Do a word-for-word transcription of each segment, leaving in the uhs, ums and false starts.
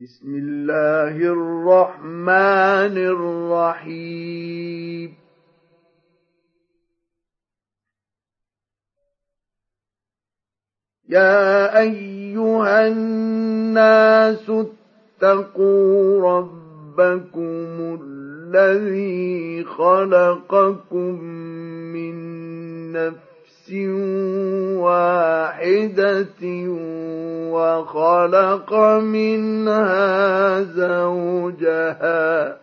بسم الله الرحمن الرحيم يا أيها الناس اتقوا ربكم الذي خلقكم من نفس واحدة وخلق منها زوجها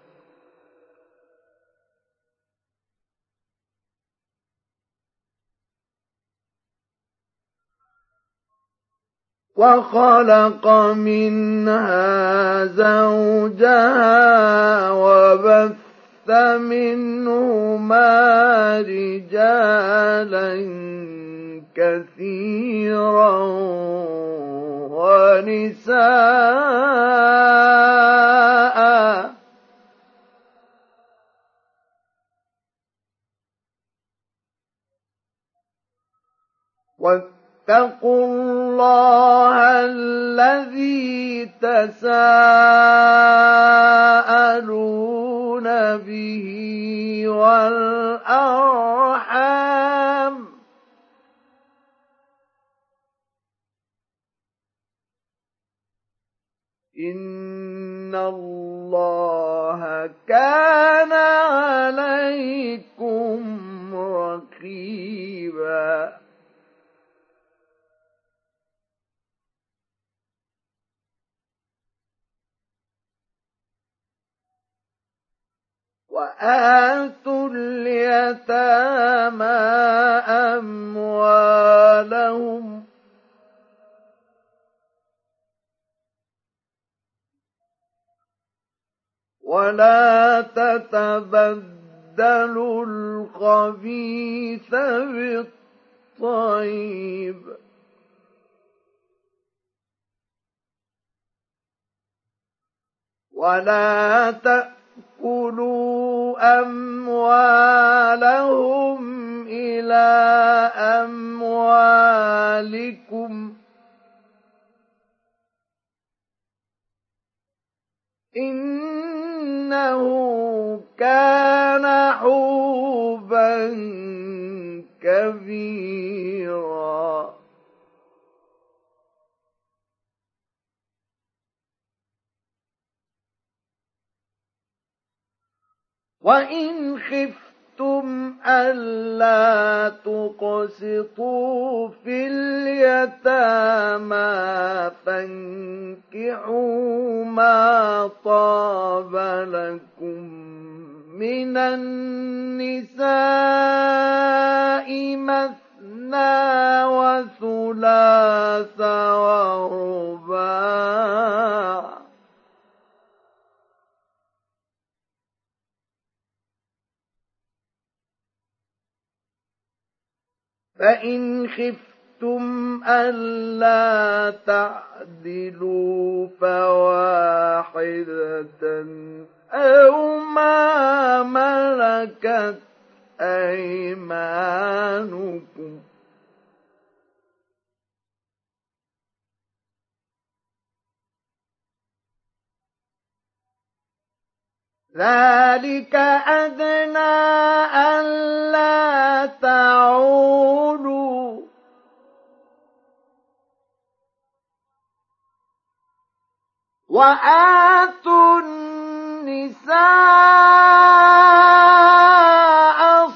وخلق منها زوجها وبث منهما رجالا كثيرا ونساء واتقوا الله الذي تساءلون به والأرحام إن الله كان عليكم رقيبا وآتوا اليتامى أموالهم ولا تتبدلوا الخبيث بالطيب ولا تأكلوا أموالهم إلى أموالكم إنه كان حوبا كبيرا وإن خفتم ألا تقسطوا في اليتامى فانكحوا ما طاب لكم من النساء مثنى وثلاث ورباع فإن خفتم ألا تعدلوا فواحدة أو ما ملكت أيمانكم ذلك أدنى ألا تعولوا وآتوا النساء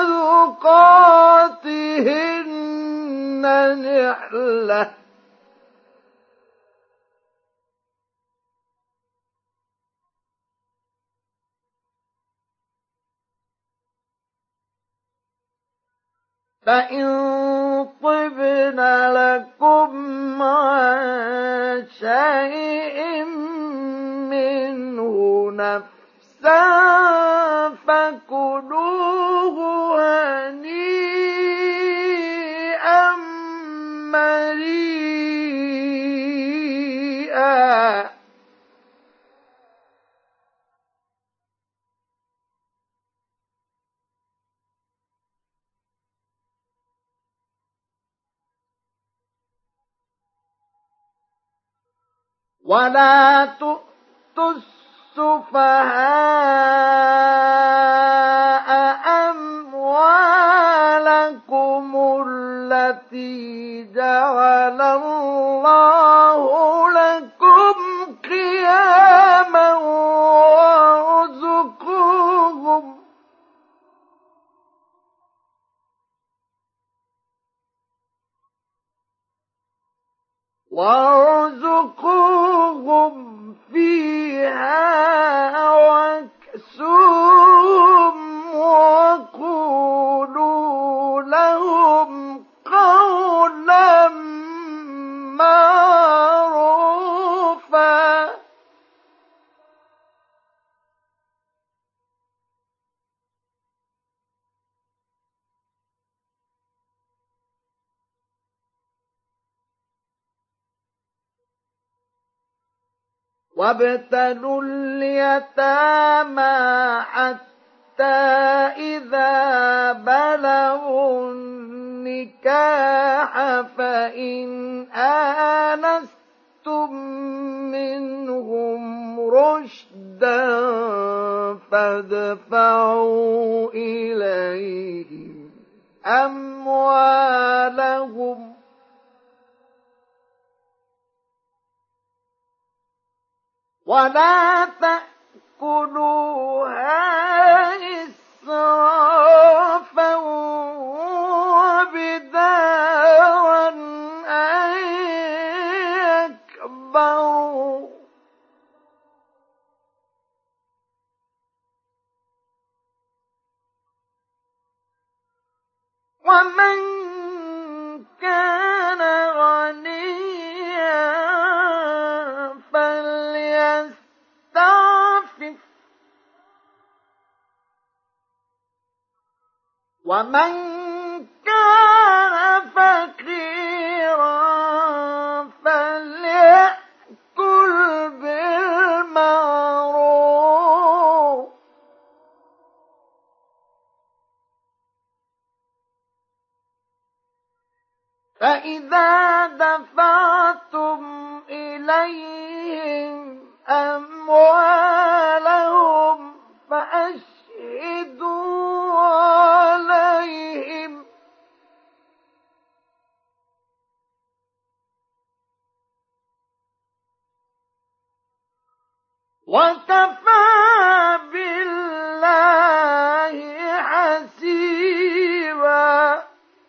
صدقاتهن نحلة فإن طبن لكم عن شيء منه نفسا فكلوه هنيئا مريئا ولا تؤتوا السفهاء أموالكم التي جعل الله لكم قياما وارزقوهم وارزقوهم فيها واكسوهم وقولوا لهم قولا معروفا. وابتلوا اليتامى حتى إذا بلغوا النكاح فإن آنستم منهم رشدا فادفعوا إليهم أموالهم ولا تأكلوها إسرافا وبدارا أن يكبروا ومن كان غنيا فليستعفف ومن كان فقيرا فليأكل بالمعروف فإذا دفعتم إليهم أموالهم فأشهدوا عليهم وكفى بالله حسيبا.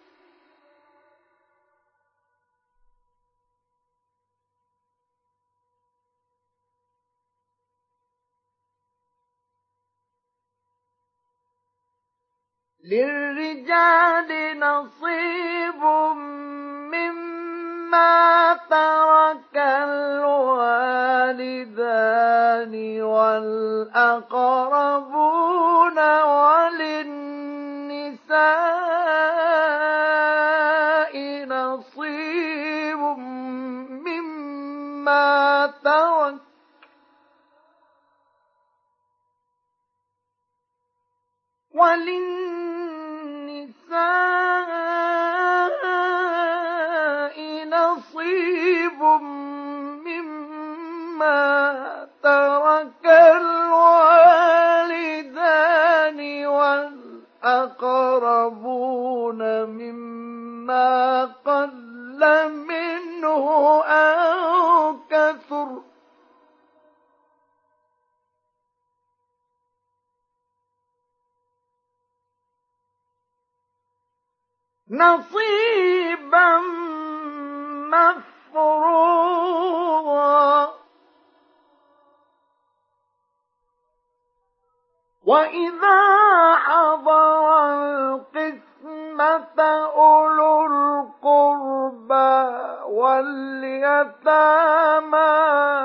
للرجال نصيب مما ترك الوالدان والأقربون وللنساء نصيب مما ترك وللنساء نصيب مما ترك الوالدان والأقربون مما قل منه أو كثر نصيبا مفروضا. وإذا حضر القسمة أولو القربى واليتامى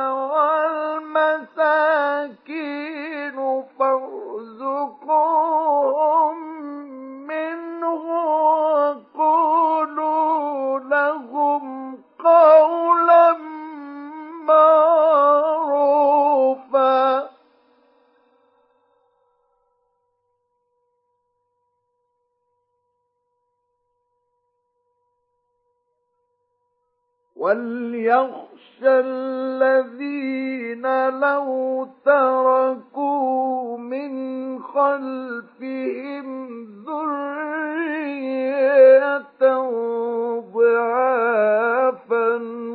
والمساكين فارزقوهم منه وقولوا لهم قولا معروفا. وَلْيَخْشَ الَّذِينَ لَوْ تَرَكُوا مِنْ خَلْفِهِمْ ذُرِّيَّةً ضِعَافًا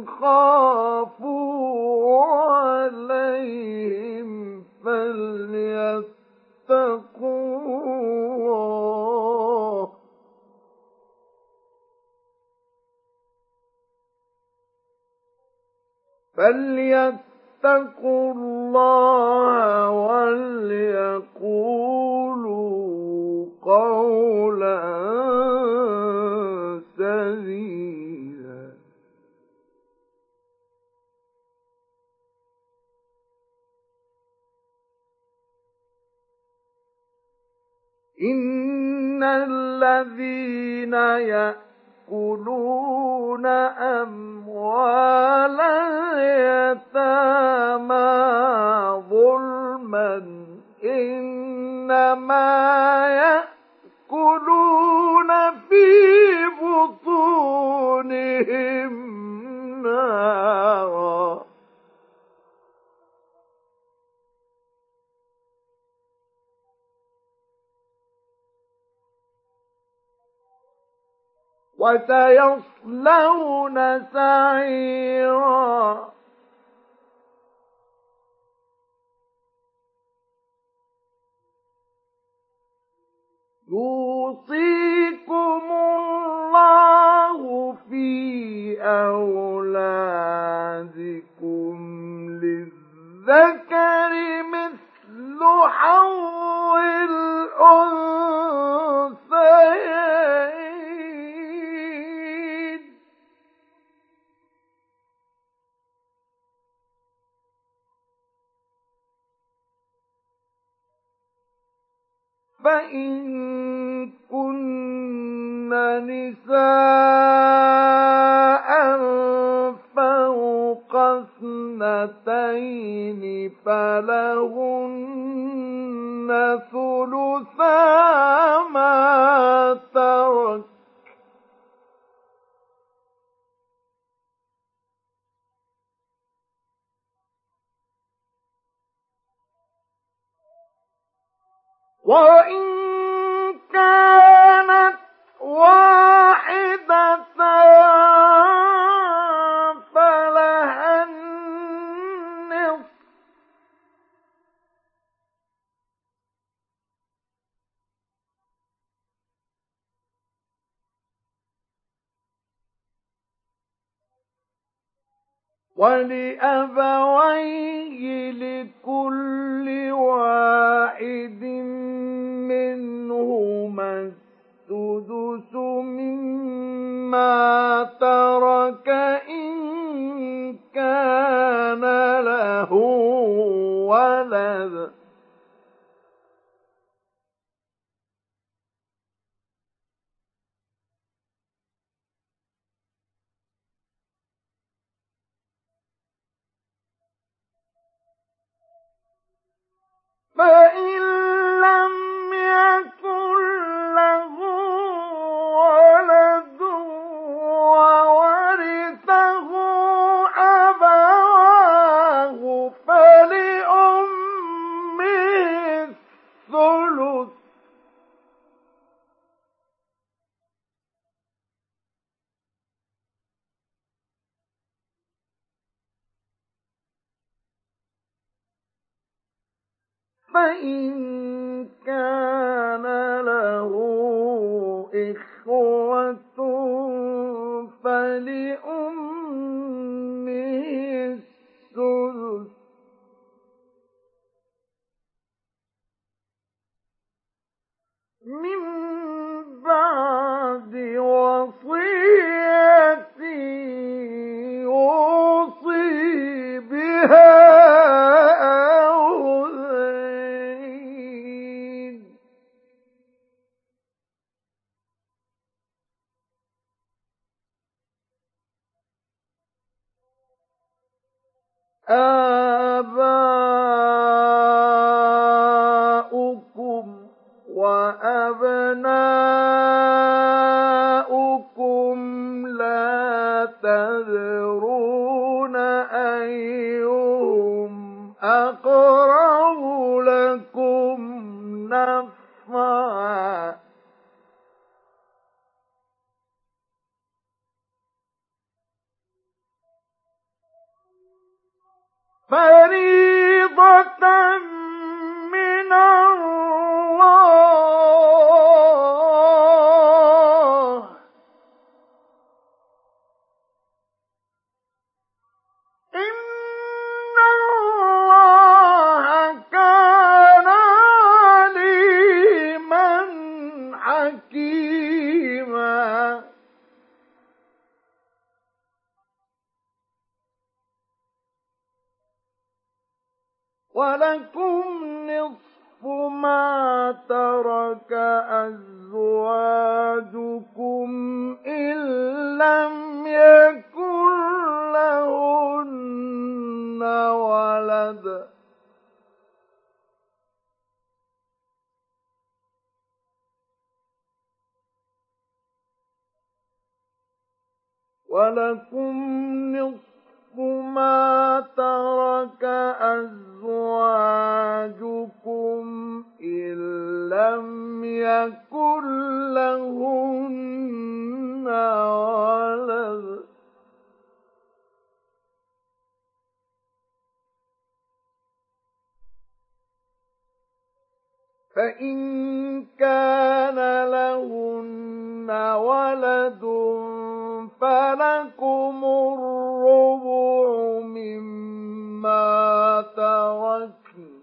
خَافُوا عَلَيْهِمْ فَلْيَتَّقُوا اللَّهَ فَلْيَتَّقُوا اللَّهَ وَلْيَقُولُوا قَوْلًا سَدِيدًا. إِنَّ الَّذِينَ يَأْكُلُونَ أَمْوَالَ الْيَتَامَى ظُلْمًا إِنَّمَا يَأْكُلُونَ فِي بُطُونِهِمْ نَارًا وَسَيَصْلَوْنَ سَعِيرًا. يُوصِيكُمُ اللَّهُ فِي أَوْلَادِكُمْ لِلذَّكَرِ مِثْلُ حَظِّ الْأُنثَيَيْنِ فَإِن كُنَّ نِسَاءً فَوْقَ اثْنَتَيْنِ فَلَهُنَّ ثُلُثَا مَا تَرَكَ وَإِن كَانَتْ وَاحِدَةً فَلَهَا النِّصْفُ وَلِأَبَوَيْهِ لِكُلِّ وَاحِدٍ مِّنْهُمَا السُّدُسُ مِمَّا تَرَكَ إِن كَانَ لَهُ وَلَدٌ فَإِن لَّمْ يَكُن لَّهُ وَلَدٌ وَوَرِثَهُ أَبَوَاهُ فَلِأُمِّهِ الثُّلُثُ فَإِن كَانَ لَهُ إِخْوَةٌ فَلِأُمِّهِ السُّدُسُ مِن بَعْدِ وَصِيَّةٍ يُوصِي بِهَا آباؤكم وأبناؤكم لا تدرون أيهم أقرب لكم نفعا فريضة من الله إن الله كان عليما حكيما ولكم نصف ما ترك أزواجكم إن لم يكن لهن ولد ولكم نصف ما ترك أزواجكم إن لم يكن لهن ولد فإن كان لهن ولد فلكم الربع مما تركن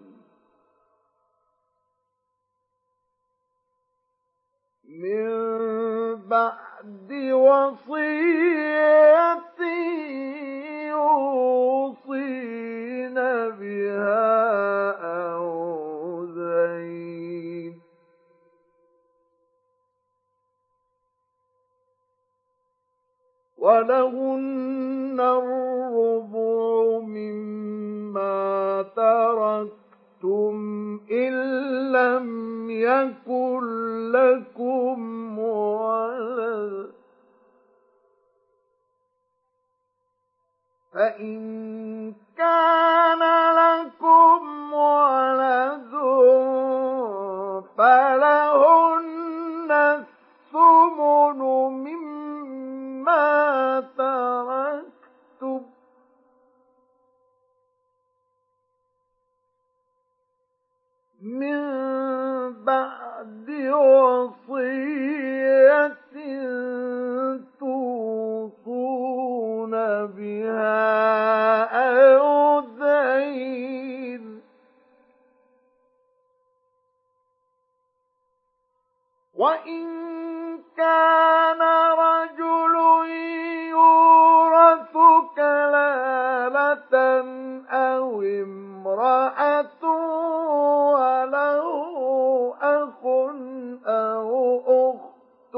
من بعد وصية يوصين بها أو دين ولهن الربع مما تركتم إن لم يكن لكم ولد فإن كان لكم ولد فلهن الثمن مما تركتم من بعد وصية توصون بها أو دين وإن كان رجل يورث كلالة أو امرأة وله أخ أو أخت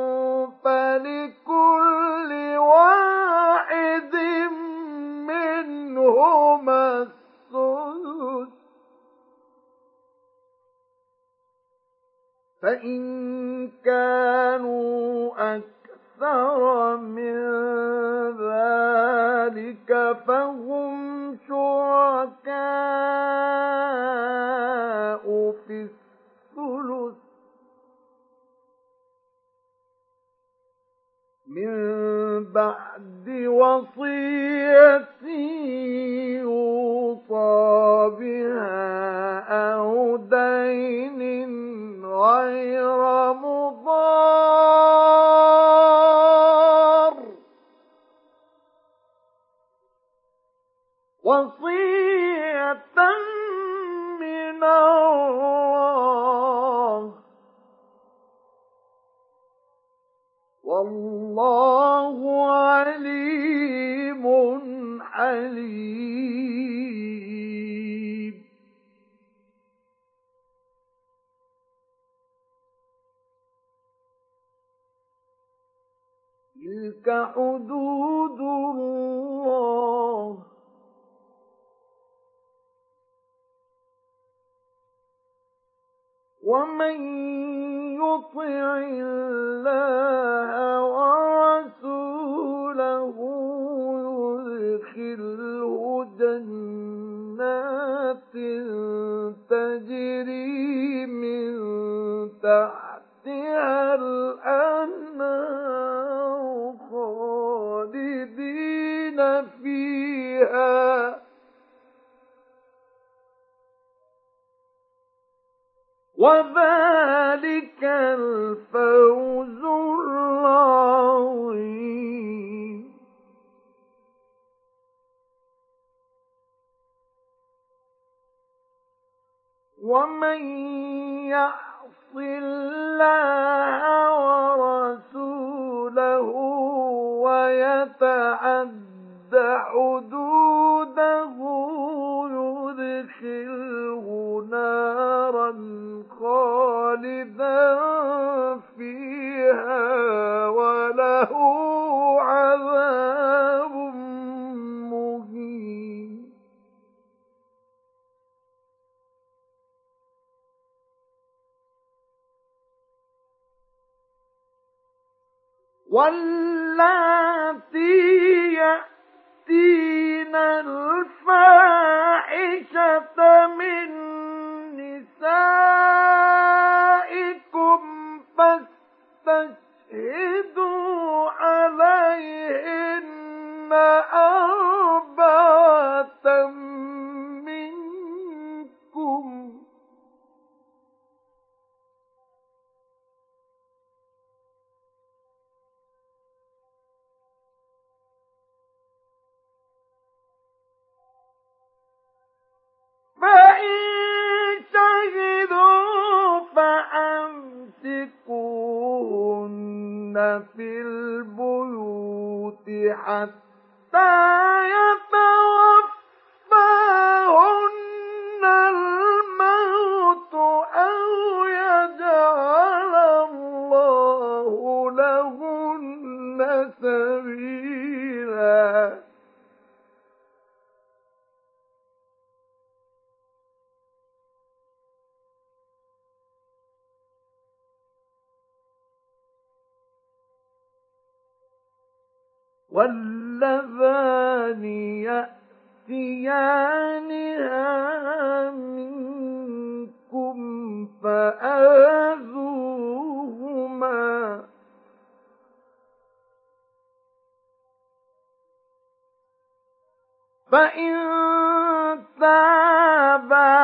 فلكل واحد منهما السدس فإن كانوا أكثر من ذلك فهم شركاء في الثلث من بعد وصية يوصى بها أو دين غير مضار وصية من الله والله عليم حليم تلك حدود الله ومن يطع الله ورسوله يدخله جنات تجري من تحتها الأنهار خالدين فيها وذلك الفوز العظيم. ومن يعص الله ورسوله ويتعد حدوده يدخله نارا خالدا فيها وله عذاب مهين. واللاتي يأتين الفاحشة من نسائكم فاستشهدوا عليهن أربعة منكم فإن شهدوا فأمسكوهن في البيوت حتى يتوفاهن الموت أو يجعل الله لهن سبيلا. واللذان يأتيانها منكم فآذوهما فإن تابا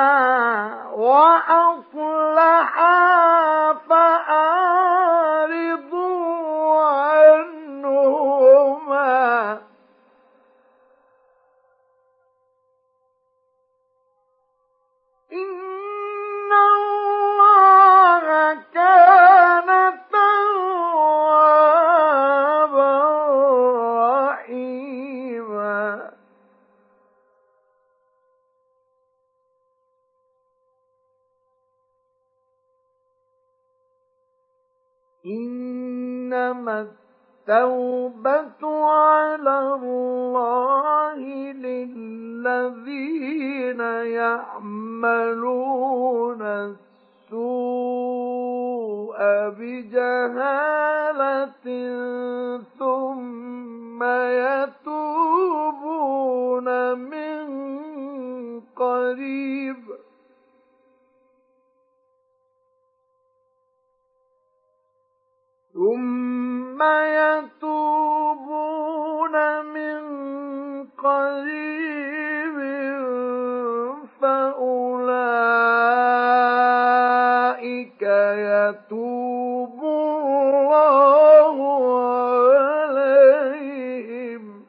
وأصلحا فأعرضوا عنهما إن الله كان توابا رحيما. إنما التوبة على الله للذين يعملون السوء بجهالة ثم يتوبون من قريب ثم يتوبون من قريب فأولئك يتوب الله عليهم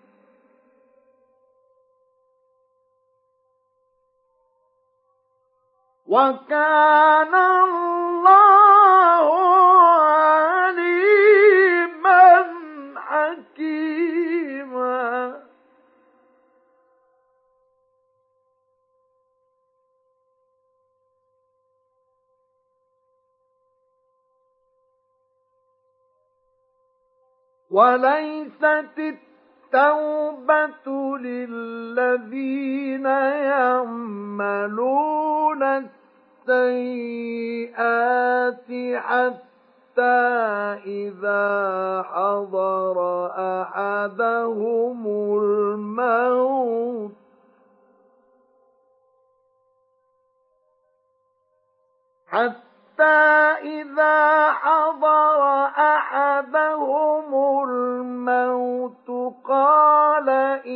وكان الله عليما حكيما. وليست التوبة للذين يعملون السيئات حتى إذا حضر أحدهم الموت حتى إذا حضر أحدهم الموت قال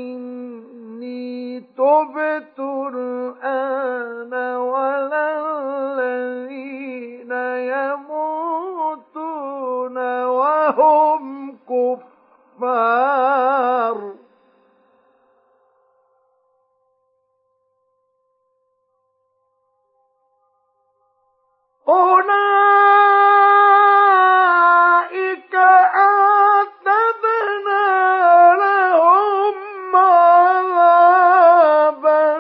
إني تبت الآن ولا الذين يموتون وهم كفار أولئك أعتدنا لهم عذابا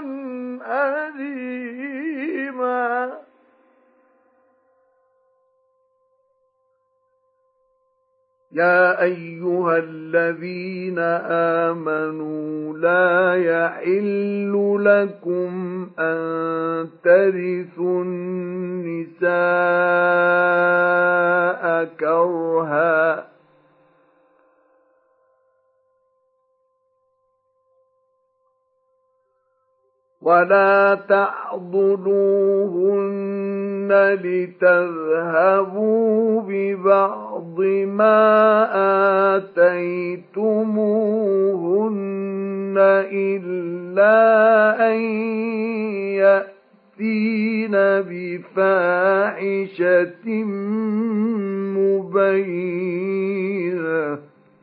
أليما يا أيها الذين آمنوا لا يحل لكم أن ترثوا النساء كرها ولا تعضلوهن لتذهبوا ببعض ما آتيتموهن إلا أن يأتين بفاحشة مبينة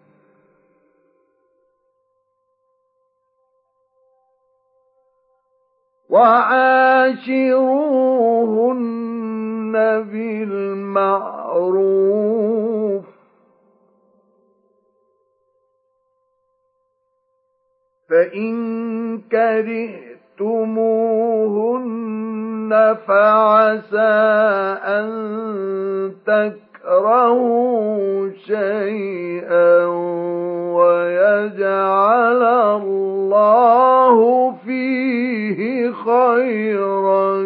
وعاشروهن بالمعروف فإن كرهتموهن فعسى أن تكرهوا شيئا ويجعل الله فيه خيرا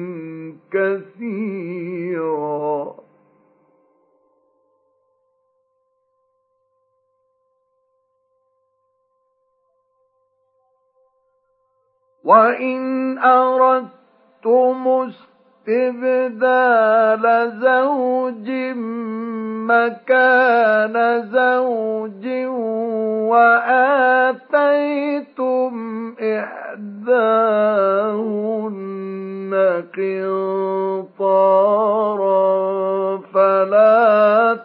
كثيرا وإن أردتم استبدال زوج مكان زوج وآتيتم إحداهن قنطارا فلا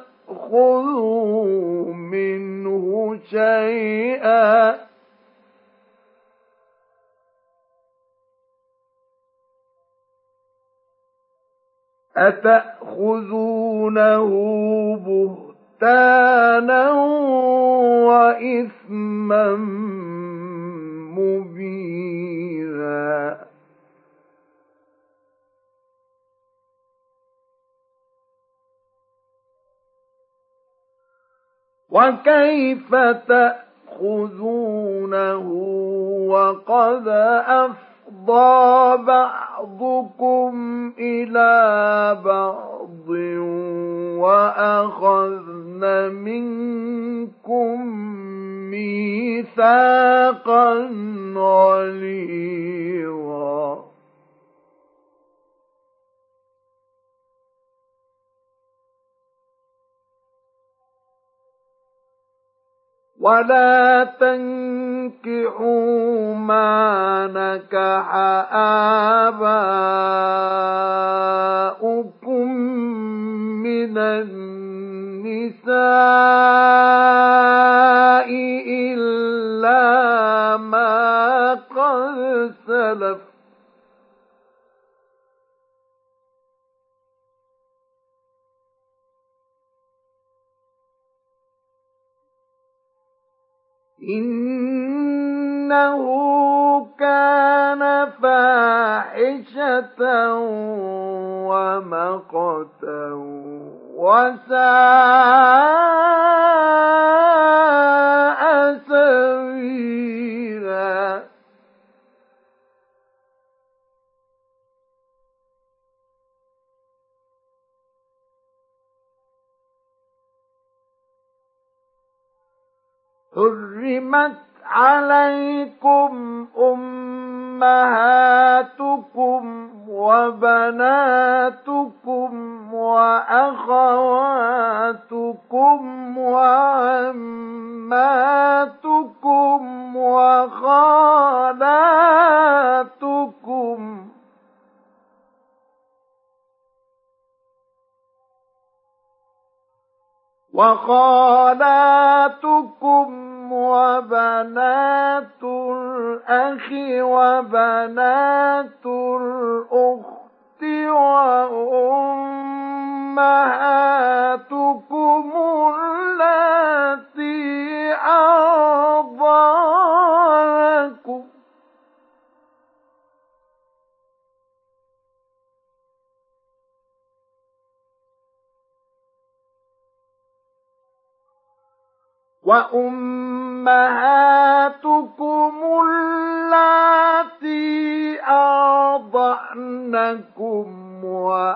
تأخذوا منه شيئا أتأخذونه بهتانا وإثما مبينا وكيف تأخذونه وقد أفضى بعضكم إلى بعض وأخذن منكم ميثاقا غليظا ولا تنكحوا ما نكح آباؤكم من النساء إلا ما قد سلف إنه كان فاحشة ومقتا وساء سبيلا حرمت عليكم أمهاتكم وبناتكم وأخواتكم وعماتكم وخالاتكم وخالاتكم وبنات الأخ وبنات الأخت وأمهاتكم اللاتي أرضعنكم وأمهاتكم اللاتي أرضعنكم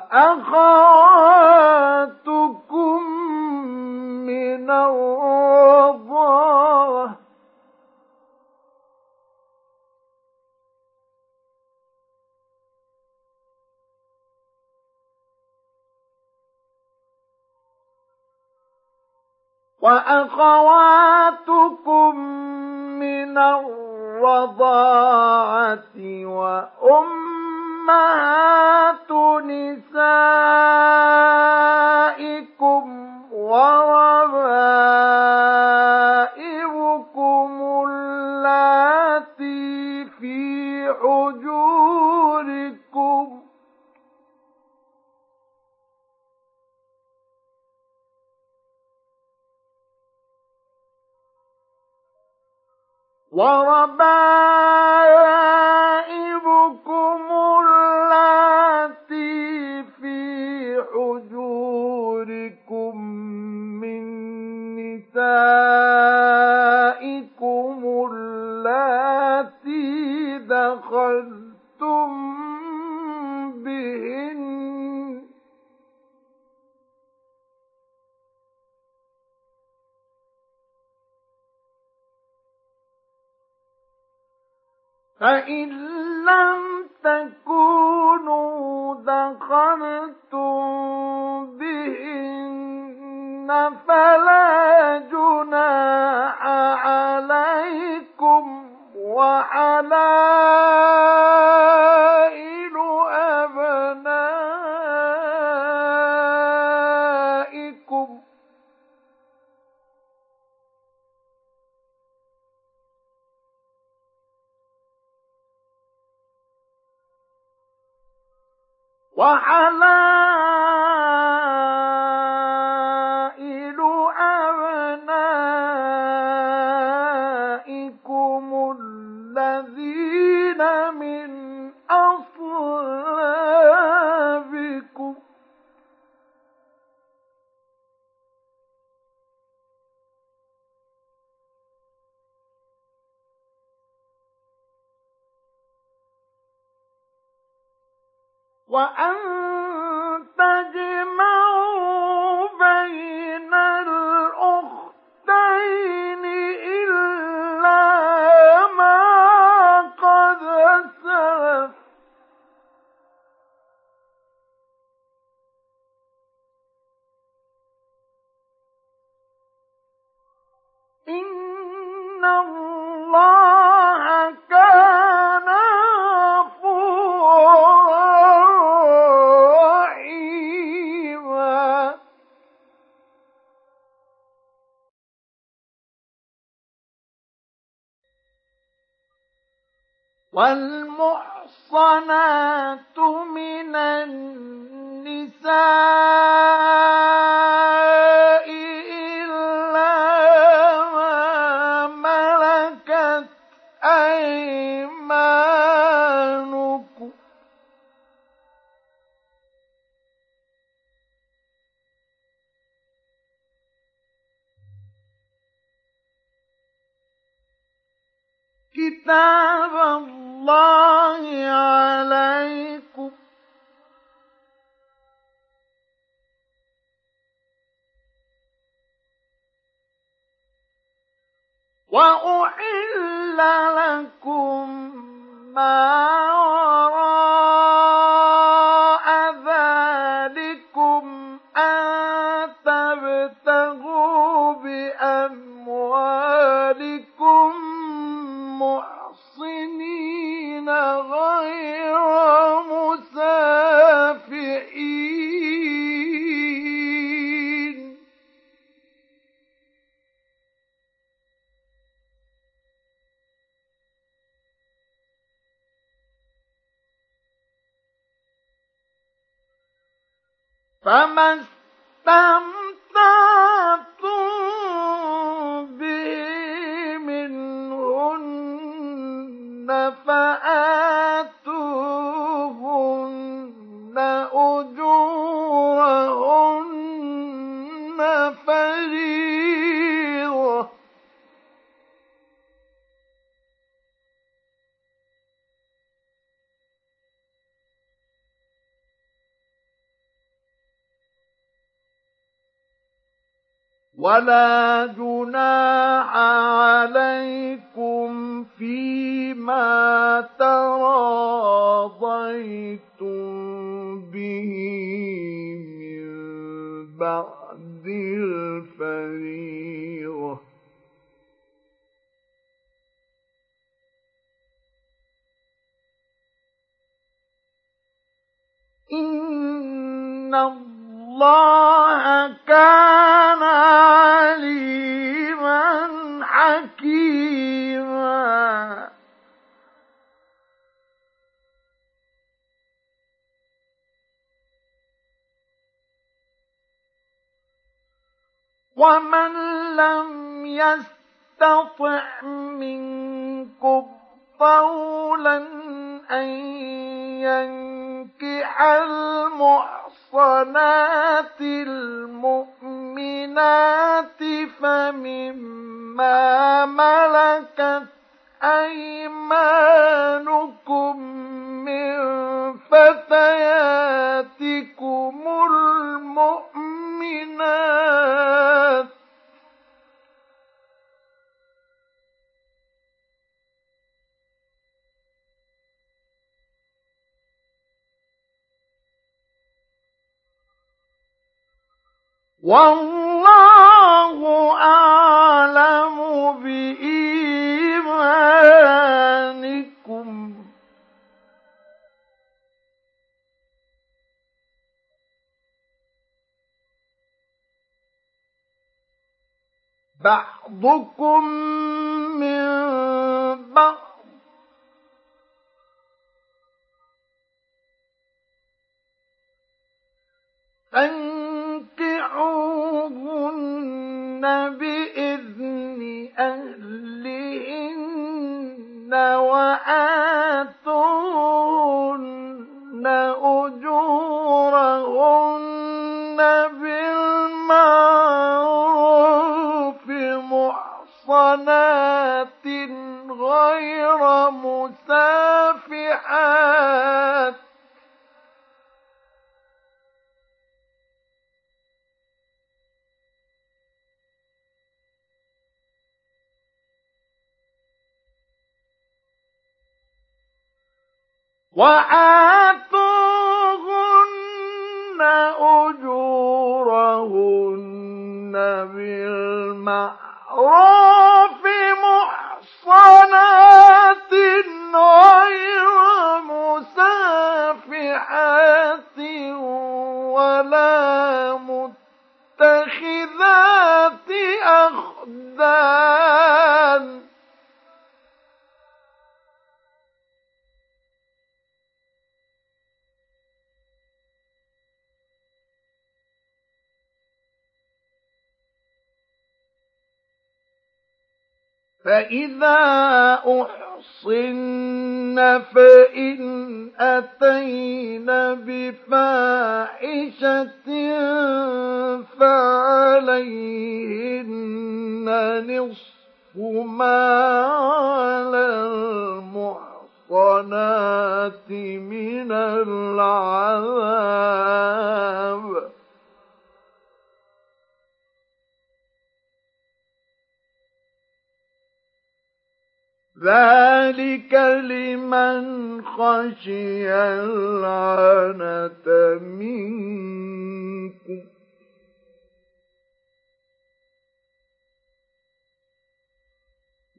وأخواتكم من الرضاعة وأخواتكم من الرضاعة وأمهات نسائكم وربائبكم اللاتي في حجوركم وربائبكم اللاتي في حجوركم من نسائكم اللاتي دخلتم بهن فإن لم تكونوا دخلتم بهن فلا جناح عليكم وحلائل أبنائكم وحلائل أبنائكم الذين من أصلابكم وأن تجمعوا بين الأختين إلا ما قد سلف إن الله كان والمحصنات من النساء إلا ما ملكت أيمانكم كتاب الله عليكم وأحل لكم ما وراء آمنين غير مسافحين فما استمتعتم به منهن فآتوهن أجورهن فريضة ولا جناح عليكم فيما تراضيتم به من بعد الفريضة إن الله كان عليما حكيما ومن لم يستطع منكم طولا أن ينكح المحصنات المؤمنات فمما ملكت أيمانكم من فتياتكم المؤمنات والله أعلم بإيمانكم بعضكم من بعض فانكحوهن بإذن أهلهن وآتوهن أجورهن بالمعروف محصنات غير مسافحات وآتوهن أجورهن بالمعروف محصنات غير مسافحات ولا متخذات أخدان فإذا أحصن فإن أتين بفاحشة فعليهن نصف ما على المحصنات من العذاب ذلك لمن خشي العنة منكم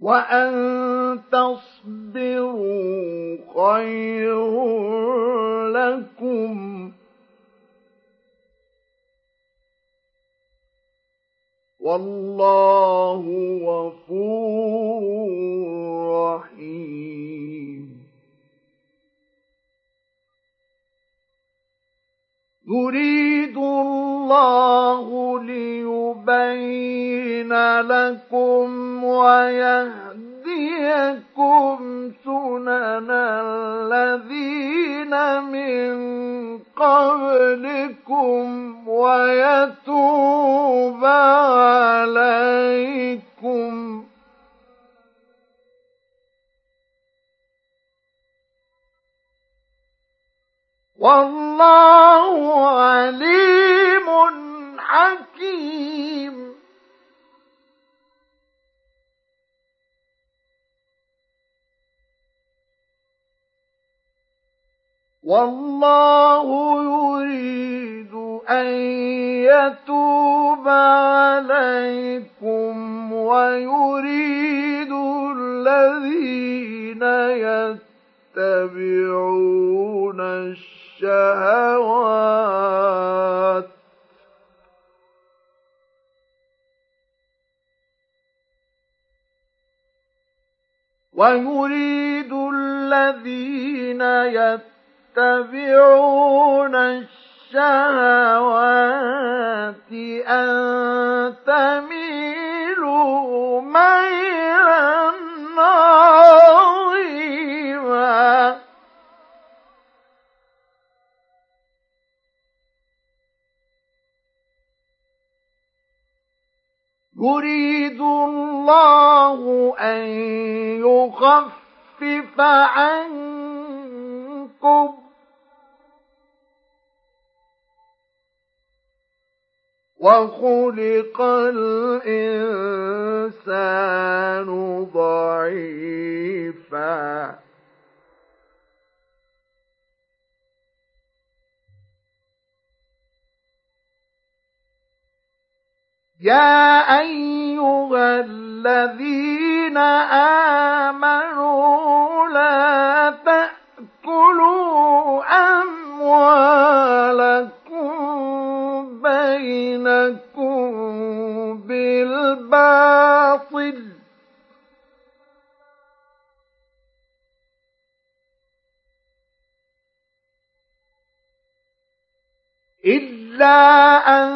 وأن تصبروا خير لكم والله غفور رحيم يريد الله ليبين لكم ويهديكم سنن الذين من قبلكم ويتوب عليكم والله عليم حكيم والله يريد أن يتوب عليكم ويريد الذين يتبعون الشهوات ويريد الذين يتبعون الشهوات أن تميلوا ميلا عظيما يريد الله أن يخفف عنكم وخلق الإنسان ضعيفا يا أيها الذين آمنوا لا تأكلوا أموالكم بينكم بالباطل إلا أن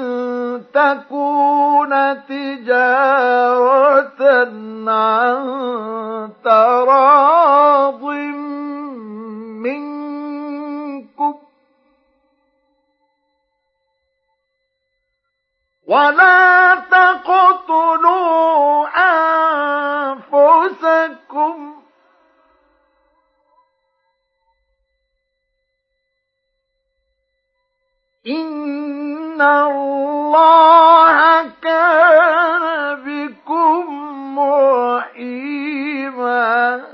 تكون تجارة عن تراض منكم ولا تقتلوا أنفسكم إن الله كان بكم رحيما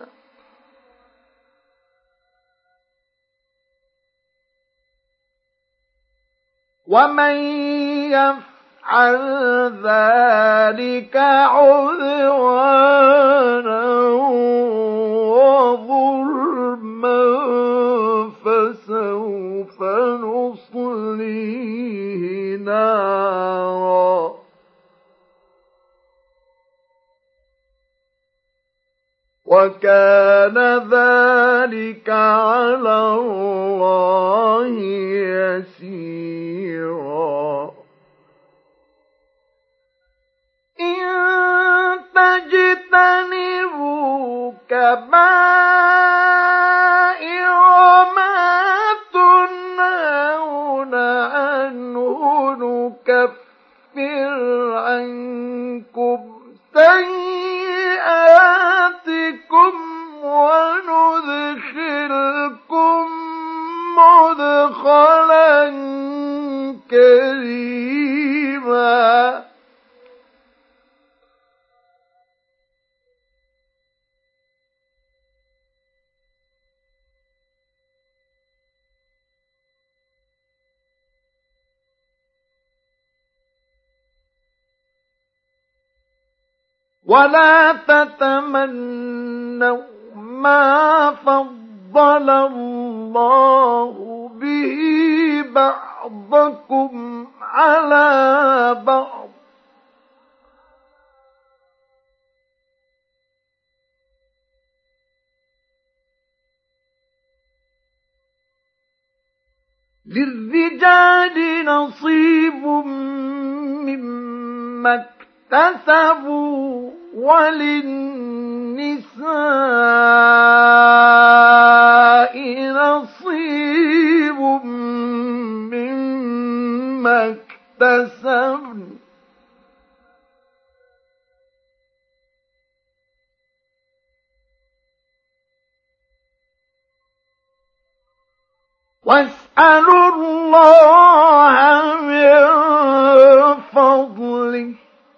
ومن يفعل ذلك عدوانا وظلما فسوف نصليه نارا وكان ذلك على الله يسيرا إن تجتنبوا كبائر ما تنهون عنه نكفر عنكم سيئاتكم وندخلكم مدخلا كريما ولا تتمنوا ما فضل الله به بعضكم على بعض للرجال نصيب مما اكتسبوا وللنساء نصيب مما اكتسبن واسألوا الله من فضله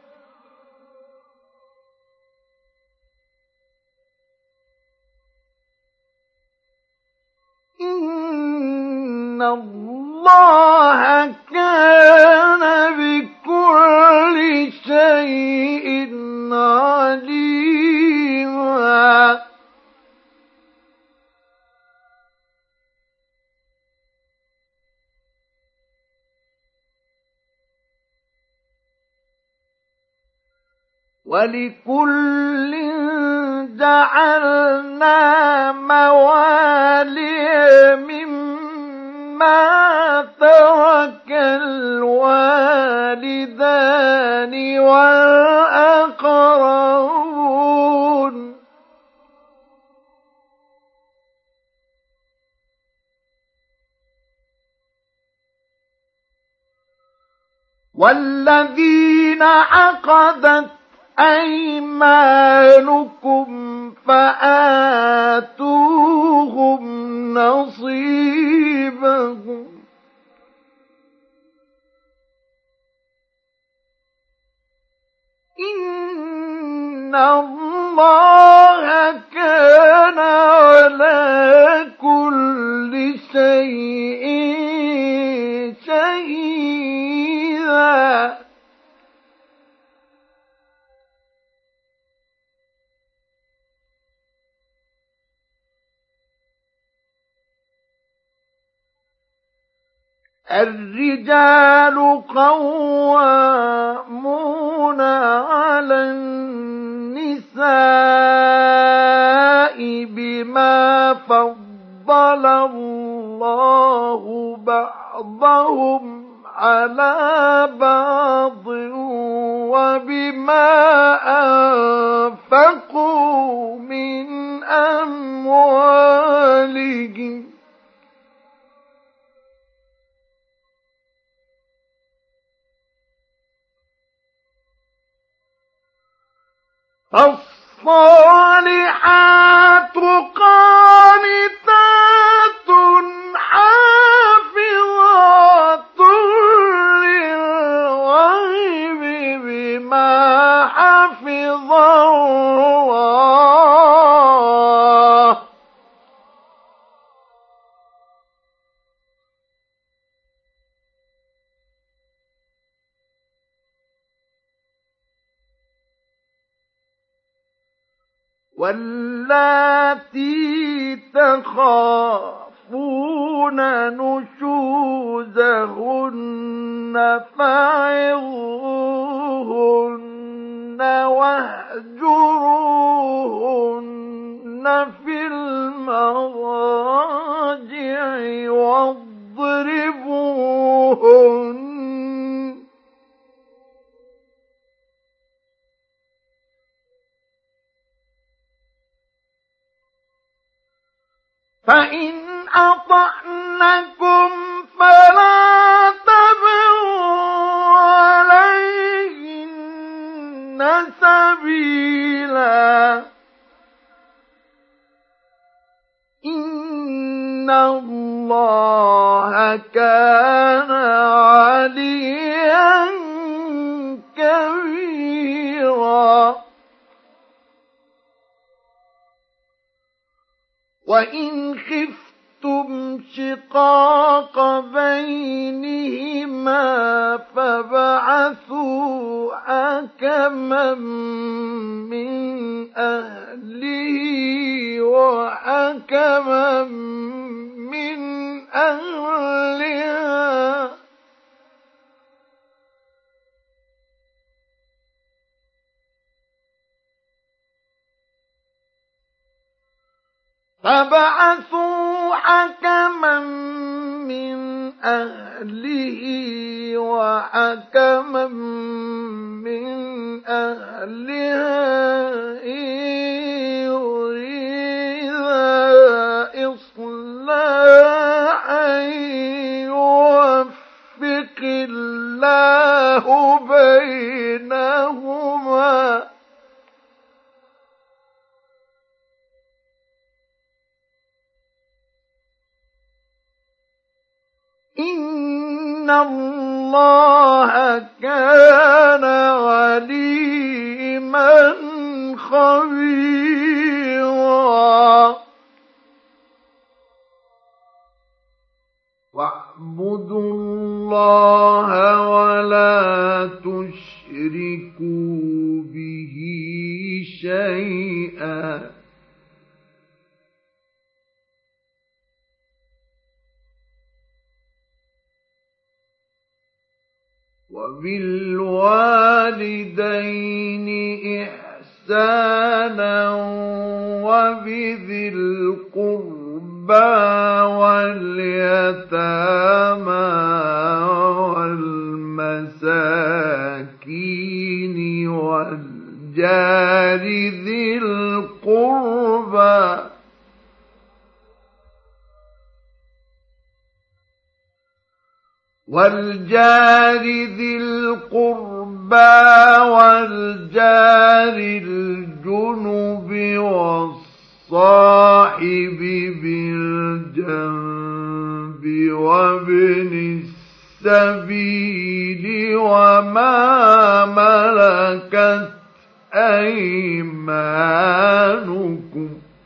إن الله كان بكل شيء عليما ولكل جعلنا موالي مما ترك الوالدان والأقربون والذين عقدت أيمانكم فآتوهم نصيبهم إن الله كان على كل شيء شهيدا الرجال قوامون على النساء بما فضل الله بعضهم على بعض وبما أنفقوا من أموالهم فالصالحات قانتات حافظات للغيب بما حفظ الله واللاتي تخافون نشوزهن فعظوهن واهجروهن في المضاجع واضربوهن فإن أطعنكم فلا تبغوا عليهن سبيلا إن الله كان عليا كبيرا وإن خفتم شقاق بينهما فبعثوا حكما من أهله وحكما من أهلها فبعثوا حكما من أهله وحكما من أهلها إن يريدا إصلاحا يوفق الله بينهما إن الله كان عليما خبيرا واعبدوا الله ولا تشركوا به شيئا وبالوالدين إحسانا وبذي القربى واليتامى والمساكين والجار ذي القربى والجار ذي القربى والجار الجنب والصاحب بالجنب وابن السبيل وما ملكت أيمانكم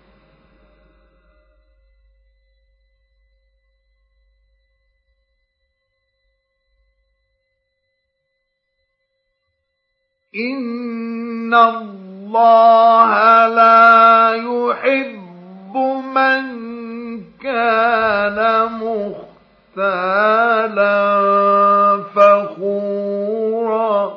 إن الله لا يحب من كان مختالا فخورا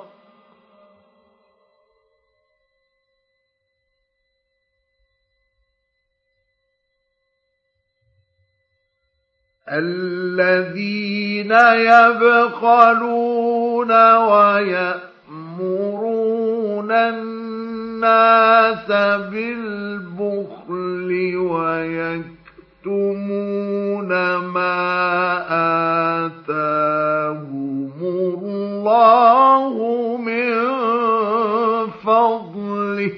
الذين يبخلون ويأمرون الناس بالبخل ويكتمون ما آتاهم الله من فضله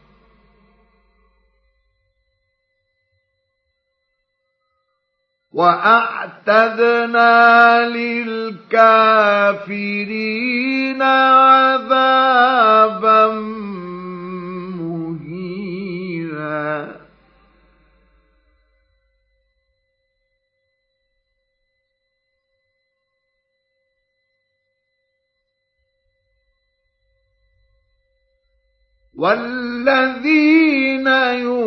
وأعتدنا للكافرين عذابا مهينا والذين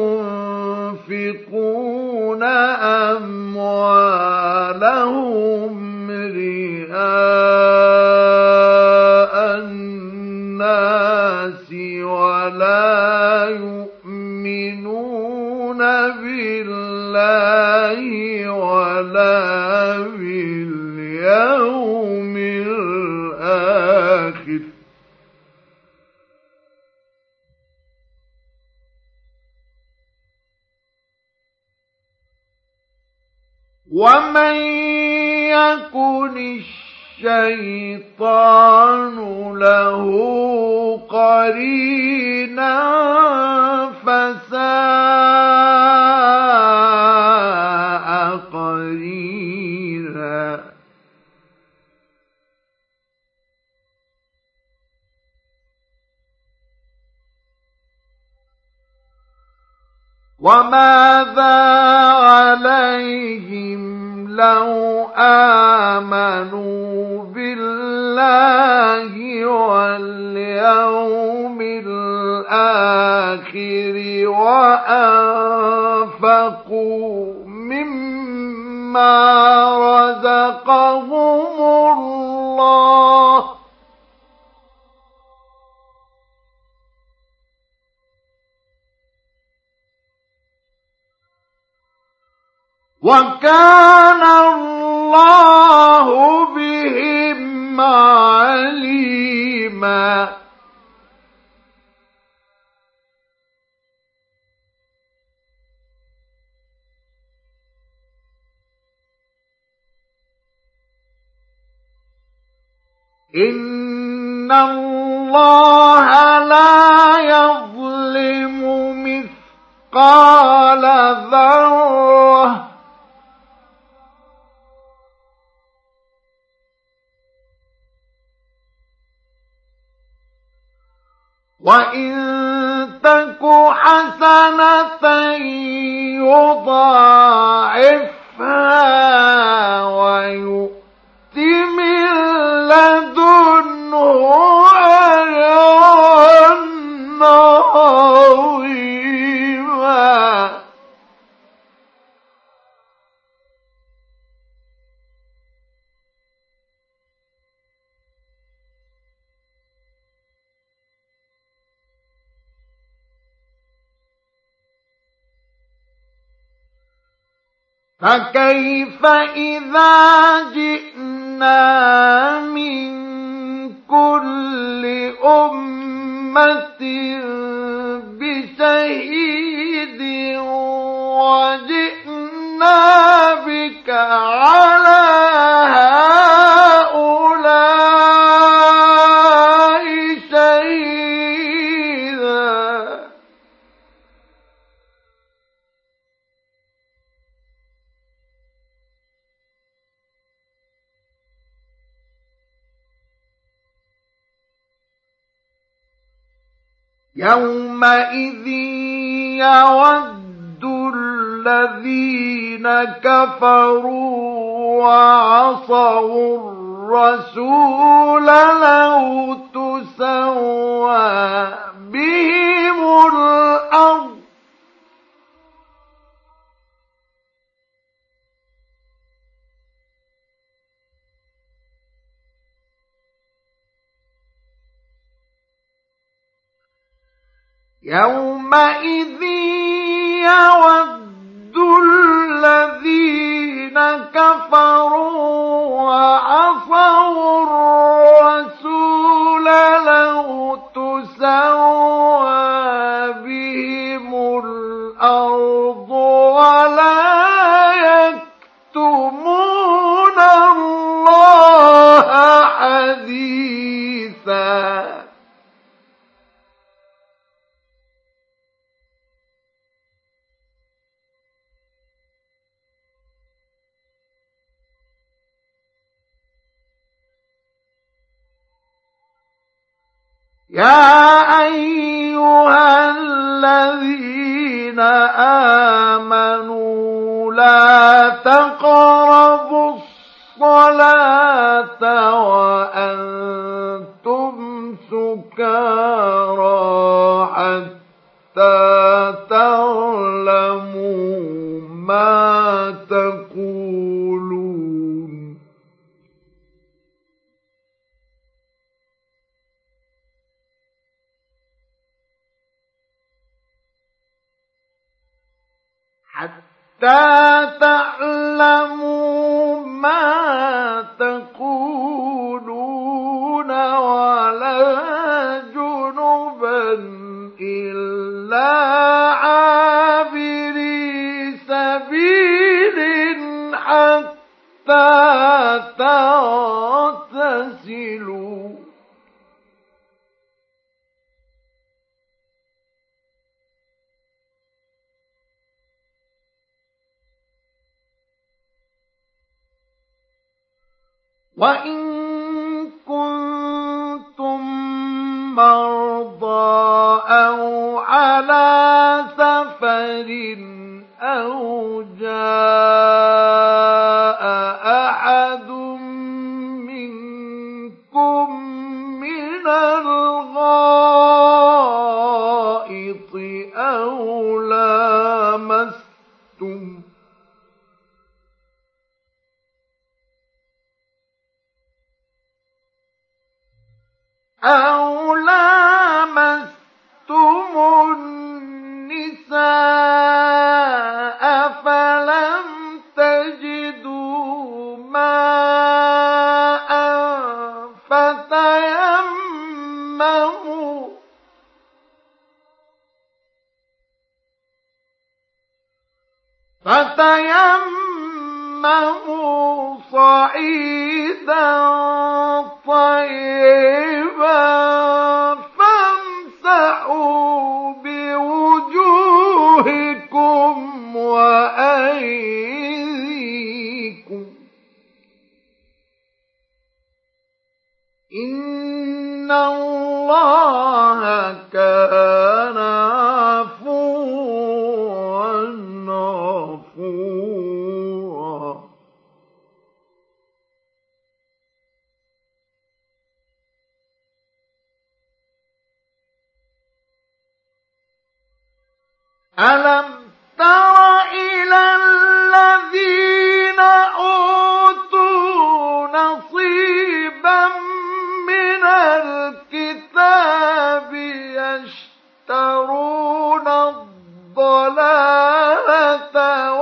ينفقون أموالهم رئاء الناس ولا يؤمنون بالله ولا باليوم الآخر ومن يكن الشيطان له قرينا فساء قرينا وماذا عليهم لو آمنوا بالله واليوم الآخر وأنفقوا مما رزقهم الله وكان الله بهم عليما إن الله لا يظلم مثقال ذرة وإن تك حسنة يضاعفها ويؤت من لدنه أجرا عظيما فكيف إذا جئنا من كل أمة بشهيد وجئنا بك على هؤلاء شهيدا يومئذ يود الذين كفروا وعصوا الرسول لو تسوى بهم الأرض يومئذ يود الذين كفروا وعصوا الرسول لو تسوى بهم الأرض ولا يكتمون الله حديثا يا أيها الذين آمنوا لا تقربوا الصلاة وأنتم سكارى حتى تعلموا ما تقولون حتى تعلموا ما تقولون ولا جنبا إلا عابري سبيل حتى تغتسلوا وإن كنتم مرضى أو على سفر أو جاء أو لامستم النساء فلم تجدوا ماء فتيمموا فتيمموا صعيدا طيبا فامسحوا بوجوهكم وأيديكم إن الله كان عفوا غفورا. ألم تر إلى الذين أوتوا نصيبا من الكتاب يشترون الضلالة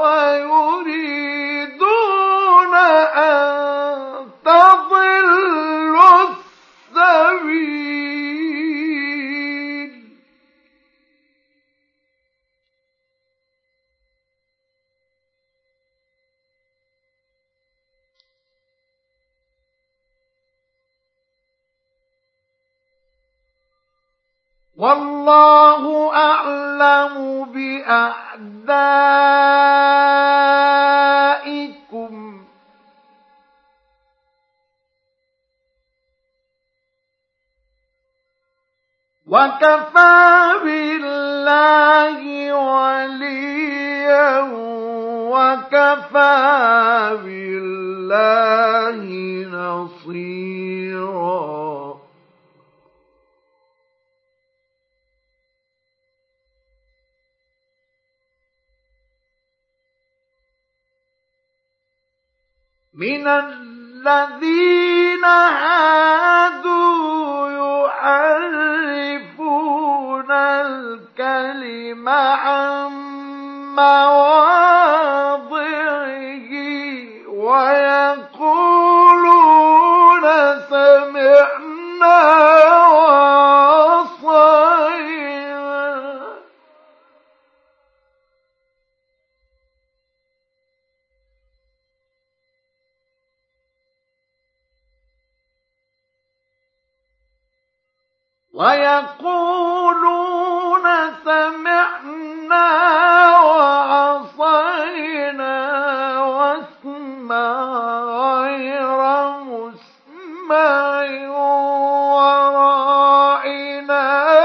ويريدون أن تضلوا السبيل والله أعلم بأعدائكم وكفى بالله وليا وكفى بالله نصيرا. من الذين هادوا يحرفون الكلم عن مواضعه ويقولون سمعنا وعصينا ويقولون سمعنا وعصينا واسمع غير مسمع وراعنا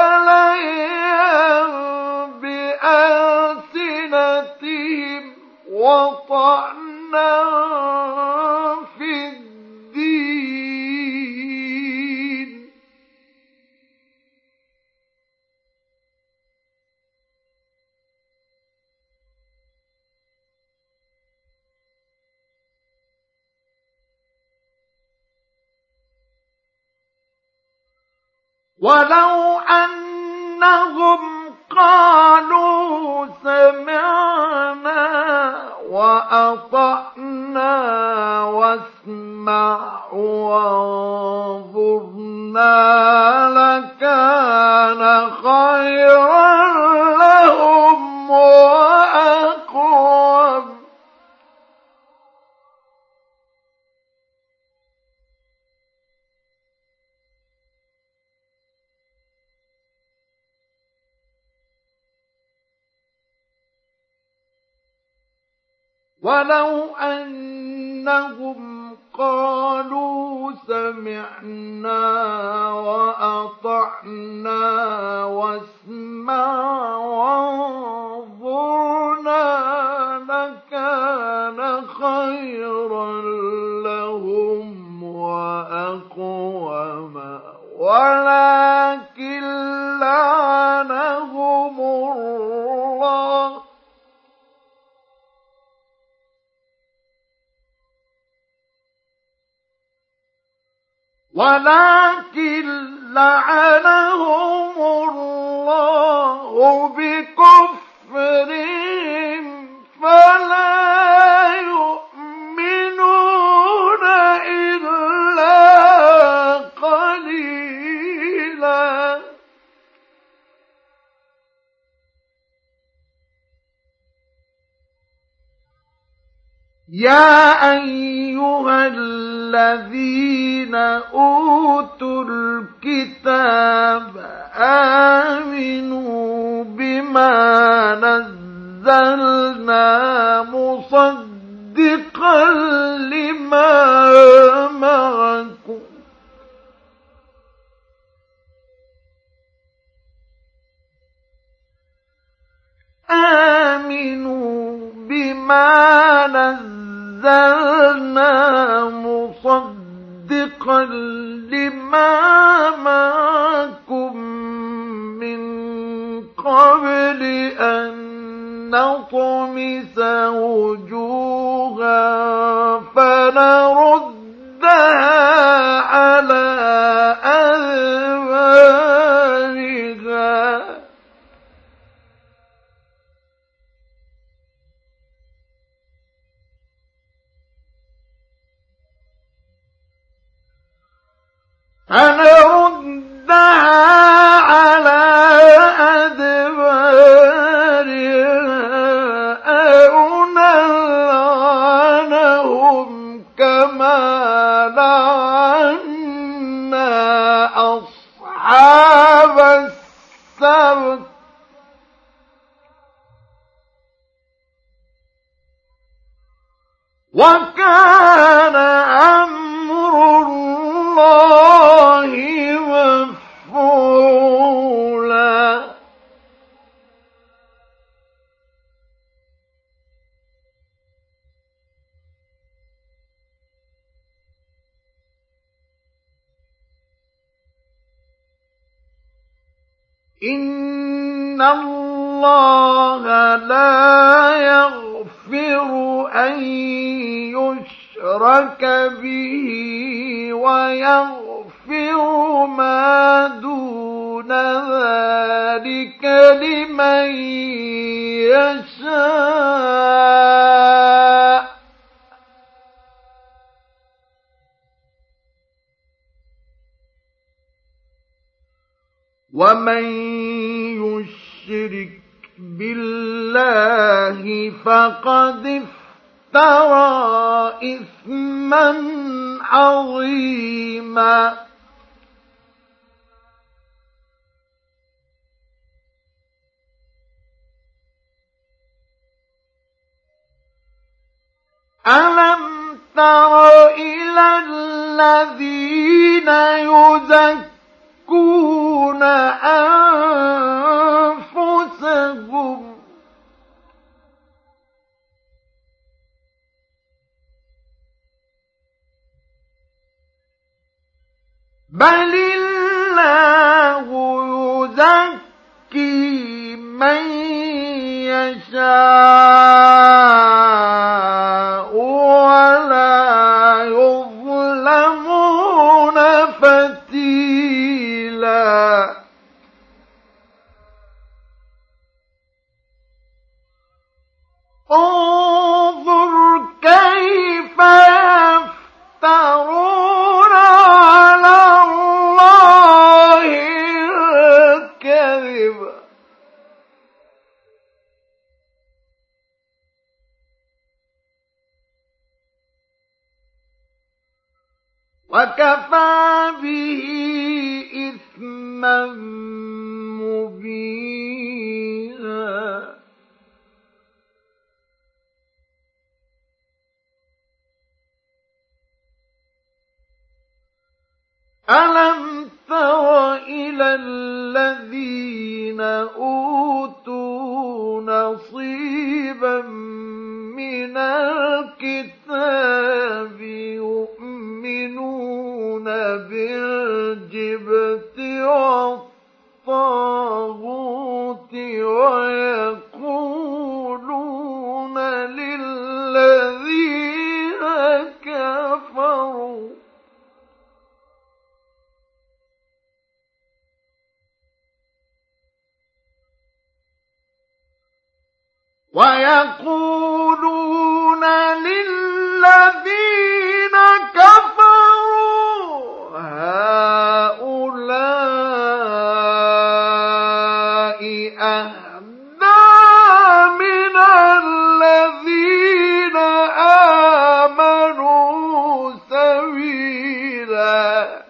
ليا بألسنتهم وطعنا في الدين ولو أنهم قالوا سمعنا وأطعنا واسمع وانظرنا لكان خيرا لهم وأقوم ولو أنهم قالوا سمعنا وأطعنا واسمع وانظرنا لكان خيرا لهم وأقوم ولكن لعنهم الله ولكن لعنهم الله بكفرهم فلا يؤمنون إلا قليلا. يا أيها الذين أوتوا الكتاب آمنوا بما نزلنا مصدقا لما معكم آمنوا بما نزلنا مصدقا لما معكم من قبل أن نطمس وجوها فنردها على أدبارها فنردها على أدبارها أو نلعنهم كما لعنا أصحاب السبت وكان أمر الله مفعولا. إن الله لا يغفر أن يشرك به ويغفر ما دون ذلك لمن يشاء. ومن يشرك بالله فقد افترى إثما عظيما. ألم تر إلى الذين يزكون أنفسهم بل الله يزكي من يشاء ولا يظلمون فتيلا. انظر كيف يفترون على الله الكذب وكفى به إثما مبينا. ألم تر إلى الذين أوتوا نصيبا من الكتاب يؤمنون بالجبت والطاغوت ويقولون للذين كفروا ويقولون للذين كفروا هؤلاء أهدى من الذين آمنوا سبيلا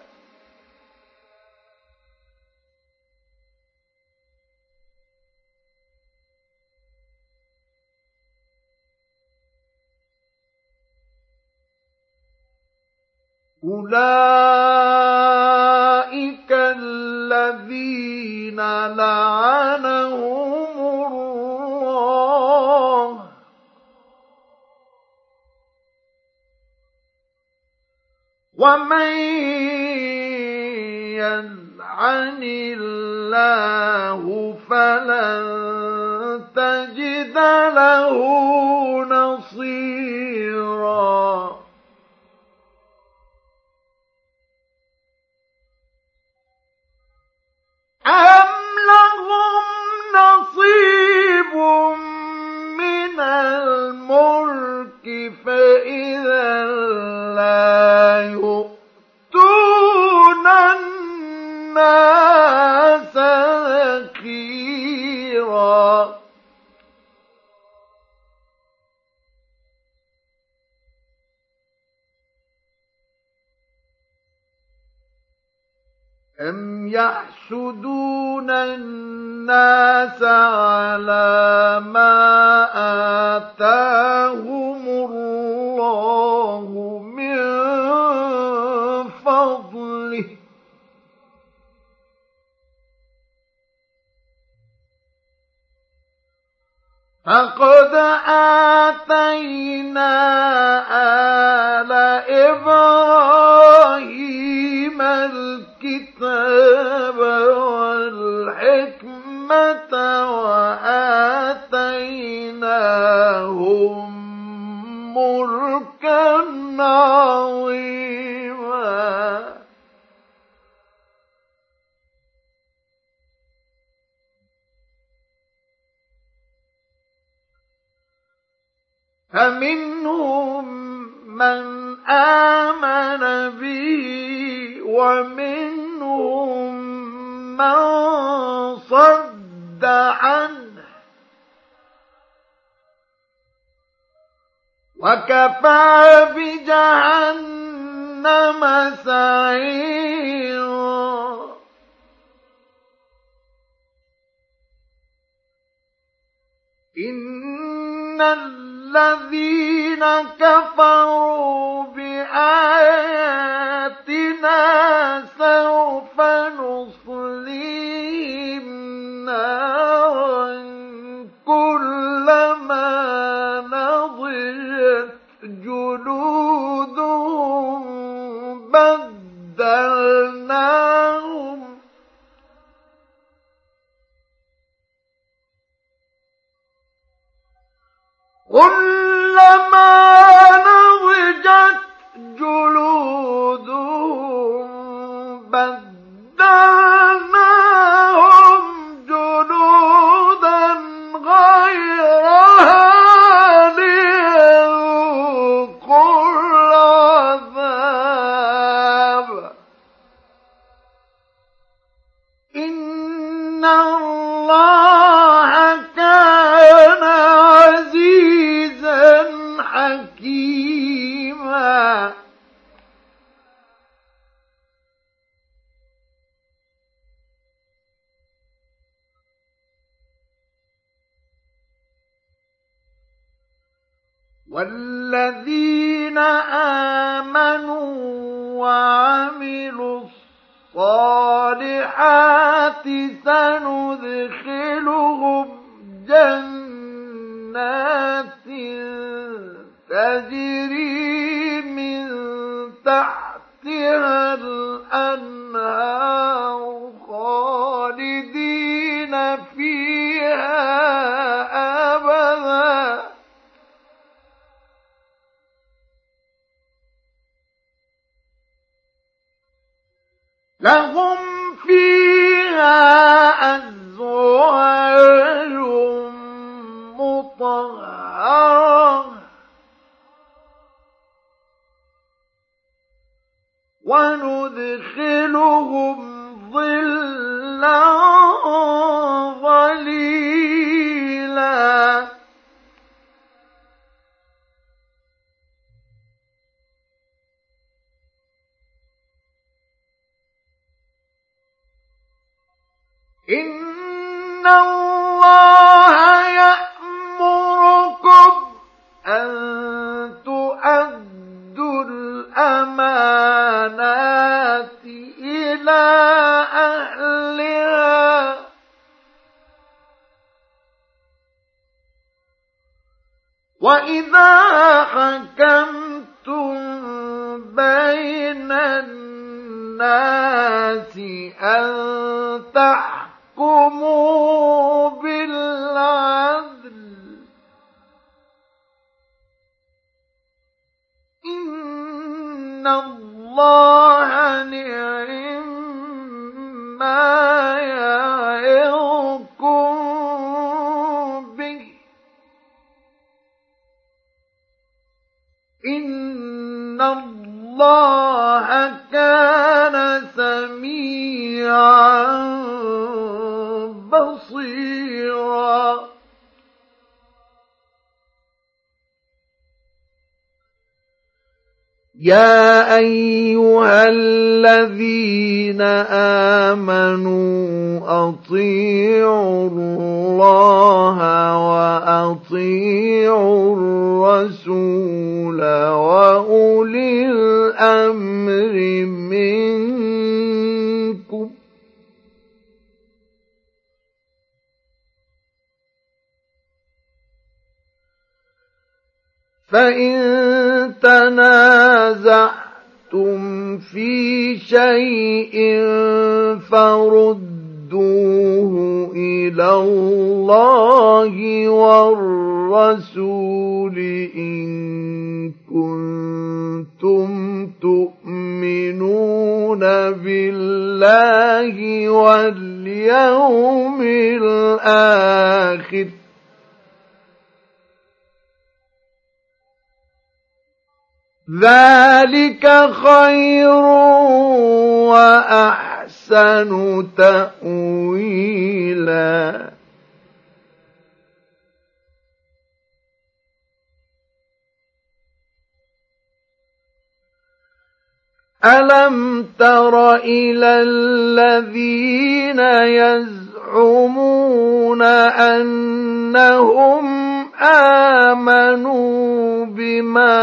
أولئك الذين لعنهم الله ومن يلعن الله فلن تجد له نصيرا أم لهم نصيب من الملك فإذا لا يؤتون الناس نكيرا أم يحسدون الناس على ما آتاهم الله من فضله فقد آتينا آل إبراهيم الكتاب والحكمة وآتيناهم ملكا عظيما فمنهم من آمن به ومنهم من صد عنه وكفى بجهنم سعيرا إن الذين كفروا بآياتنا سوف نصليهم نارا كلما نضجت جلودهم بدلناهم كلما نضجت جلودهم بدلناهم جلودا غيرها ليذوقوا العذاب إن الله كان عزيزا حكيما والذين آمنوا وعملوا الصالحات سندخلهم جنات تجري من تحتها الأنهار خالدين فيها أبدا لهم فيها أزواج مطهرة وندخلهم ظلا ظليلا إن الله يأمركم أن تؤدوا الأمانات إلى أهلها وإذا حكمتم بين الناس أن تحكموا بالعدل إن الله نعم ما يعظكم به إن الله كان سميعا بصيرا يا أيها الذين آمنوا أطيعوا الله وأطيعوا الرسول وأولي الأمر منكم فإن تنازعتم في شيء فردوه إلى الله والرسول إن كنتم تؤمنون بالله واليوم الآخر ذلك خير وأحسن تأويلا ألم تر إلى الذين يزعمون أنهم آمنوا بما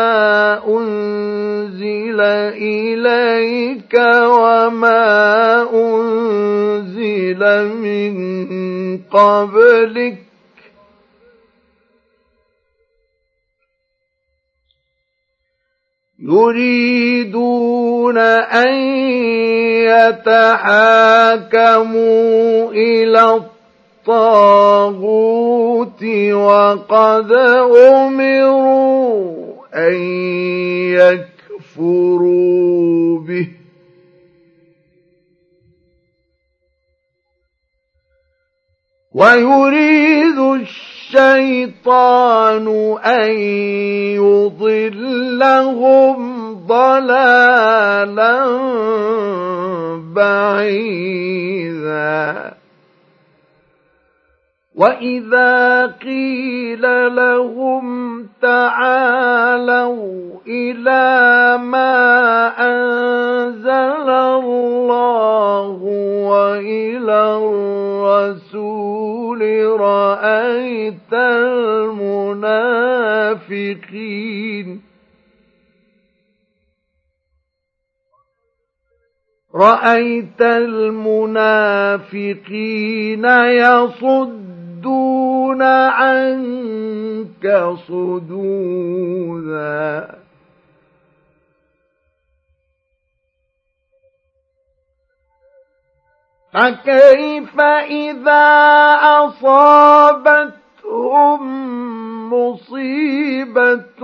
أنزل إليك وما أنزل من قبلك يريدون أن يتحاكموا إلى الطاغوت وقد أمروا أن يكفروا به ويريد الشيطان أن يضلهم ضلالا بعيدا وإذا قيل لهم تعالوا إلى ما أنزل الله وإلى الرسول رأيت المنافقين رأيت المنافقين يصدون عنك صدودا فكيف إذا أصابتهم مصيبة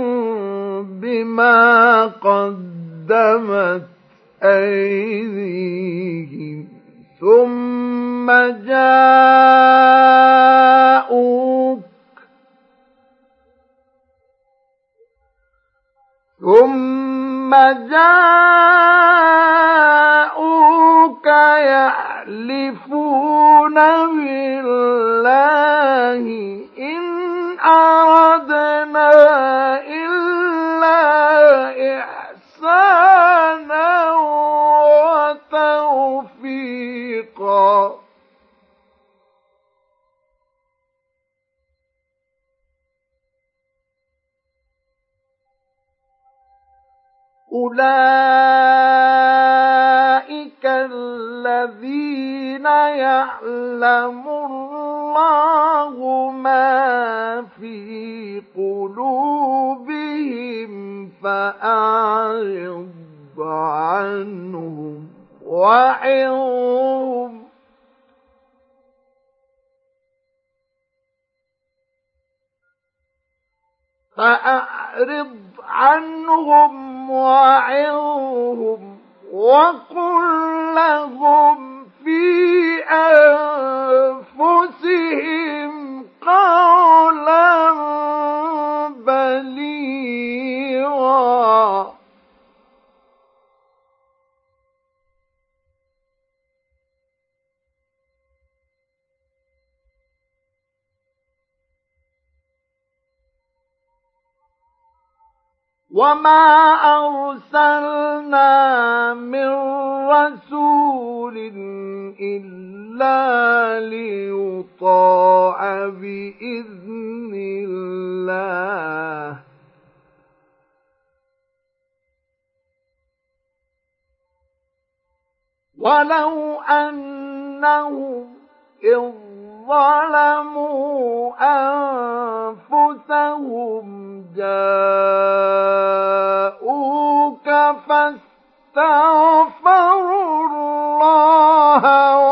بما قدمت أيديهم ثم جاءوك ثم جاءوك أولئك الذين يعلم الله ما في قلوبهم فأعرض عنهم وعظهم فأعرض عنهم وعظهم وقل لهم في أنفسهم قولا بليغا وما أرسلنا من رسول إلا ليطاع بإذن الله ولو أنهم إذ ظلموا أنفسهم جاءوك فاستغفروا الله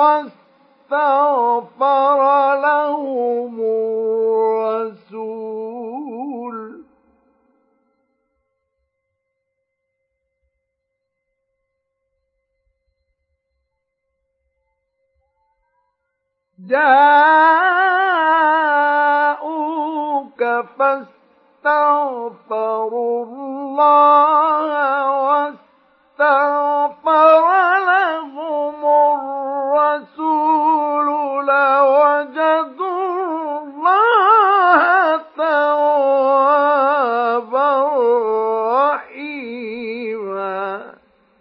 واستغفر لهم الرسول جاءوك فاستغفروا الله واستغفر لهم الرسول لوجدوا الله توابا رحيما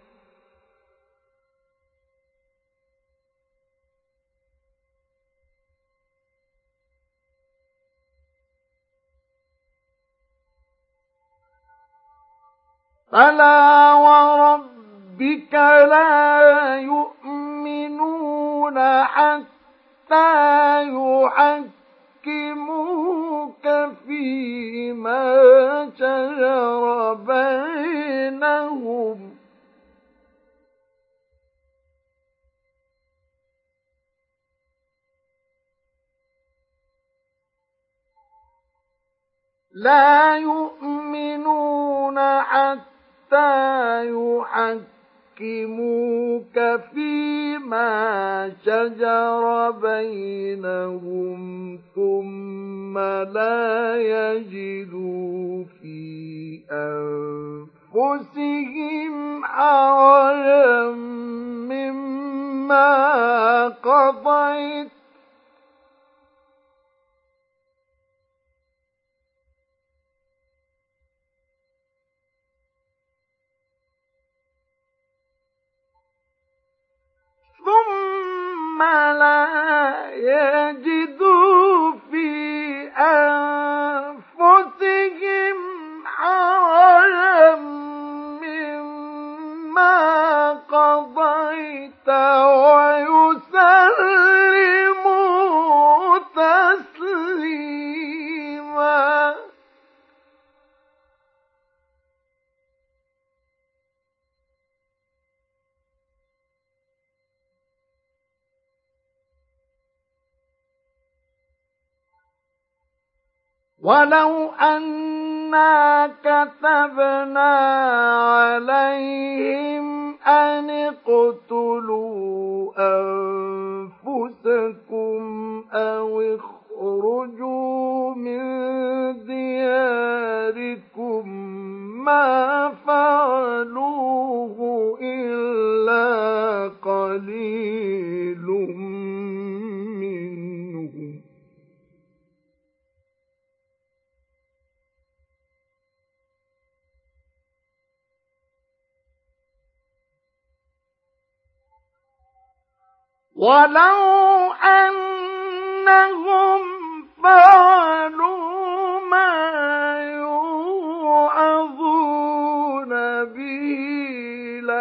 فلا وربك لا يؤمنون حتى يحكموك فيما شجر بينهم لا يؤمنون حتى يحكموك فيما شجر بينهم ثم لا يجدوا في أنفسهم حرجا مما قضيت ثم لا يجدوا في أنفسهم حرجا مما قضيت ويسلموا تسليما ولو أنا كتبنا عليهم أن اقتلوا أنفسكم أو اخرجوا من دياركم ما فعلوه إلا قليل منهم ولو أنهم فعلوا ما يوعظون به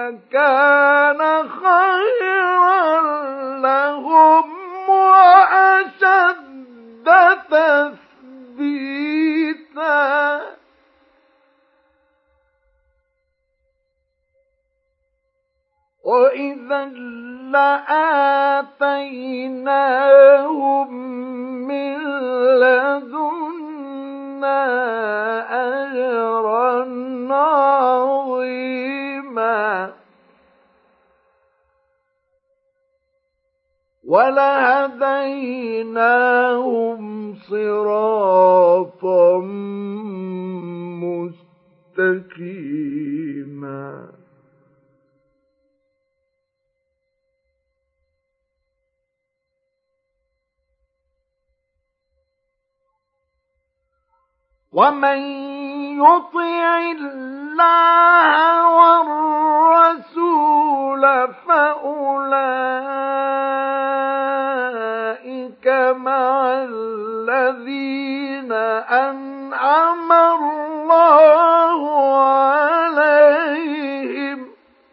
لكان خيرا لهم وأشد تثبيتا وإذا لآتيناهم من لدنا أجرا عظيما ولهديناهم صراطا مستقيما ومن يطع الله والرسول فأولئك مع الذين أنعم الله عليهم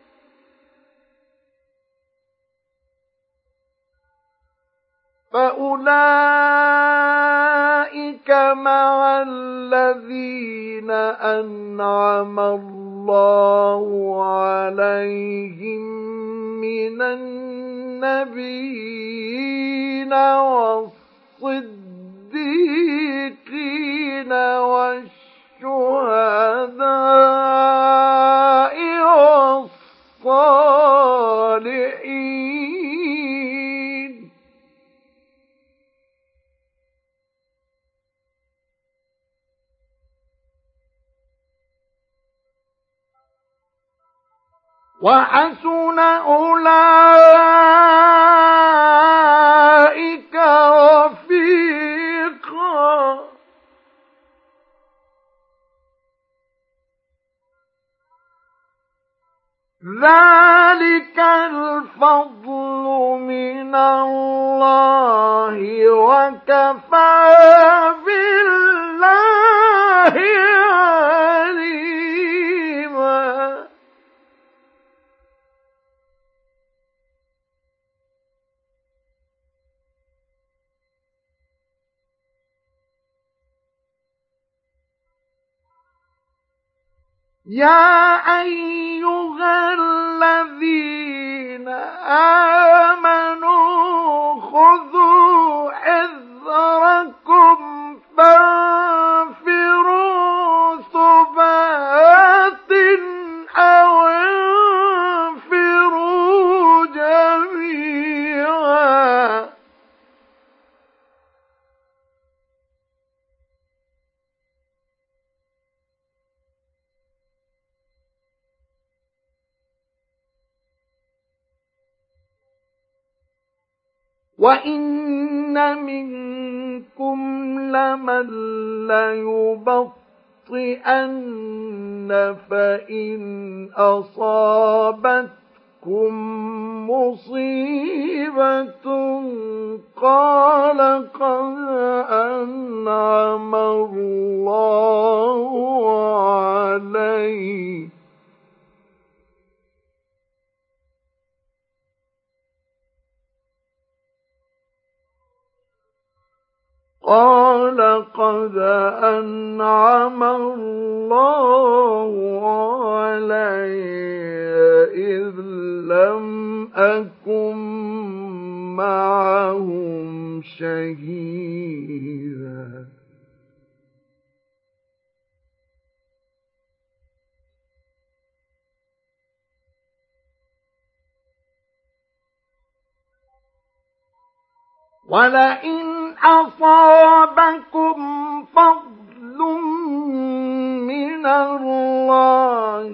فأولئك مع الذين أنعم الله عليهم من النبيين والصديقين والشهداء والصالحين وحسن أولئك رفيقا ذلك الفضل من الله وكفى بالله عليما يا أيها الذين آمنوا خذوا حذركم فانفروا ثبات أو انفروا جميعا وَإِنَّ مِنكُمْ لَمَن لَّيُبَطِّئَنَّ فَإِنْ أَصَابَتْكُم مُّصِيبَةٌ قَالَ قَدْ أَنْعَمَ اللَّهُ عَلَيَّ قال قد أنعم الله علي إذ لم أكن معهم شهيدا ولئن أصابكم فضل من الله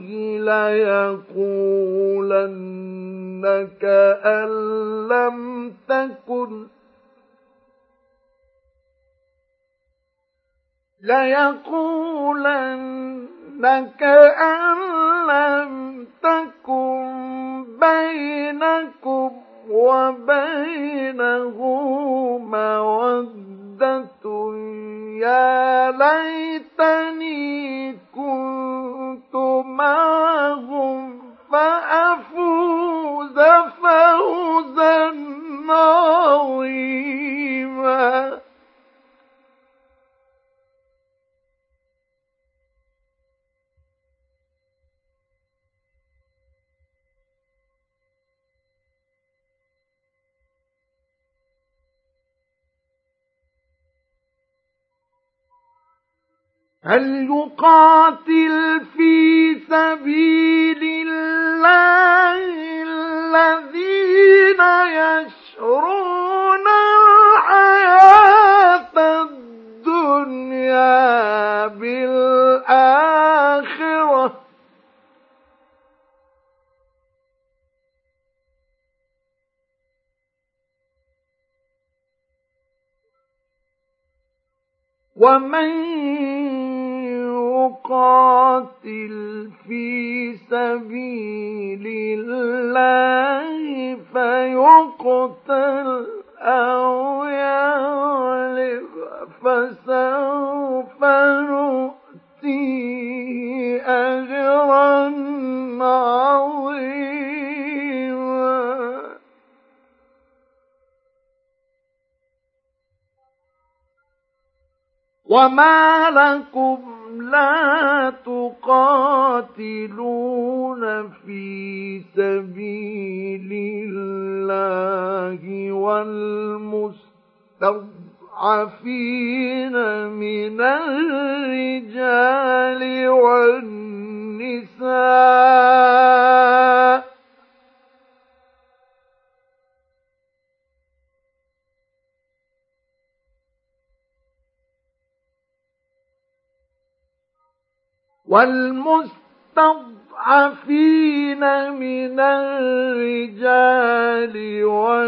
ليقولن كأن لم تكن ليقولن كأن لم تكن بينكم وبينه مودة يا ليتني كنت معهم فأفوز هل يقاتل في سبيل الله الذين يشرون الحياة الدنيا بالآخرة ومن يقاتل في سبيل الله فيقتل أو يغلب فسوف نؤتيه أجرا عظيما. وما لكم لا تقاتلون في سبيل الله والمستضعفين من الرجال والنساء والمستضعفين من الرجال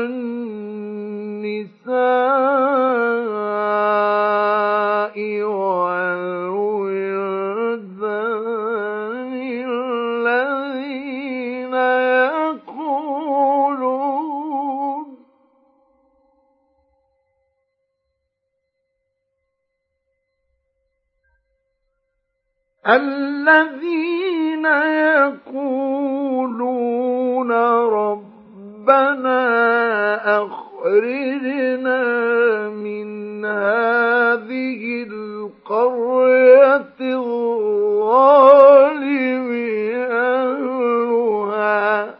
والنساء والولدان الذين يقولون الذين يقولون ربنا أخرجنا من هذه القرية الظالم أهلها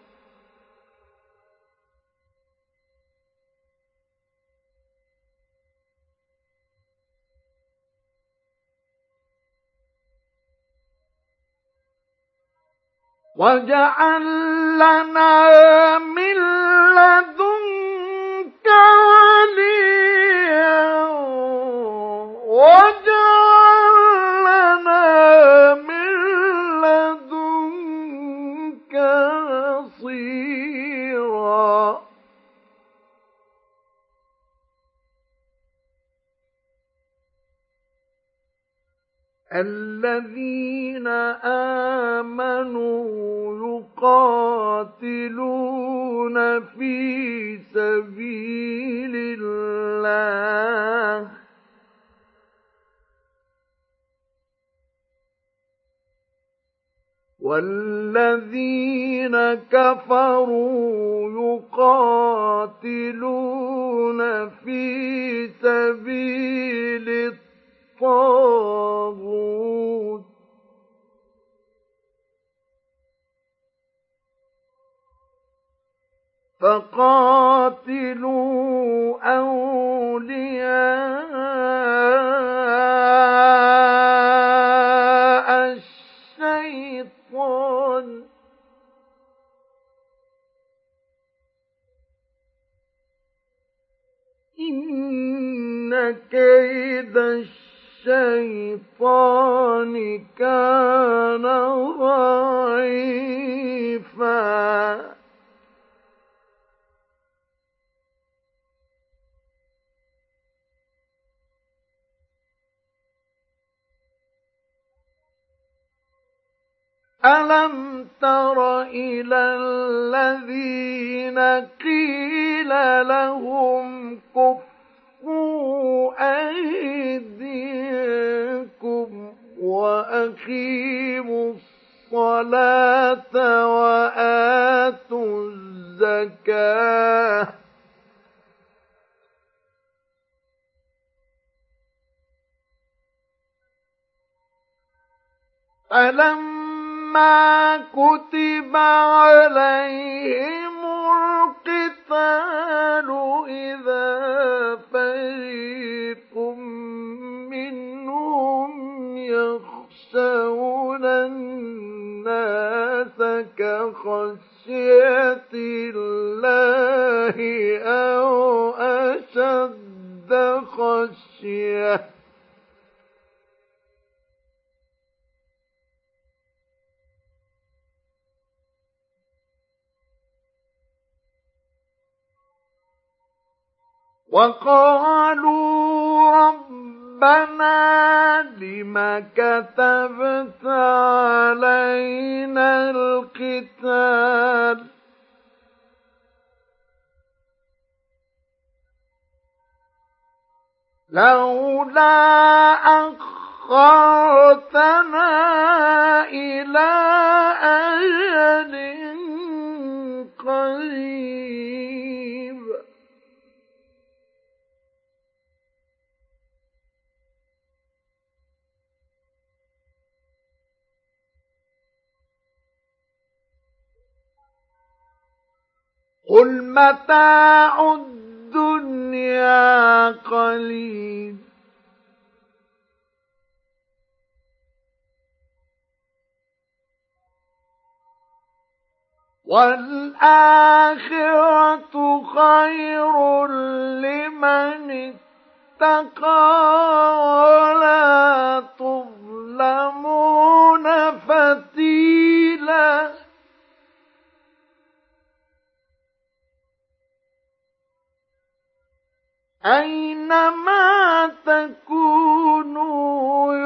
واجعل لنا من لدنك وليا واجعل لنا من لدنك نصيرا. الذين آمنوا يقاتلون في سبيل الله والذين كفروا يقاتلون في سبيل الطاغوت فقاتلوا أولياء الشيطان إن كيد الشيطان كان ضعيفا. ألم تر إلى الذين قيل لهم كفوا أيديكم وأقيموا الصلاة وآتوا الزكاة فلما كتب عليهم القتال إذا فريق منهم الناس كخشية الله أو أشد خشية وقالوا ربنا لم كتبت علينا القتال لولا أخرتنا إلى أجل قريب قل متاع الدنيا قليل والآخرة خير لمن اتقى ولا تظلمون فتيلا أينما تكونوا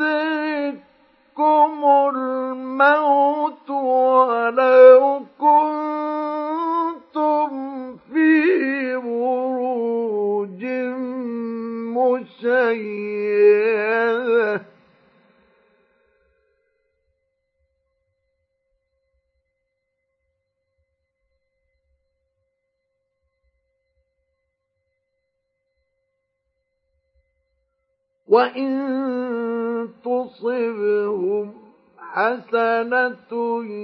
يدرككم الموت ولو كنتم في بروج مشيدة وإن تصبهم حسنة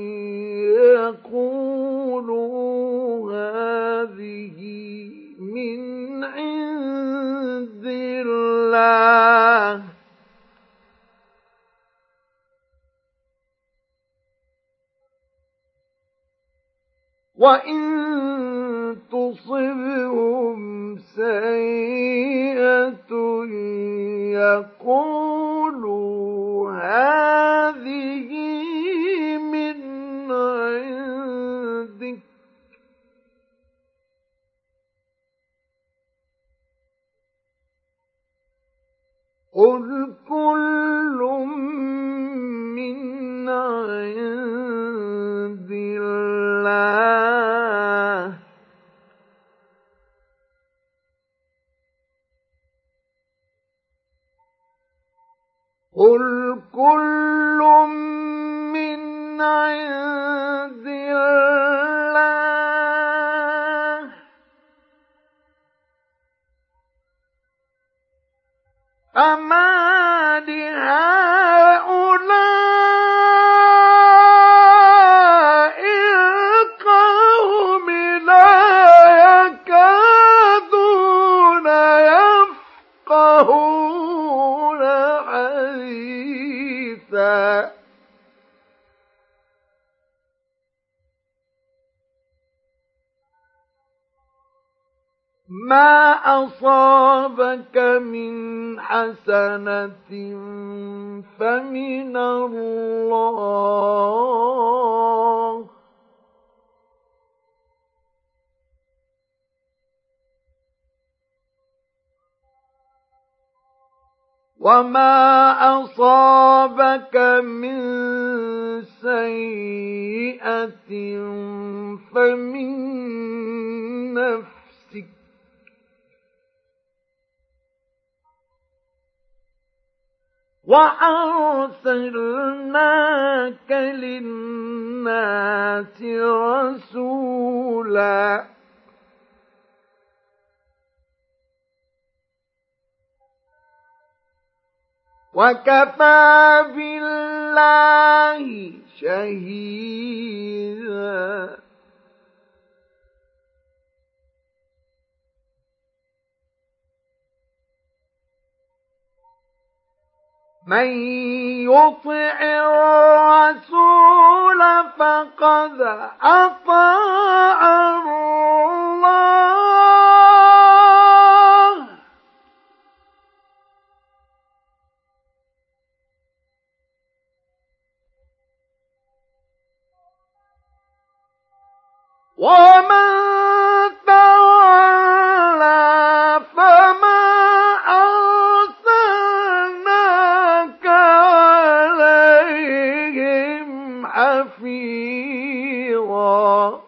يقولوا هذه من عند الله وإن تصبهم سيئة يقولوا هذه من عندك قل كل من عند الله قل كل من عند الله فما لهؤلاء القوم لا يكادون يفقهون حديثا ما أصابك من حسنة فمن الله وما أصابك من سيئة فمن نفسك وأرسلناك للناس رسولا وكفى بالله شهيدا من يطع الرسول فقد أطاع الله ومن تولى فما أرسلناك عليهم حفيظا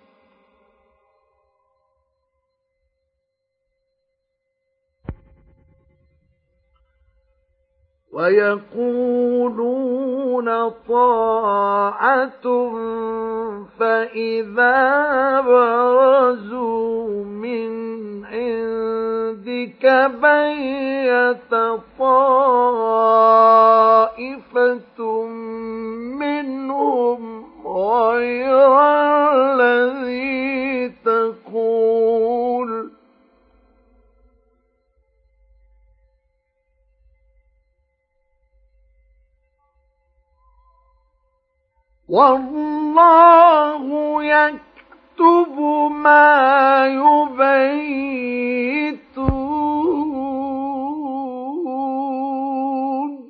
ويقولون طاعة فإذا برزوا من عندك بيت طائفة منهم غير الذي تقول والله يكتب ما يبيتون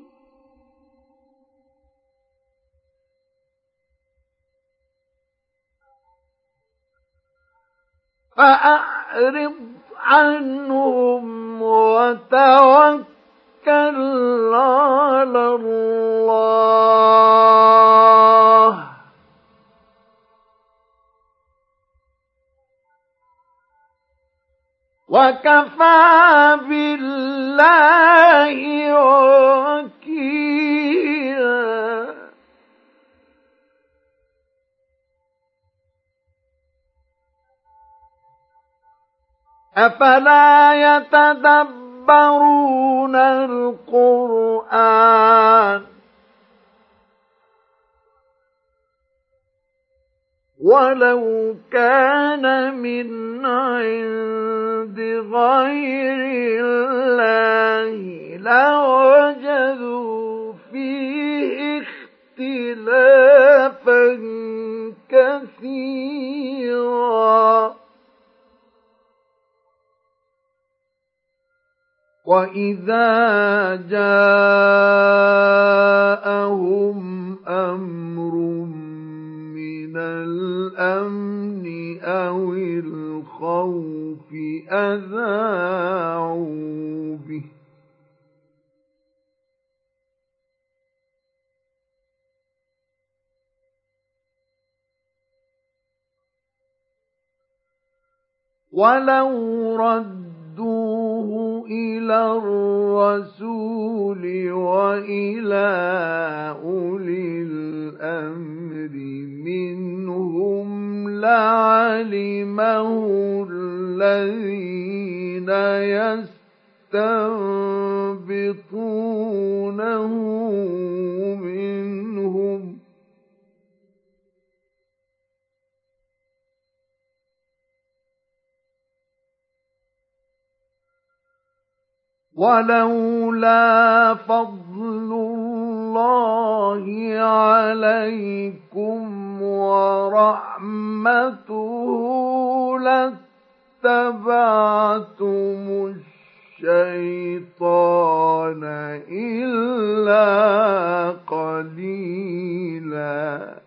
فأعرض عنهم وتوكل على الله وكفى بالله وكيلا أفلا يتدبرون القرآن ولو كان من عند غير الله لوجدوا فيه اختلافا كثيرا وَإِذَا جَاءَهُمْ أَمْرٌ مِّنَ الْأَمْنِ أَوِ الْخَوْفِ أَذَاعُوا بِهِ وَلَوْ رَدُّوهُ إِلَى الرَّسُولِ وَإِلَى أُولِي الْأَمْرِ مِنْهُمْ لَعَلِمَهُ الَّذِينَ يَسْتَنبِطُونَهُ مِنْهُمْ وَلَوْلَا فَضْلُ اللَّهِ عَلَيْكُمْ وَرَحْمَتُهُ لَاتَّبَعْتُمُ الشَّيْطَانَ إِلَّا قَلِيلًا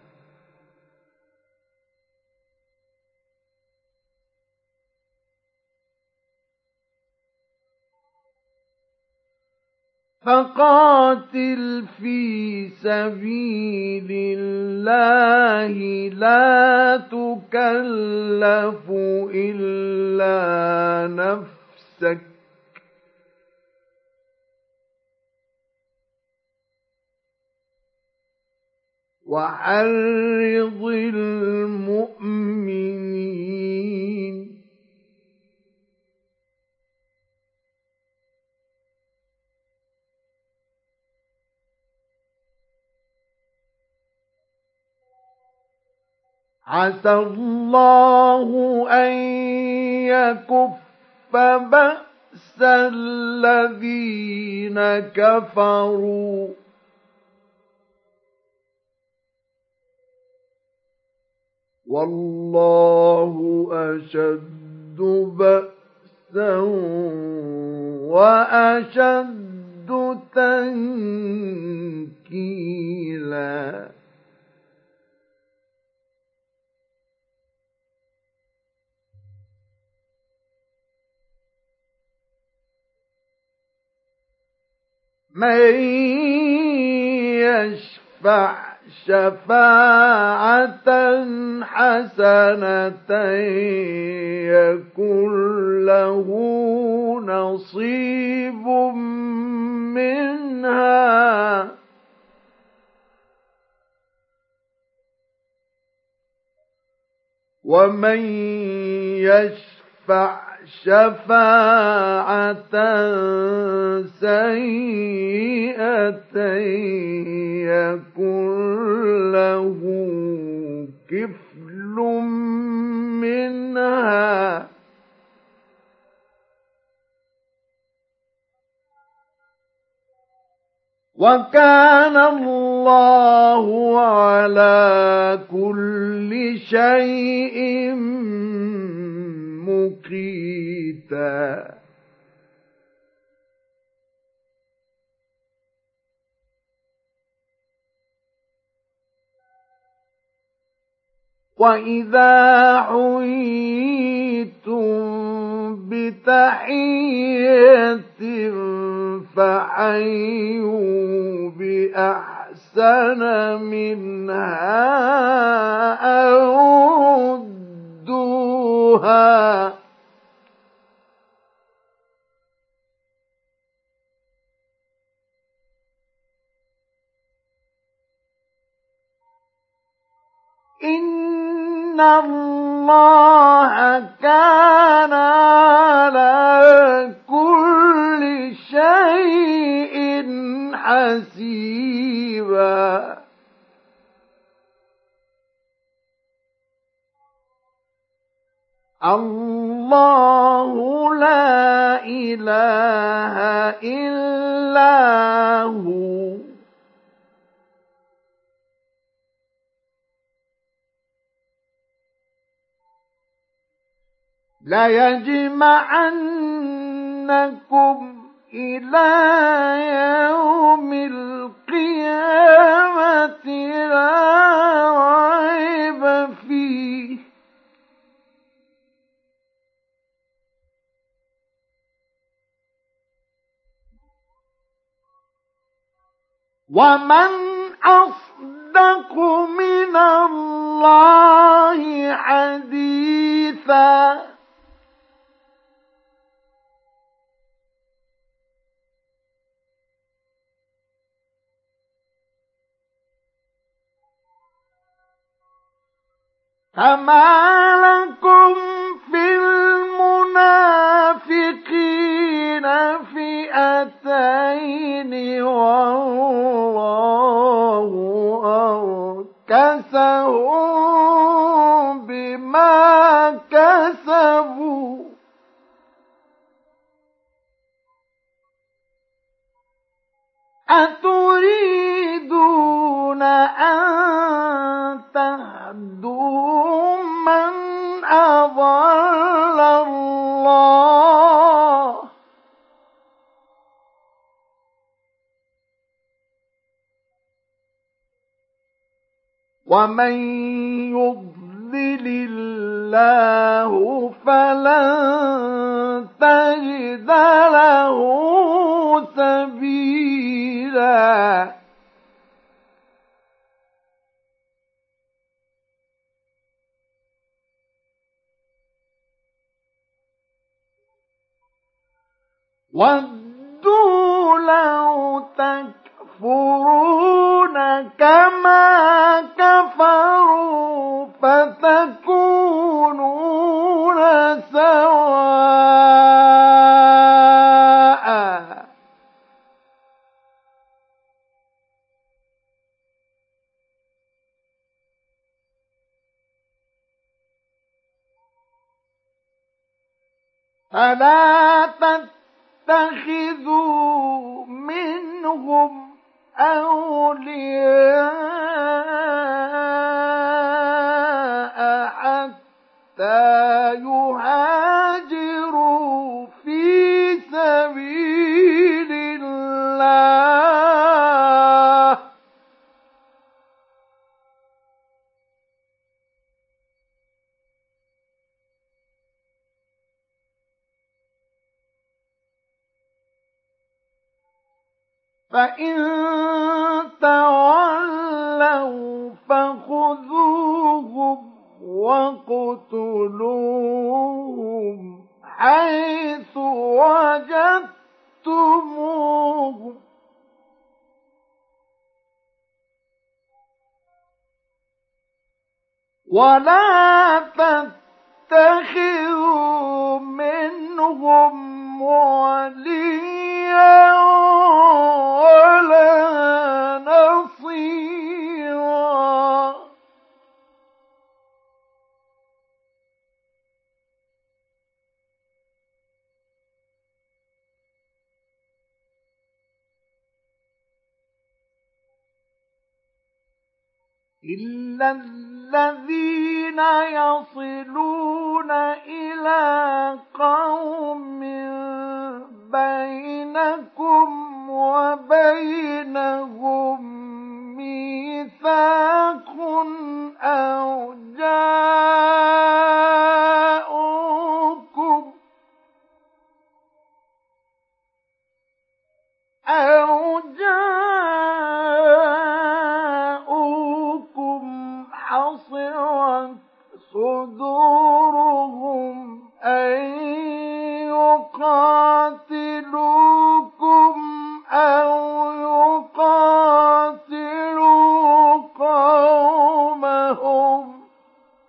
فقاتل في سبيل الله لا تكلف إلا نفسك وحرض المؤمنين عسى الله أن يكف بأسهم الذين كفروا والله أشد بأسا وأشد تنكيلا من يشفع شفاعة حسنة يكن له نصيب منها ومن يشفع شفاعة سيئة يكن له كفل منها وكان الله على كل شيء مقيتا وإذا حييتم بتحية فحيوا بأحسن منها أو ردوها إن الله كان على كل شيء حسيبا الله لا إله إلا هو ليجمعنكم إلى يوم القيامة لا ريب فيه ومن أصدق من الله حديثا فما لكم في المنافقين فئتين والله أركسهم بما كسبوا أتريدون أن تهدوا من أضل الله ومن يضلل الله فلن تجد له سبيلا ودوا لو تكفرون كما كفروا فتكونون سواء فلا تتبعوا تتخذوا منهم أولياء حتى يهاجروا في سبيل الله، فإن تولوا فخذوهم وَاقْتُلُوهُمْ حَيْثُ وَجَدتُّمُوهُمْ وَلَا تَتَّخِذُوا مِنْهُمْ وَلِيًّا وَلَا نَصِيرًا. إِلَّا الَّذِينَ يَصِلُونَ إِلَى قَوْمٍ بَيْنَكُمْ وَبَيْنَهُم مِّيثَاقٌ أَوْ جَاءُوكُمْ أَوْ جَاءُوكُمْ حَصِرَتْ صُدُورُهُمْ أَن يُقَاتِلُوكُمْ أَوْ يُقَاتِلُوا قَوْمَهُمْ ۚ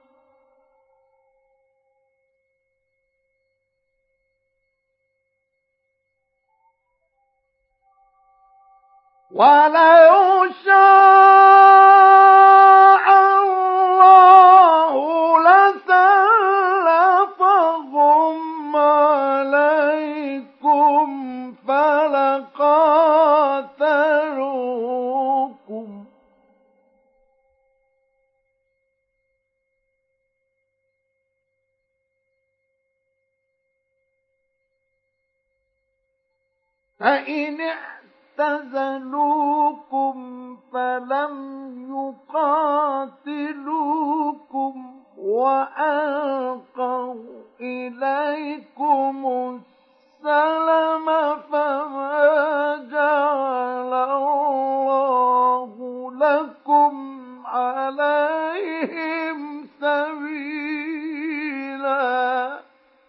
وَلَوْ شَاءَ اللَّهُ لَسَلَّطَهُمْ عَلَيْكُمْ فَلَقَاتَلُوكُمْ ۚ فَإِنِ اعْتَزَلُوكُمْ فَلَمْ يُقَاتِلُوكُمْ وَأَلْقَوْا إِلَيْكُمُ السَّلَمَ فَمَا جَعَلَ اللَّهُ لَكُمْ عَلَيْهِمْ سَبِيلًا.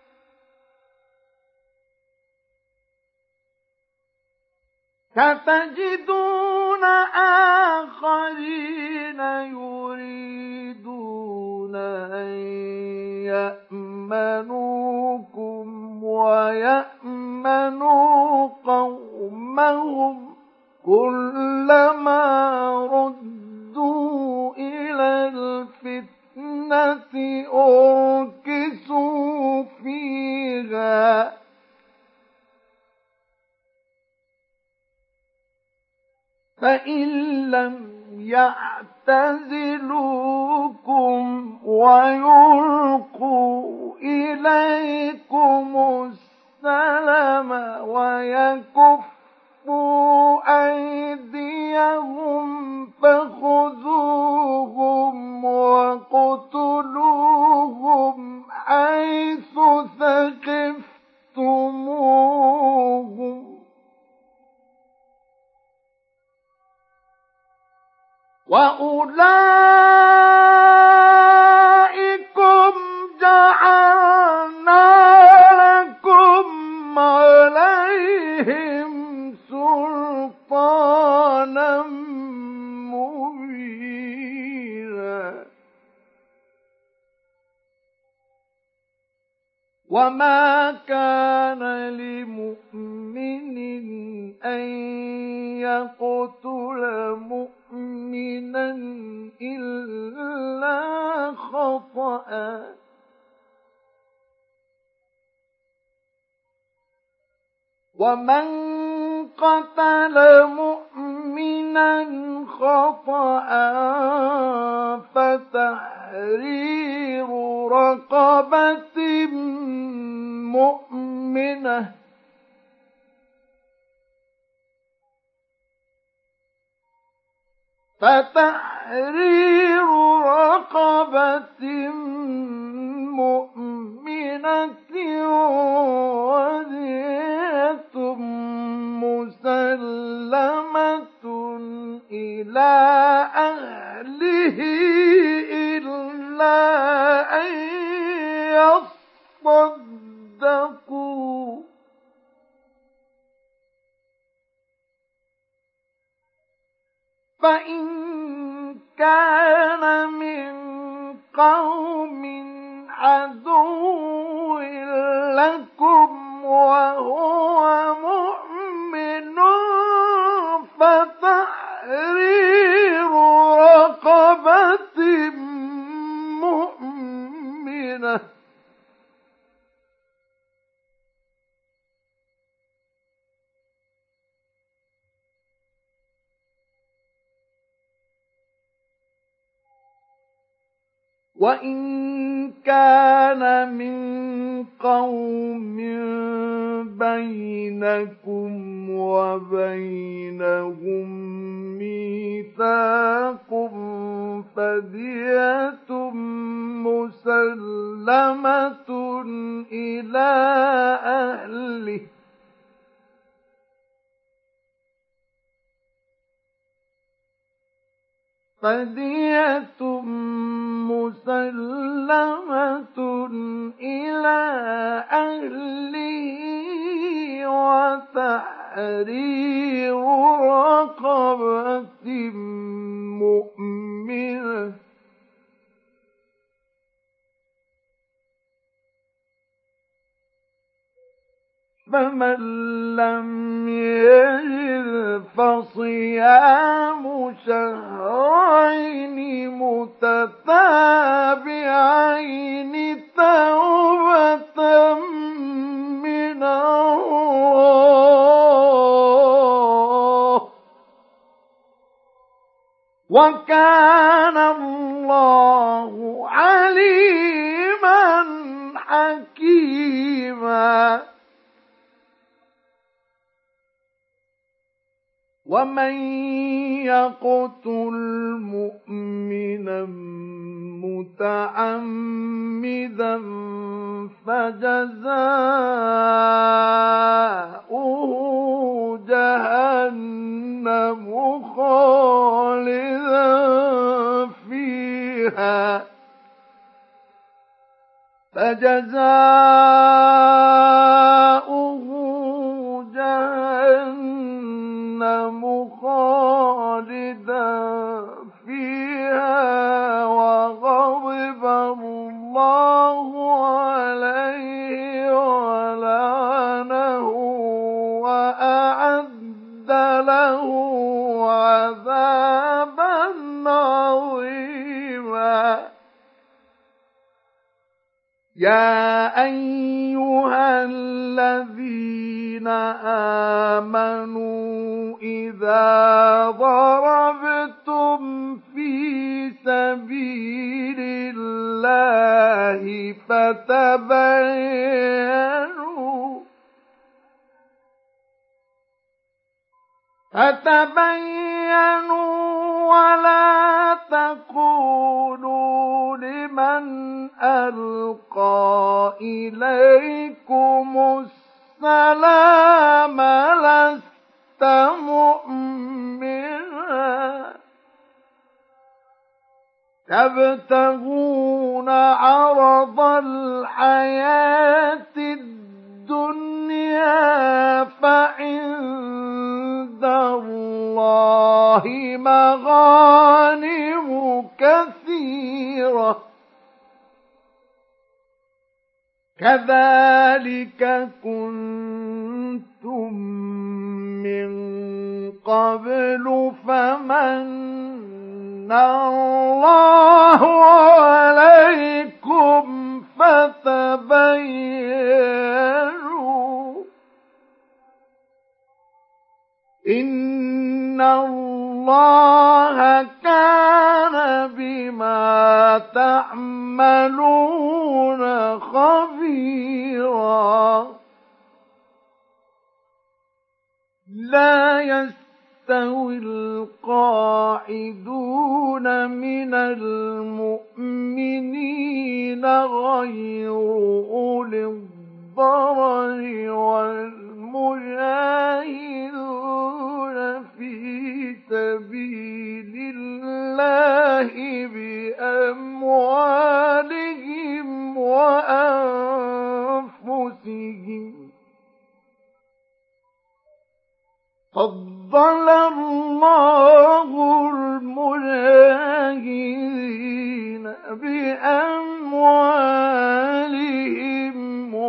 سَتَجِدُونَ آخَرِينَ يُرِيدُونَ أَن يَأْمَنُوكُمْ وَيَأْمَنُوا قَوْمَهُمْ كُلَّمَا رُدُّوا إِلَى الْفِتْنَةِ أُرْكِسُوا فِيهَا فَإِن لَّمْ يَعْتَزِلُوكُمْ وَيُلْقُوا إِلَيْكُمُ السَّلَمَ وَيَكُفُّوا أَيْدِيَهُمْ فَخُذُوهُمْ وَاقْتُلُوهُمْ حَيْثُ ثَقِفْتُمُوهُمْ ۚ وَأُولَٰئِكُمْ جَعَلْنَا لَكُمْ عَلَيْهِمْ سُلْطَانًا مُّبِينًا. وَمَا كَانَ لِمُؤْمِنٍ أَن يَقْتُلَ مُؤْمِنًا إِلَّا خَطَأً ۚ ومن قتل مؤمنا خطأ فتحرير رقبة مؤمنة فتحرير رقبة مؤمنة ودية مسلمة إلى أهله إلا أن يصدقوا فإن كان من قوم عدو لكم وهو مؤمن فتحرير رقبة مؤمنة وإن كان من قوم بينكم وبينهم ميثاق فدية مسلمة إلى أهله فدية مسلمة إلى أهله وتحرير رقبة مؤمنة فمن لم يجد فصيام شهرين متتابعين توبة من الله وكان الله عليما حكيما ومن يقتل مؤمنا متعمدا فجزاؤه جهنم خالدا فيها فجزاؤه جهنم خالدا فيها وغضب الله عليه ولعنه وأعد له عذابا عظيما يا أيها الذين آمنوا إذا ضربتم في سبيل الله فتبينوا فتبينوا ولا تقولوا لمن ألقى إليكم السلام لست مؤمنا تبتغون عرض الحياة الدنيا فعند الله مغانم كثيرة كذلك كنتم من قبل فمن الله عليكم فتبينوا بما تعملون خبيرا. لا يستوي القاعدون من المؤمنين غير أولي الضرر والمجاهدون في سبيل الله بأموالهم وأنفسهم. فضل الله المجاهدين بأموالهم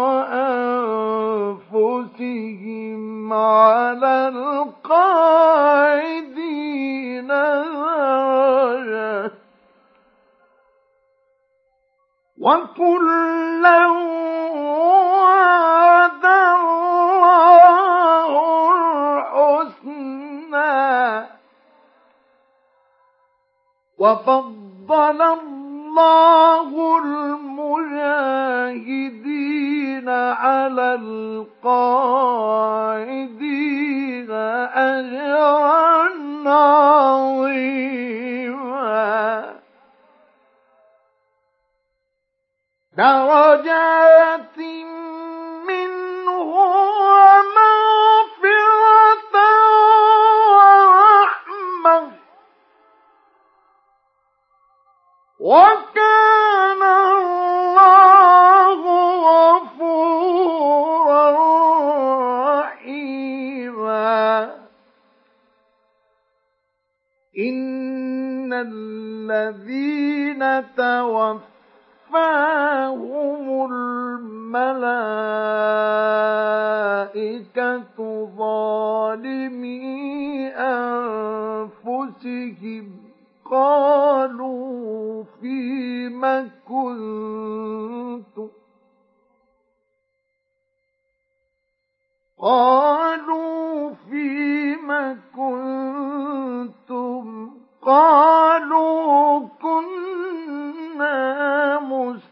وأنفسهم على القاعدين درجة، وكلا وعد الله الحسنى، وفضل الله المجاهدين على القاعدين أجرا عظيما. درجات منه ومغفرة ورحمة، وكان الله غفورا رحيما. إن الذين توفوا فهم الملائكة ظالمي أنفسهم قالوا فيم كنتم قالوا فيم كنتم قالوا كنا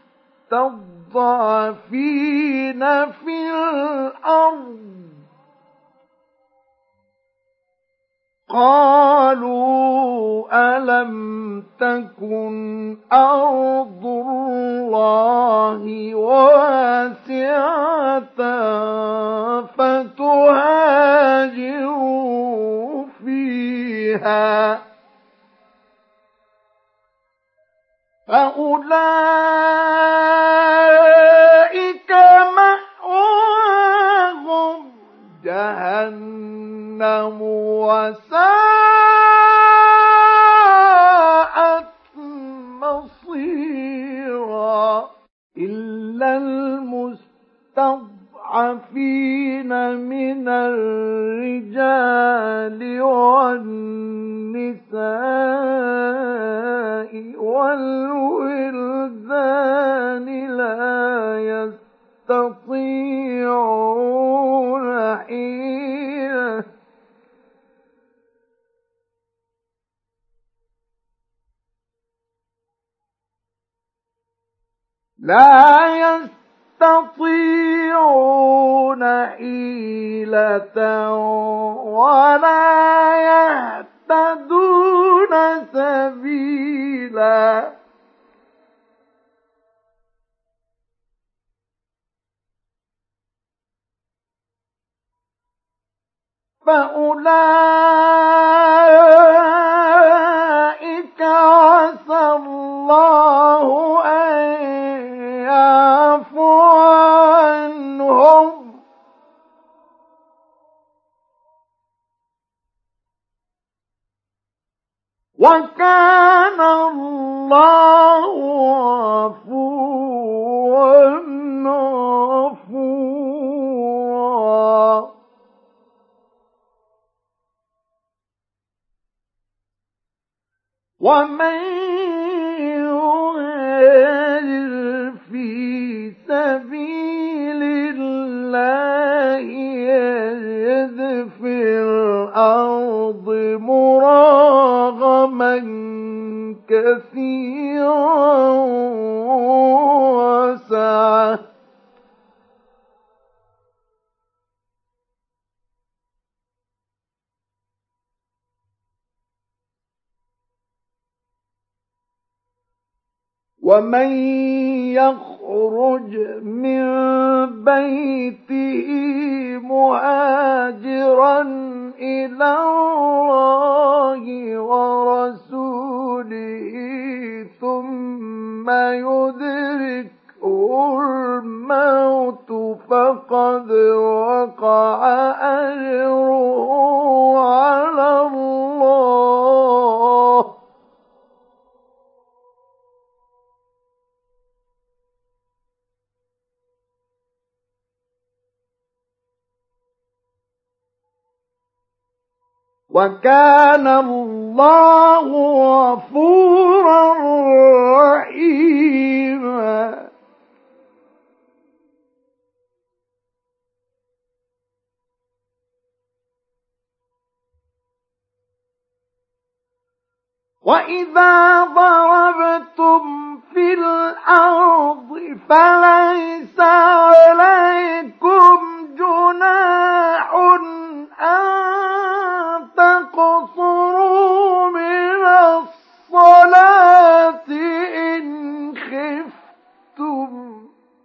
مستضعفين في الأرض قالوا ألم تكن أرض الله واسعة فتهاجروا فيها فأولئك مأواهم جهنم وساءت مصيرا. إلا المستضعفين من الرجال والنساء والولدان لا يستطيعون حيلة لا يستطيعون حيلة ولا يهتدون سبيلا. فأولئك عسى الله أن يعفو عنهم وكان الله غفورا غفورا. ومن يهاجر في سبيل الله يجد في الأرض مراغما كثيرا كثيرا وسعة ومن يخرج من بيته مهاجرا إلى الله ورسوله ثم يدركه الموت فقد وقع أجره على الله وكان الله غفورا رحيما وإذا ضربتم في الأرض فليس عليكم جناح أن تقصروا من الصلاة إن خفتم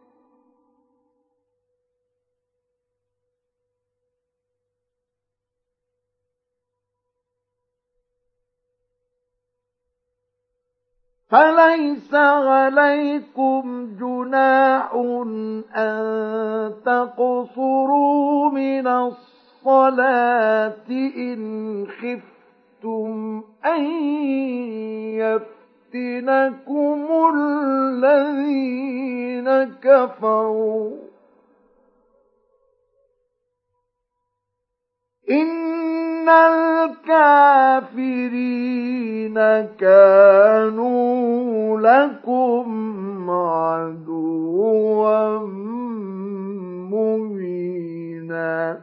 فليس عليكم جناح أن تقصروا من الصلاة إن خفتم أن يفتنكم الذين كفروا إن الكافرين كانوا لكم عدوا مبينا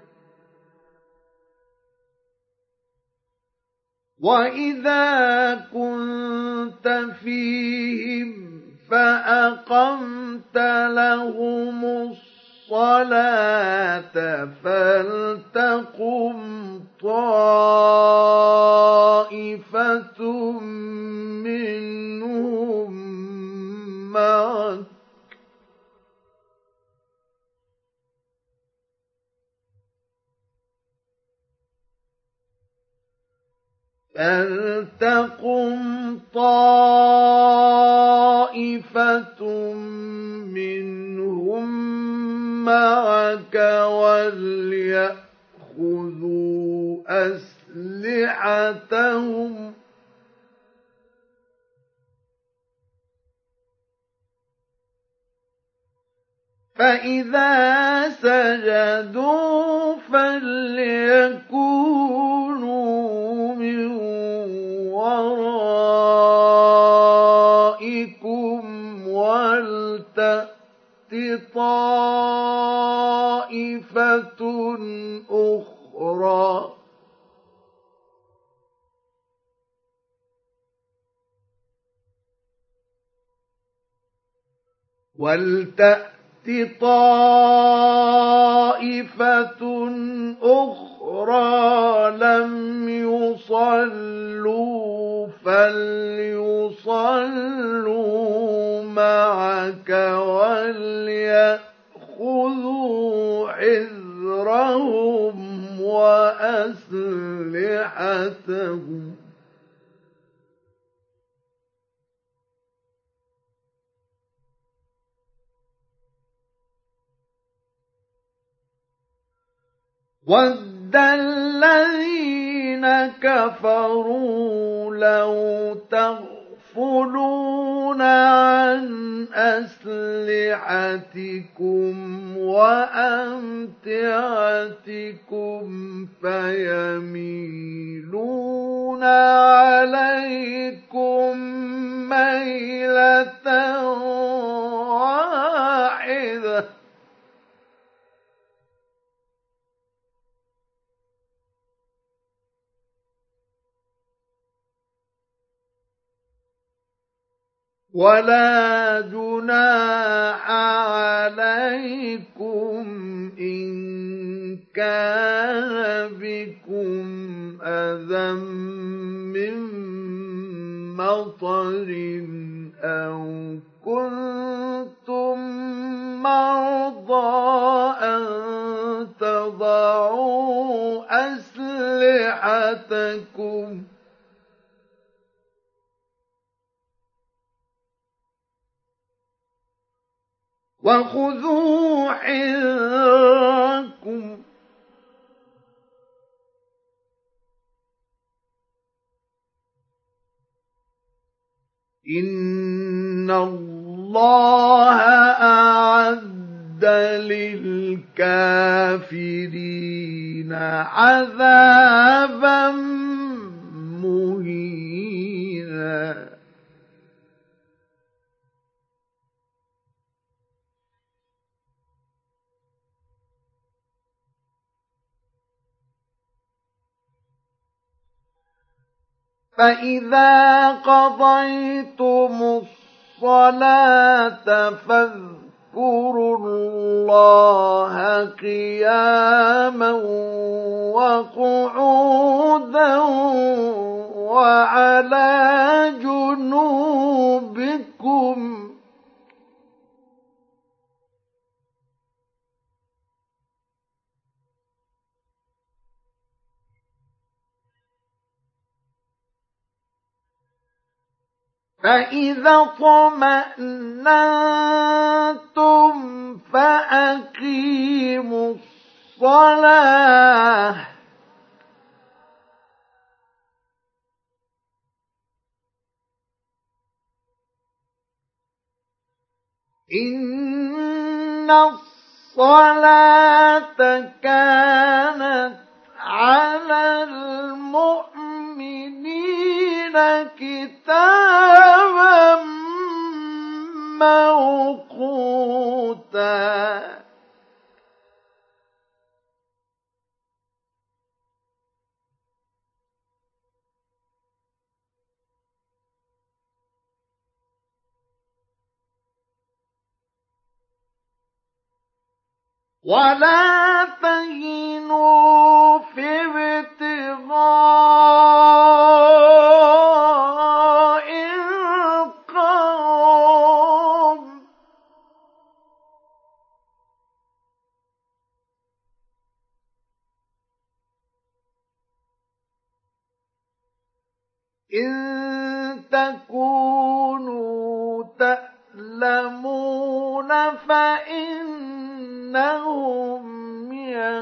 وإذا كنت فيهم فأقمت لهم الصلاة فلتقم طائفة منهم معك فلتقم طائفة منهم معك وليأخذوا أسلحتهم فإذا سجدوا فليكونوا من ورائكم ولتأت طائفة أخرى ولتأت طائفة أخرى لم يصلوا فليصلوا معك وليأخذوا حذرهم وأسلحتهم وَدَّ الَّذِينَ كَفَرُوا لَوْ تَغْفُلُونَ عَنْ أَسْلِحَتِكُمْ وَأَمْتِعَتِكُمْ فَيَمِيلُونَ عَلَيْكُمْ مَيْلَةً وَاحِدَةً ولا جناح عليكم إن كان بكم أذى من مطر أو كنتم مرضى أن تضعوا أسلحتكم وخذوا حذركم إن الله أعد للكافرين عذابا مهينا. فإذا قضيتم الصلاة فاذكروا الله قياما وقعودا وعلى جنوبكم فإذا اطمأننتم فأقيموا الصلاة إن الصلاة كانت على المؤمنين كتابا موقوتا. ولا تهنوا في ابتغاء القوم إن تكونوا تألمون فإنهم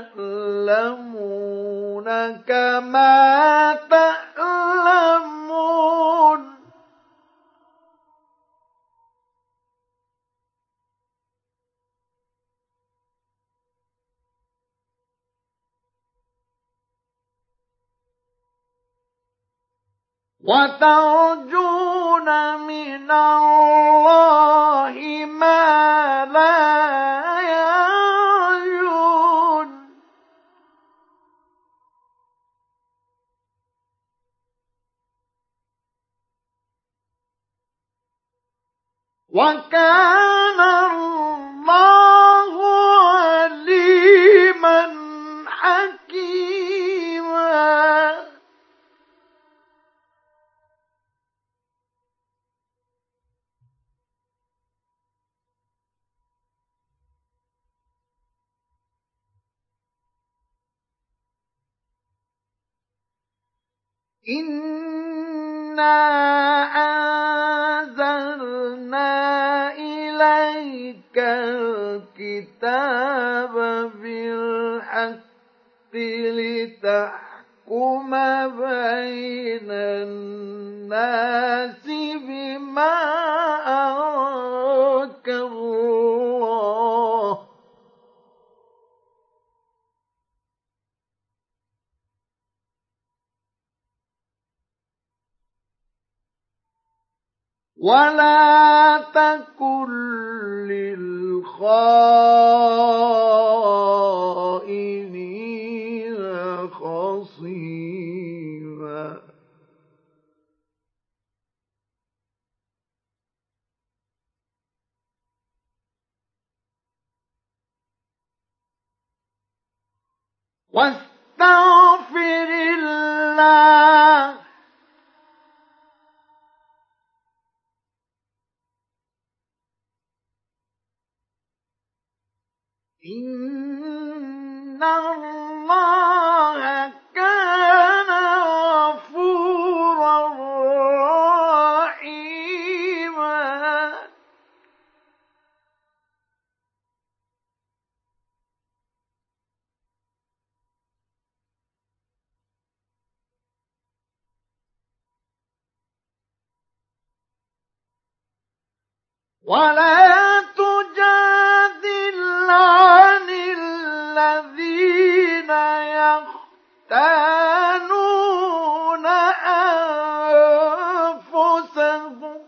يألمون كما تألمون وترجون من الله ما لا يرجون وكان الله عليما حكيما. إنا أنزلنا إليك الكتاب بالحق لتحكم بين الناس بما أراك الله ولا تكن للخائنين خصيما. واستغفر الله إن الله كان غفورا رحيما ولا تجادل عن الذين يختانون أنفسهم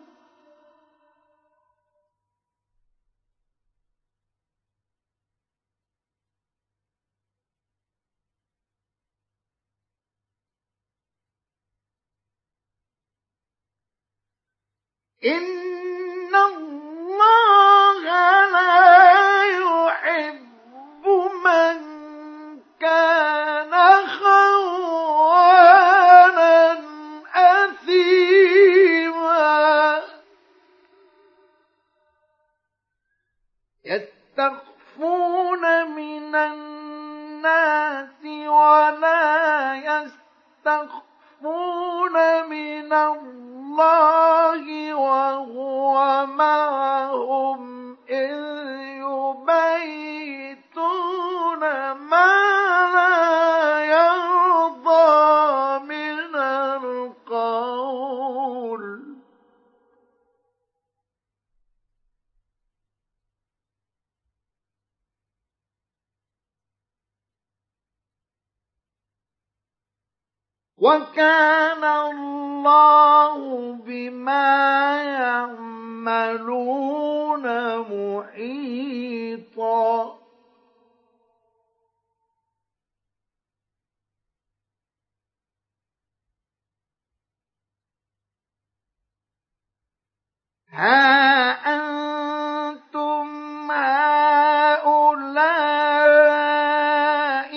إن الله لا يحب من كان خوانا أثيما يستخفون من الناس ولا يستخفون من الله وهو معهم إذ يبيتون ما لا يرضى من القول وكان الله بما يعملون محيطا ها أنتم هؤلاء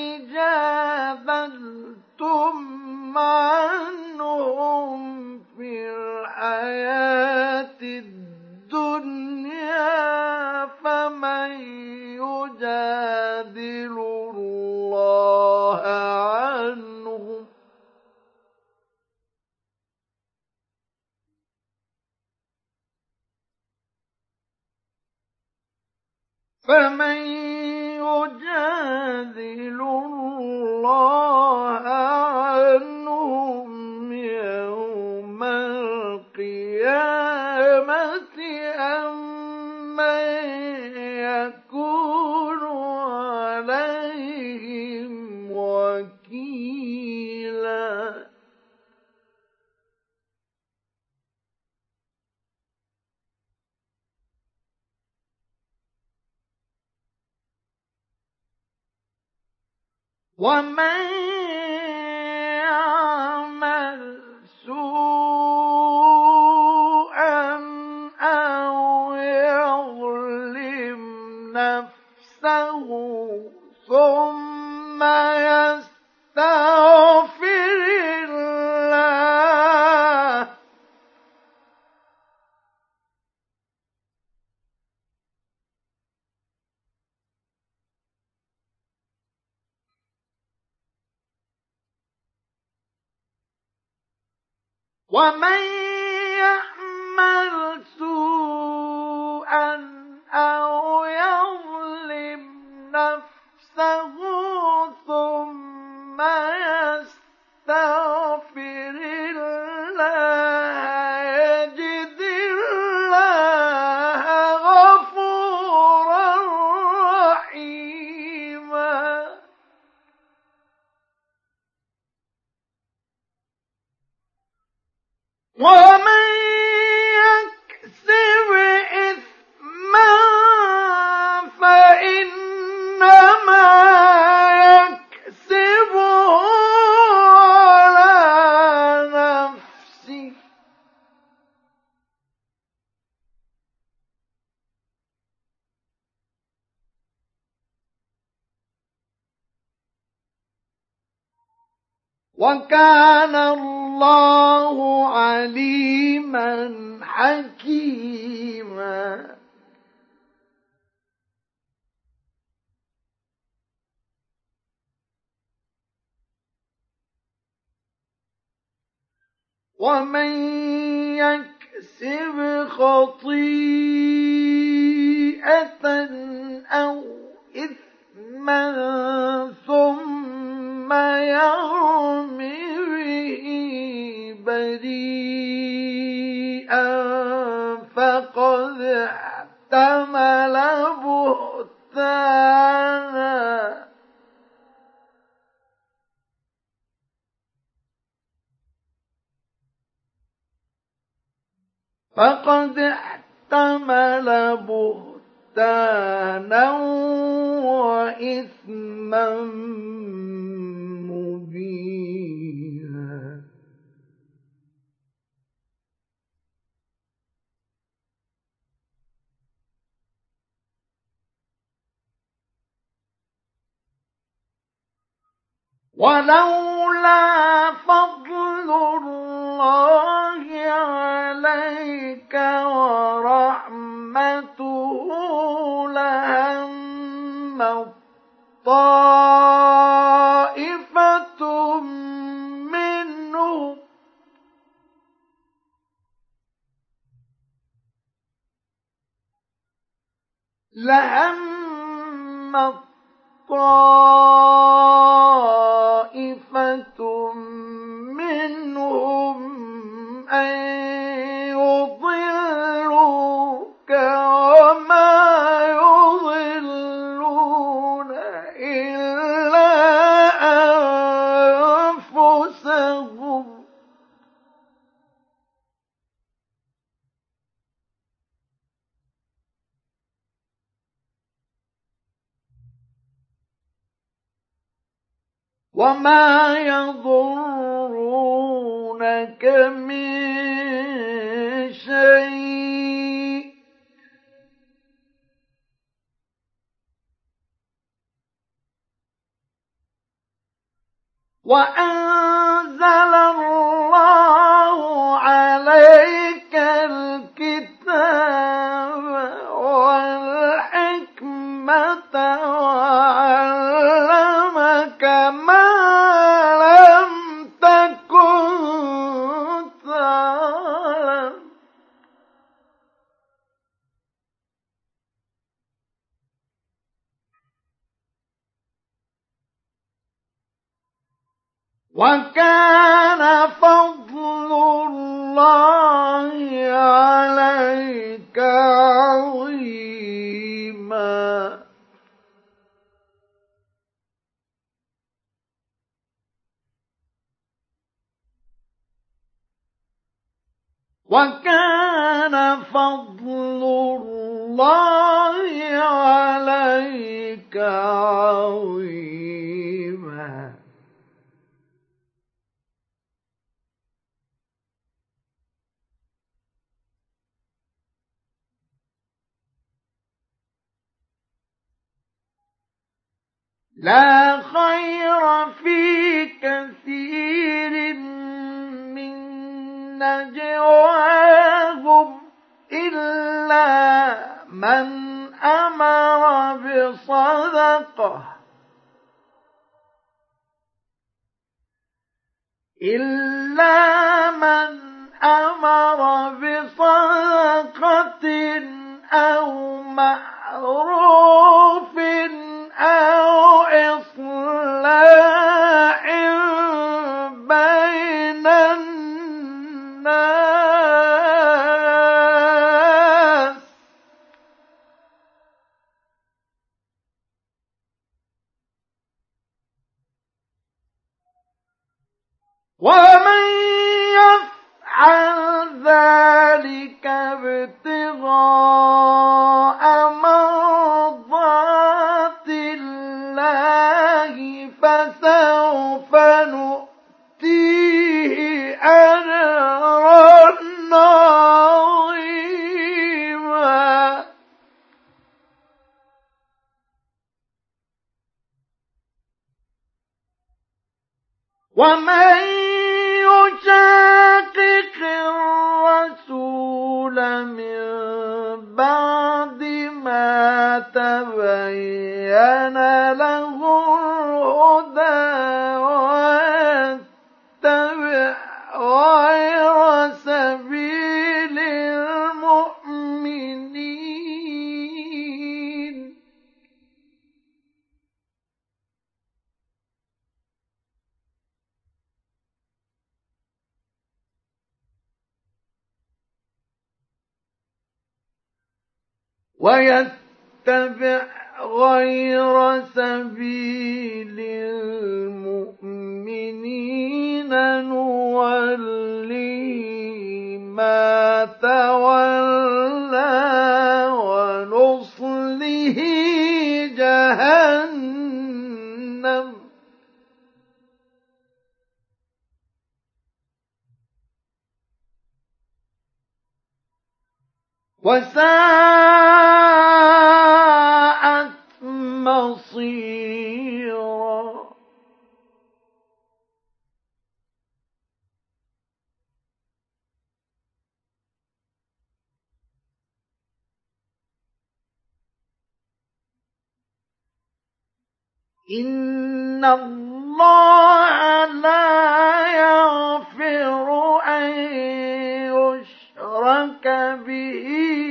جادلتم عنهم في الحياة الدنيا فمن يجادل الله عنهم فمن يجادل الله عنهم يوم القيامة أم من يكون عليهم وكيلا ومن يعمل سوءا أو يظلم نفسه ثم يستغفر الله ومن يعمل سوءا أو يظلم نفسه ثم يستغفر الله يجد الله غفورا رحيما ومن يكسب إثما وكان الله عليما حكيما. ومن يكسب خطيئة أو إثما ثم يرم به بريئا فقد احتمل بهتانا فقد احتمل بهتانا وإثما مبينا. ولولا فضل الله عليك ورحمته لهم طائفة منهم لهم طائفة منهم أن يضلوك وما يضلون إلا أنفسهم وما يضرونك من شيء وأنزل الله عليك الكتاب والحكمة وعلمك ما لم تكن تعلم وكان فضل الله عليك عظيما. وكان فضل الله عليك عظيما. لا خير في كثير من نجواهم إلا من أمر بصدقة إلا من أمر بصدقة أو معروف أو إصلاح بين الناس ومن يفعل ذلك ابتغاء مرضات الله فسوف نؤتيه أجرا عظيما. ومن يشاقق الرسول من بعد ما تبين له الهدى ويتبع غير سبيل المؤمنين ويتبع غير سبيل المؤمنين نوله ما تولى ونصله جهنم وساءت مصيرا إن الله لا يغفر أن يشرك به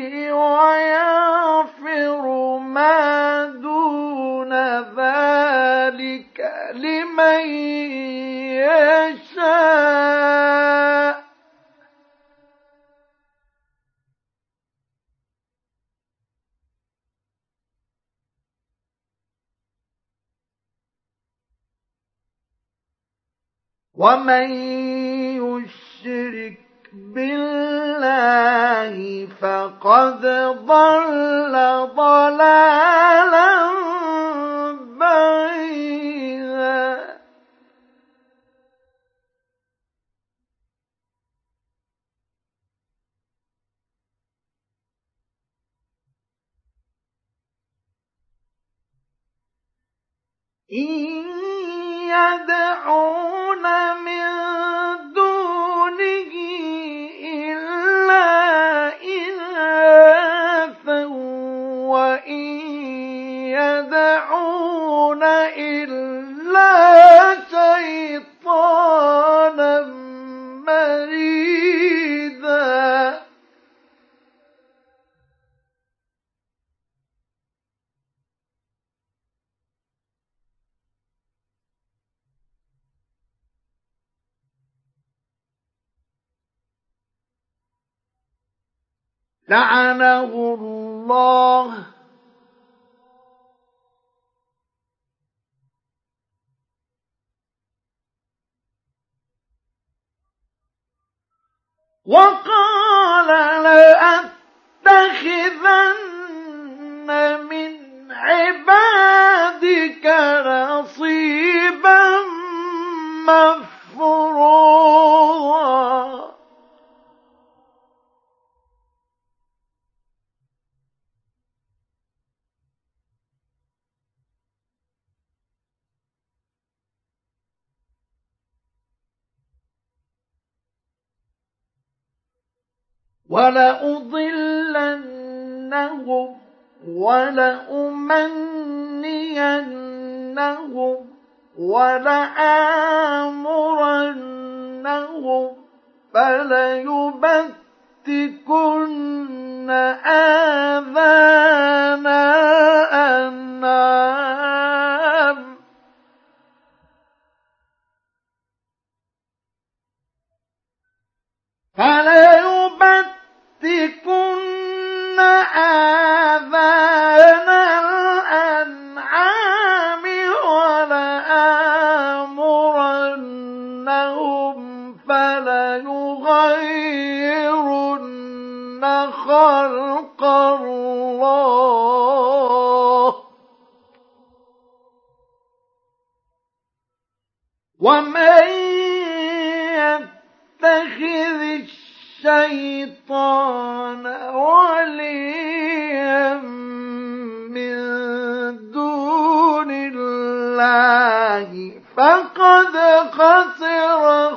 ويغفر ما دون ذلك لمن يشاء ومن يشرك بالله فقد ضل ضلالا بعيدا إن يدعون من دونه إلا إناثا وإن يدعون إلا شيطانا مريدا لعنه الله وقال لأتخذن من عبادك نصيبا مفروضا ولأضلنهم ولأمنينهم ولآمرنهم فليبتكن آذان الأنعام فليبتكن آذان الأنعام ولآمرنهم فليغيرن خلق الله ومن يتخذ الشيطان وليا من دون الله فقد خسر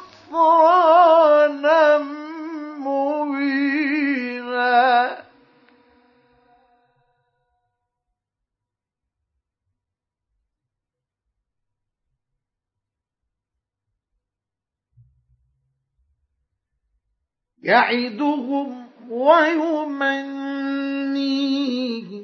خسرانا مبينا. يعدهم ويمنيهم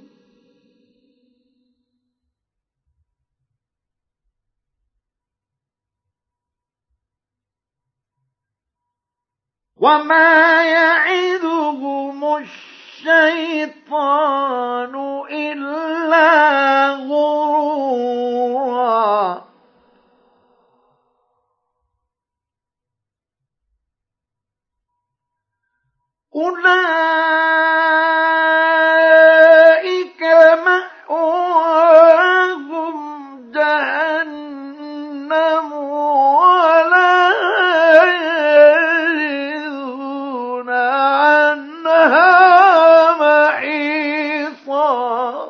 وما يعدهم الشيطان إلا غرورا. أولئك مأواهم جهنم ولا يجدون عنها محيصا.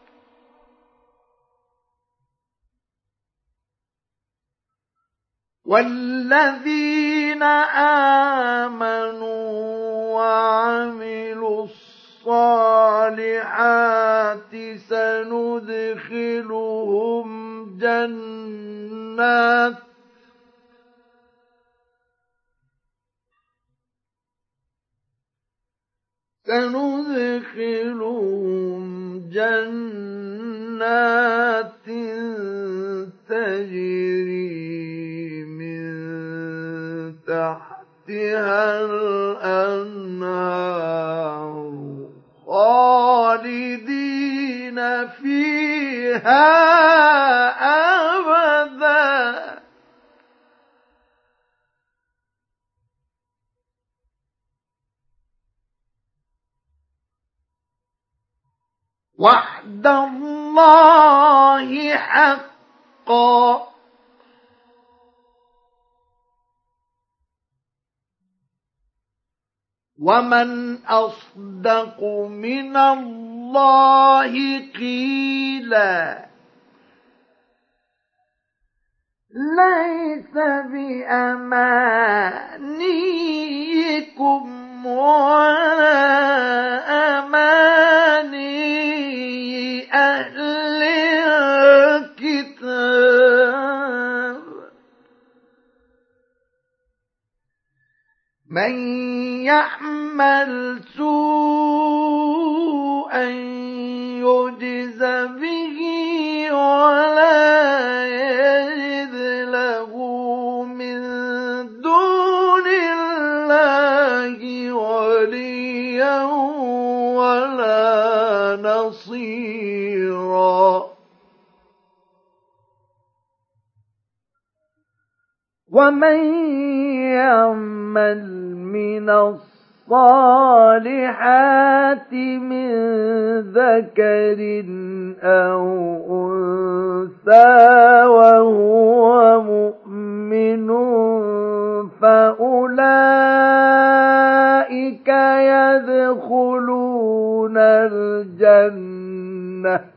والذين آمنوا وعملوا الصالحات سندخلهم جنات سندخلهم جنات تجري من تحتها الأنهار خالدين فيها أبدا. وعد الله حقا ومن أصدق من الله قيلا. ليس بأمانيكم ولا أماني أهل الكتاب. من يعمل سوءا يجز به ولا يجد له من دون الله وليا ولا نصيرا. ومن يعمل من الصالحات من ذكر أو أنثى وهو مؤمن فأولئك يدخلون الجنة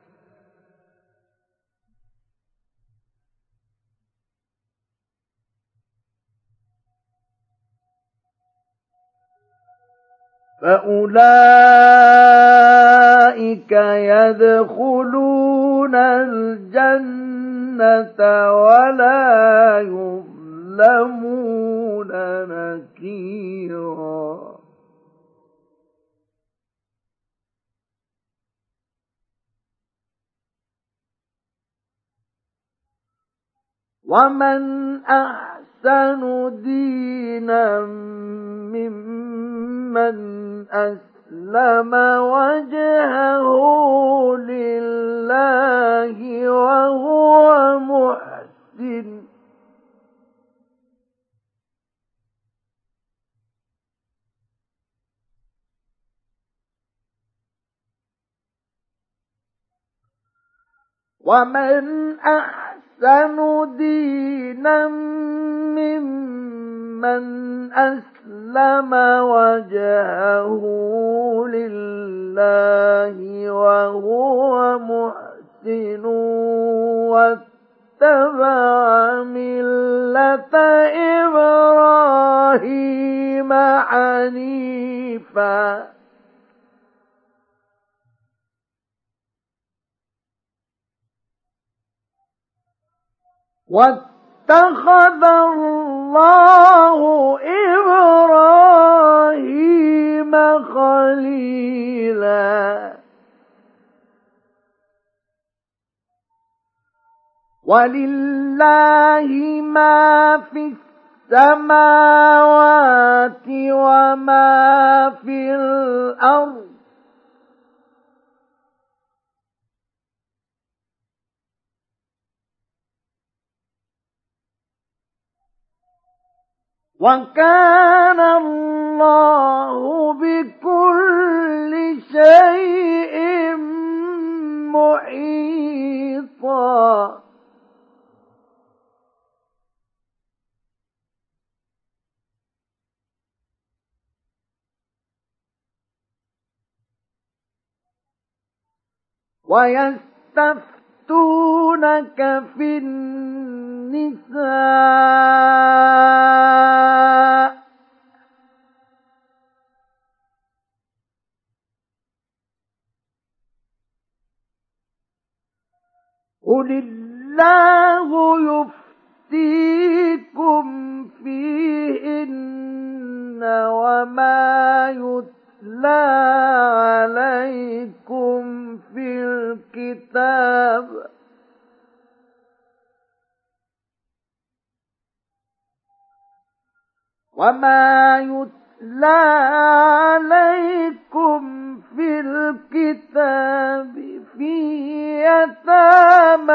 فأولئك يدخلون الجنة ولا يظلمون نكيرا. ومن أحسن دينا ممن أسلم وجهه لله وهو محسن ومن أحسن دينا ممن أسلم وجهه لله وهو محسن واتبع ملة إبراهيم حنيفا واتخذ الله إبراهيم خليلا ولله ما في السماوات وما في الأرض وكان الله بكل شيء محيطا ويستفتونك في النساء قل الله يفتيكم فيهن وما يتلى عليكم في الكتاب وما يتلى عليكم في الكتاب في يتامى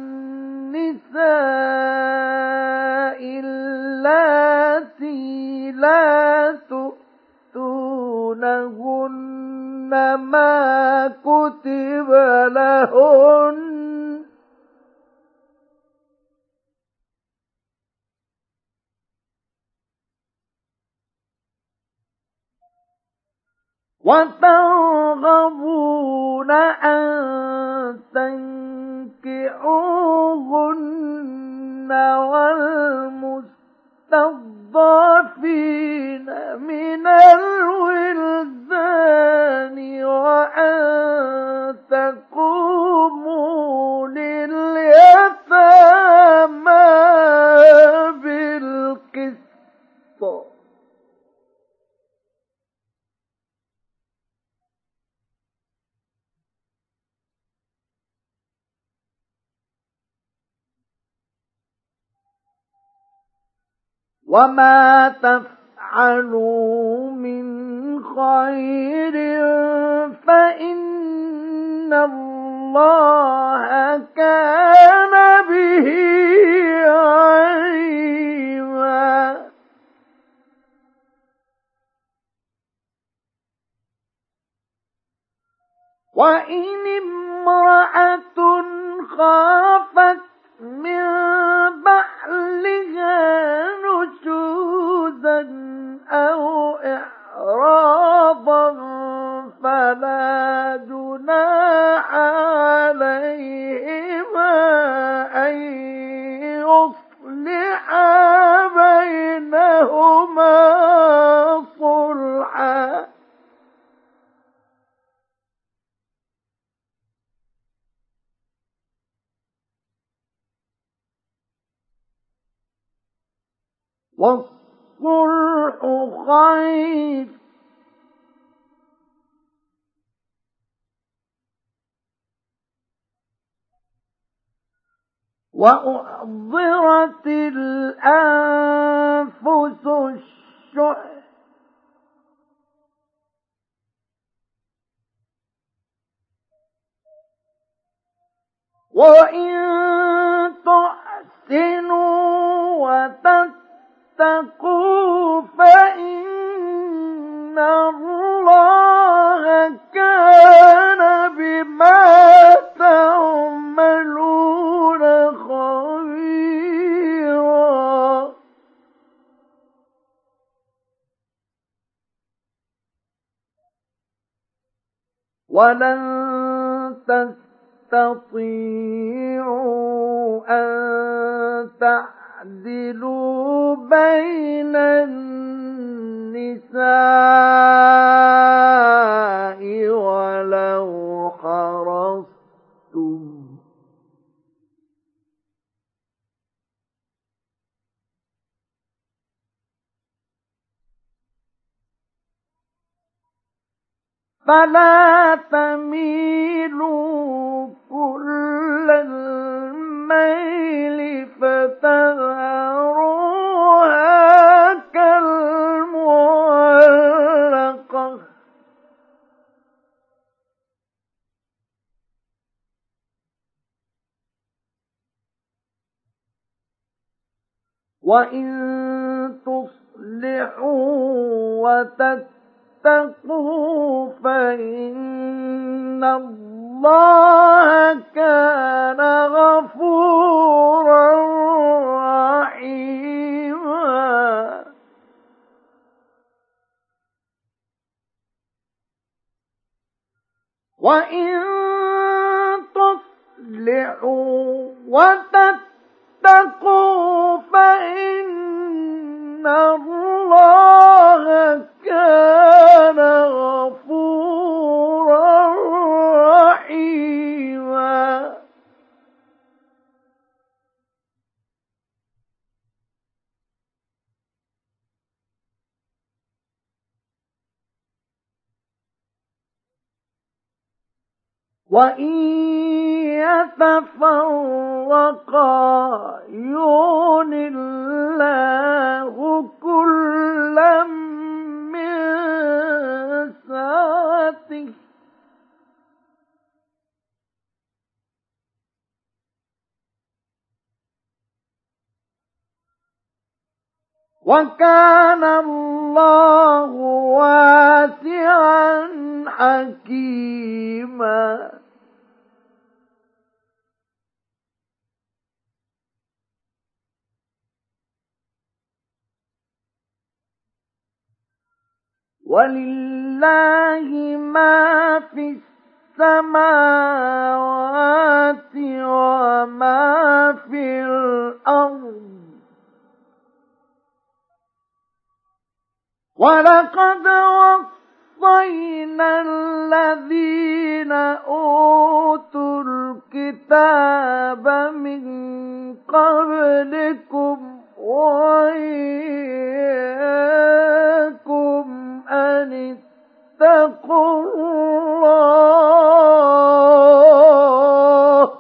النساء اللاتي لا تؤتونهن ما كتب لهن وترغبون أن تنكحوهن والمستضعفين من الولدان وأن تقوموا لليتامى بالقسط وما تفعلوا من خير فإن الله كان به عليما وإن امرأة خافت من بعلها نشوزا أو إعراضا فلا جناح عليهما أن يصلحا بينهما صلحا والصلح خير وأحضرت الأنفس الشح وإن تحسنوا وتتقوا فإن الله كان بما تعملون خبيرا ولن تستطيعوا أن تعدلوا بين النساء ولو حرصتم فلا تميلوا كل الميل فتذروها كالمعلقة وإن تصلحوا وتتقوا فإن الله كان غفورا رحيما وإن تصلحوا وتتقوا فإن الله كان غفورا رحيما وإن يتفرقا يغن الله كلا من سعته وكان الله واسعا حكيما ولله ما في السماوات وما في الأرض ولقد وصينا الذين أوتوا الكتاب من قبلكم وإياكم أن اتقوا الله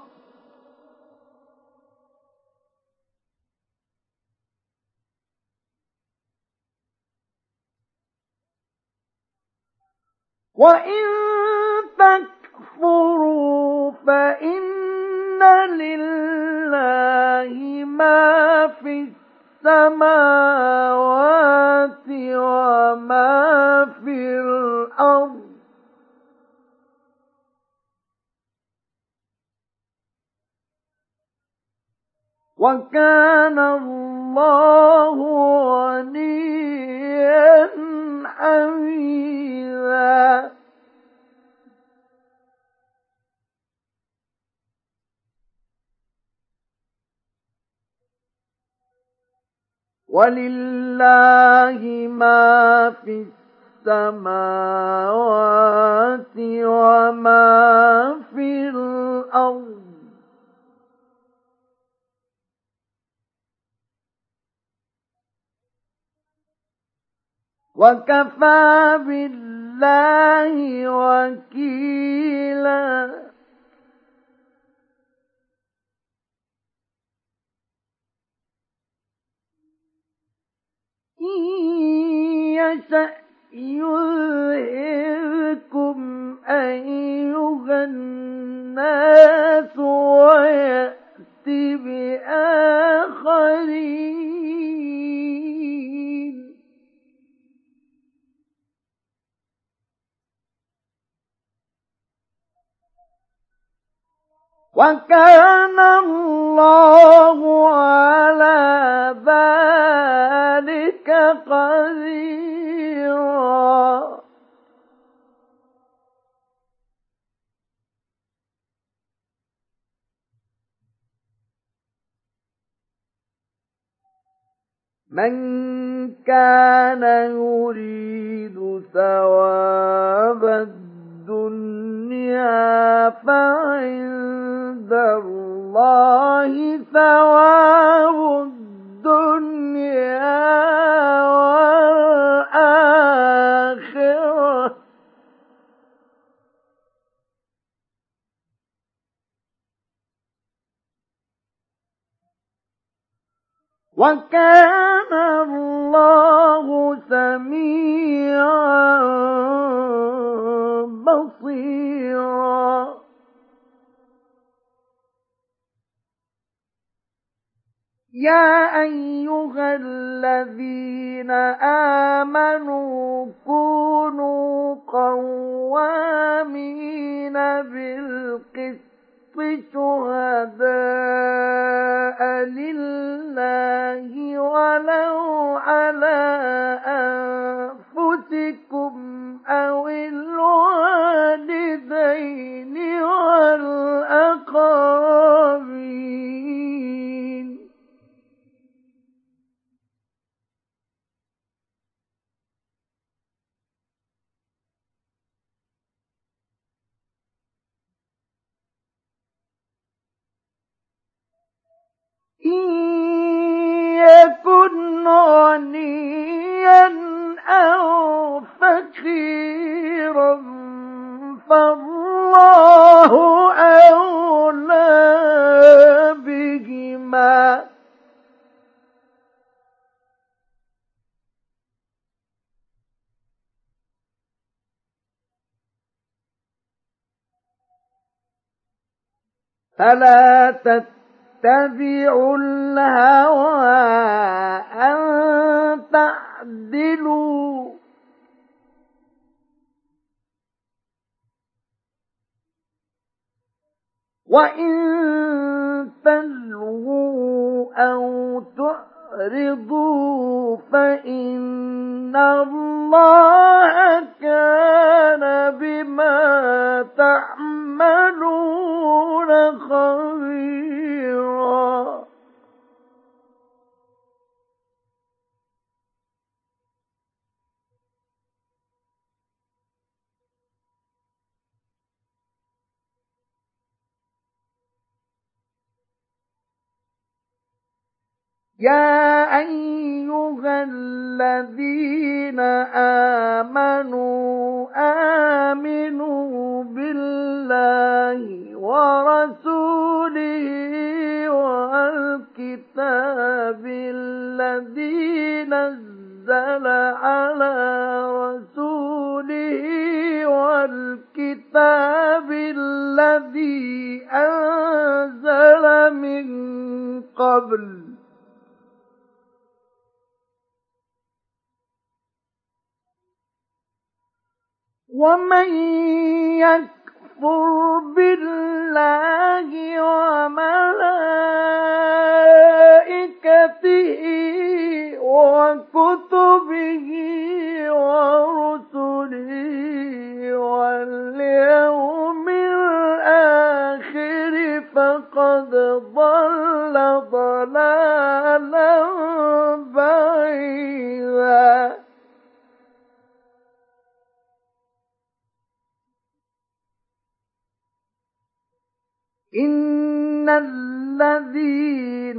وإن تكفروا فإن لله ما في السماوات وما في الأرض وكان الله غنيا حميدا ولله ما في السماوات وما في الأرض وكفى بالله وكيلا إن يشأ يذهبكم أيها الناس ويأتي بآخرين وكان الله على ذلك قديرا من كان يريد ثواب الدنيا فعند الله ثواب الدنيا والآخرة وكان الله سميعا بصيرا. يا أيها الذين آمنوا كونوا قوامين بالقسط شهداء لله ولو على أنفسكم أو الوالدين والأقربين إن يكن غنيا أو فقيرا فالله أولى بهما فلا تتبعوا اتبعوا الهوى أن تعدلوا وإن تلووا أو تعرضوا فإن الله كان بما تعملون خبيرا. يا أيها الذين آمنوا آمنوا بالله ورسوله والكتاب الذي نزل على رسوله والكتاب الذي أنزل من قبل ومن يكفر بالله وملائكته وكتبه ورسله واليوم الآخر فقد ضل ضلالا بعيدا. إن الذين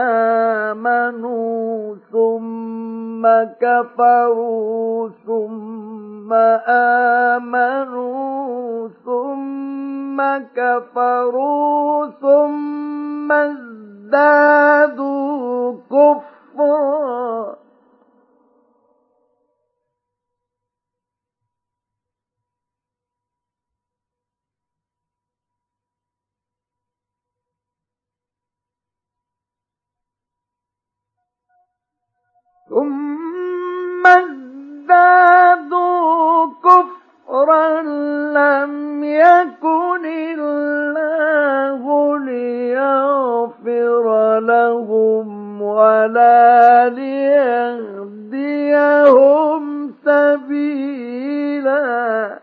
آمنوا ثم كفروا ثم آمنوا ثم كفروا ثم ازدادوا كفرا ثم ازدادوا كفرا لم يكن الله ليغفر لهم ولا ليهديهم سبيلا.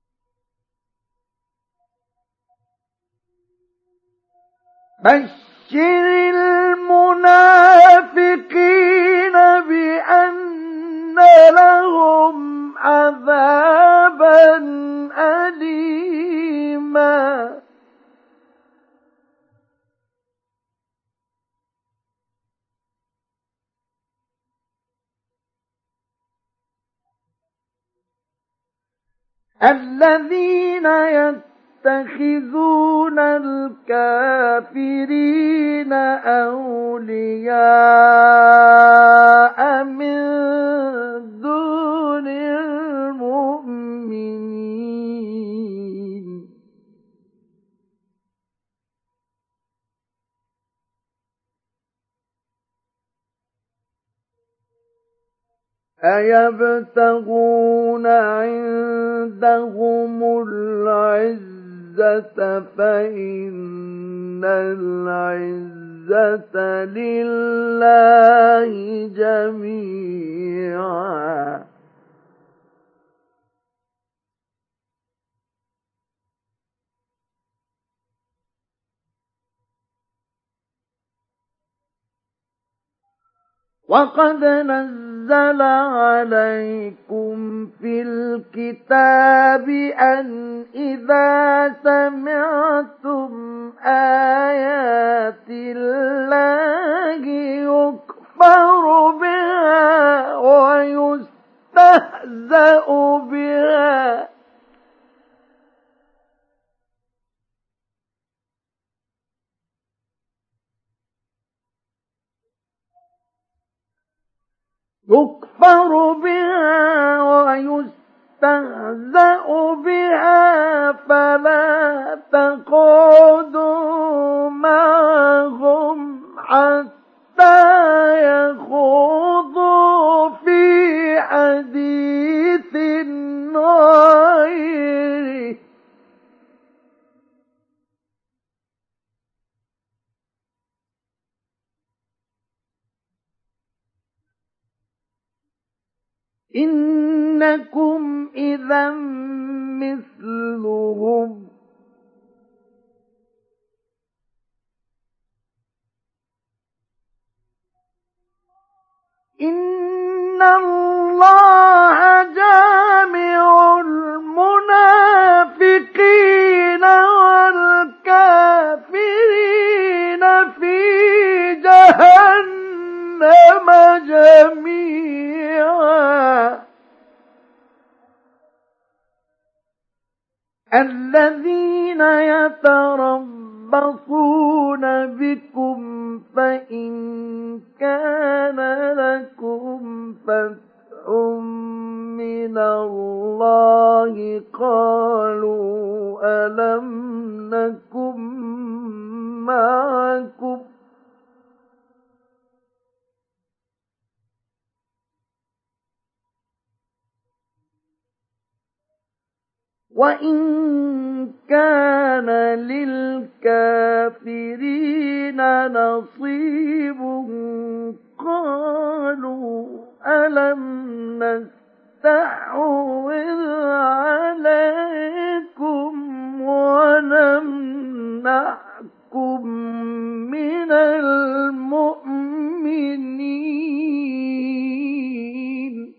بشر المنافقين بأن لهم عذابا أليما الذين يتخذون الكافرين أولياء من دون المؤمنين أيبتغون عندهم العزة فإن العزة لله جميعا وقد نزل عليكم في الكتاب أن إذا سمعتم آيات الله يكفر بها ويستهزأ بها يكفر بها ويستهزأ بها فلا تقعدوا معهم حتى يخوضوا في حديث غيره إنكم إذا مثلهم إن الله جامع المنافقين والكافرين في جهنم جميعا الذين يتربصون بكم فإن كان لكم فتح من الله قالوا ألم نكن معكم وإن كان للكافرين نصيب قالوا ألم نستحوذ عليكم ونمنعكم من المؤمنين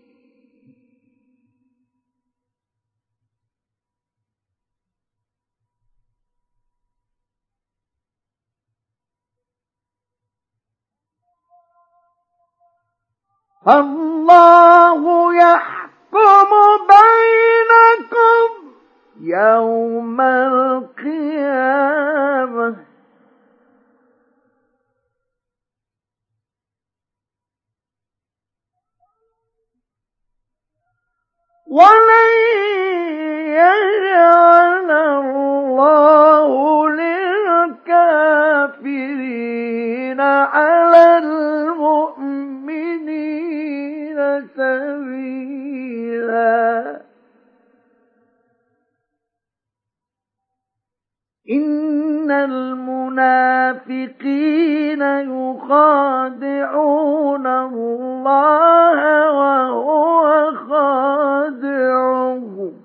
فالله يحكم بينكم يوم القيامة ولن يجعل الله للكافرين على المؤمنين سبيلا إن المنافقين يخادعون الله وهو خادعهم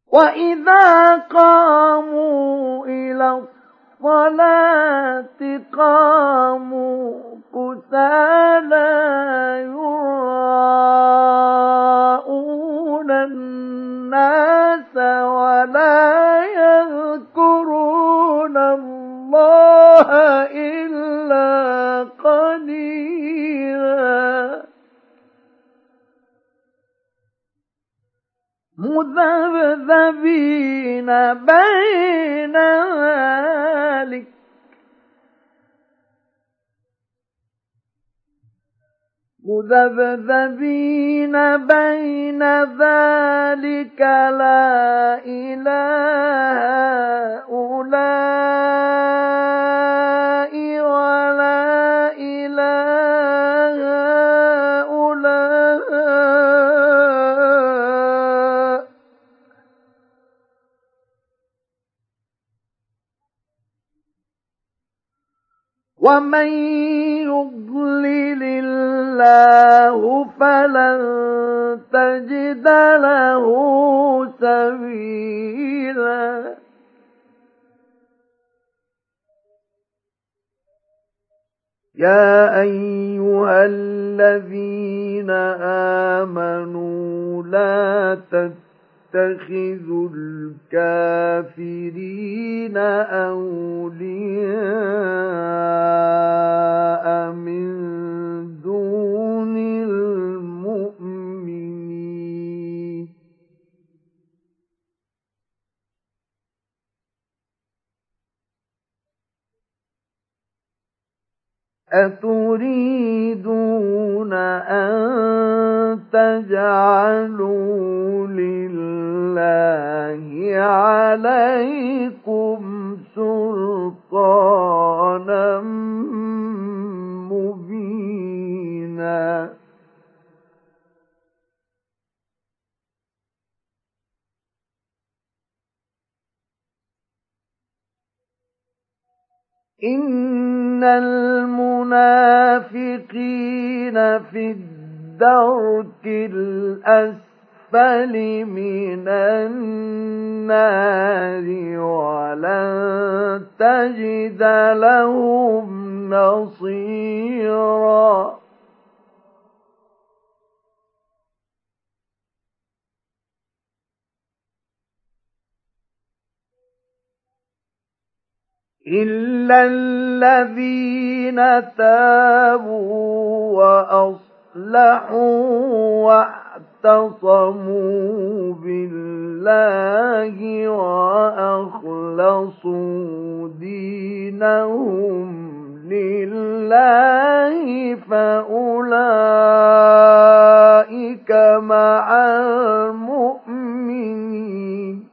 وإذا قاموا إلى الصلاة قاموا كسالى يراءون الناس ولا يذكرون الله إلا قليلا مذبذبين بين ذلك مذبذبين بين ذلك لا إله هؤلاء ولا إله هؤلاء ومن يضلل الله فلن تجد له سبيلا يا أيها الذين آمنوا لا تتخذوا الكافرين أولياء من دون المؤمنين أتريدون أن تجعلوا لله عليكم سلطانا مبينا إن المنافقين في الدرك الأسفل من النار ولن تجد لهم نصيرا إلا الذين تابوا وأصلحوا واعتصموا بالله وأخلصوا دينهم لله فأولئك مع المؤمنين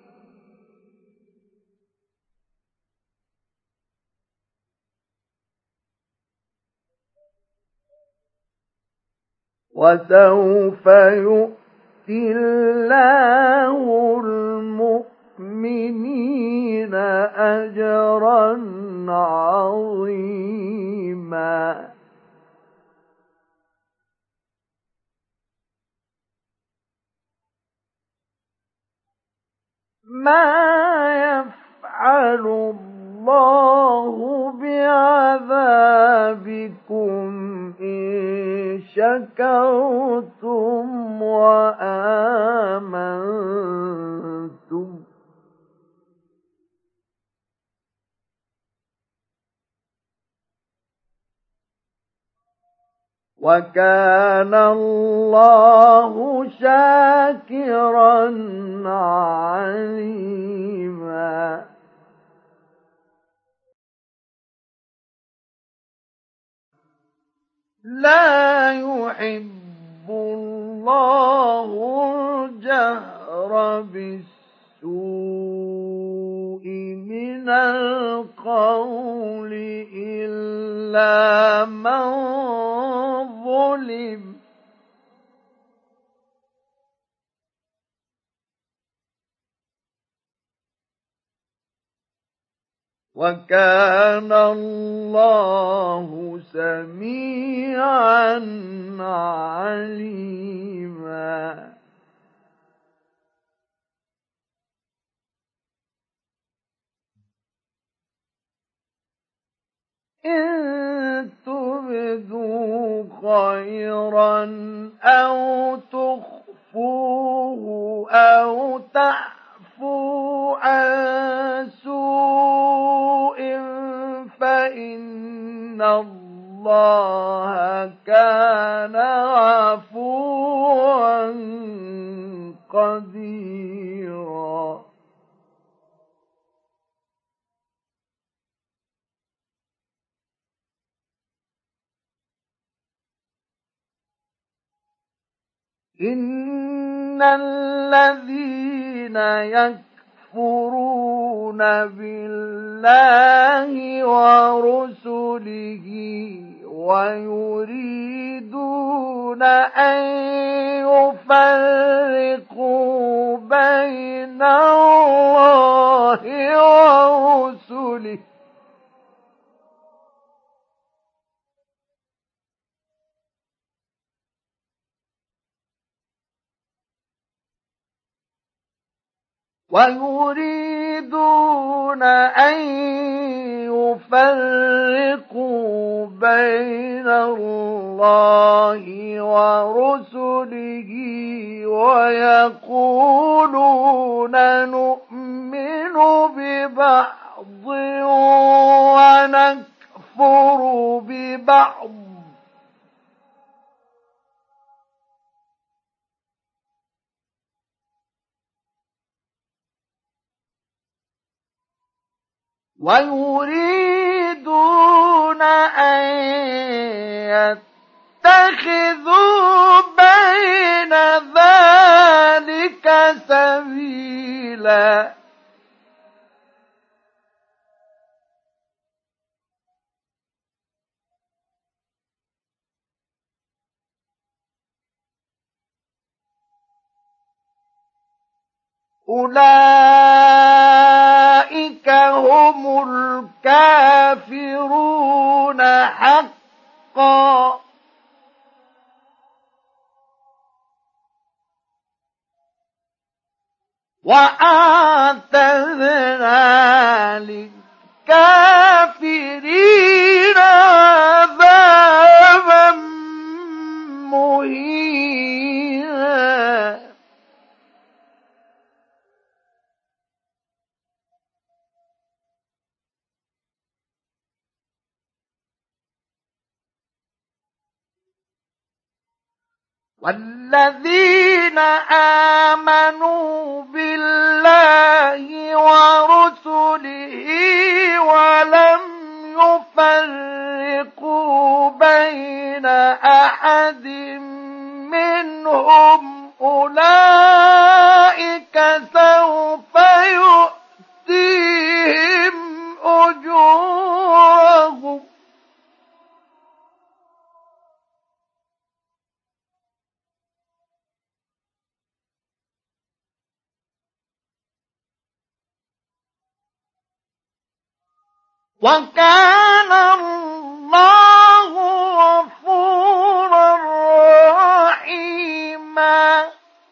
وسوف يؤتي الله المؤمنين أجرا عظيما ما يفعل الله بعذابكم إن شكرتم وآمنتم وكان الله شاكرا عليما لا يحب الله الجهر بالسوء من القول إلا من ظلم وكان الله سميعا عليما خيرا أو تخفوه أو تعفو عن سوء فإن الله كان عفوا قديرا. إن الذين يكفرون بالله ورسله ويريدون أن يفرقوا بين الله ورسله ويريدون أن يفرقوا بين الله ورسله ويقولون نؤمن ببعض ونكفر ببعض ويريدون أن يتخذوا بين ذلك سبيلا. أولئك هم الكافرون حقا وأعتدنا للكافرين عذابا مهينا. والذين آمنوا بالله ورسله ولم يفرقوا بين أحد منهم أولئك سوف يؤتيهم أجورهم وكان الله غفورا رحيما.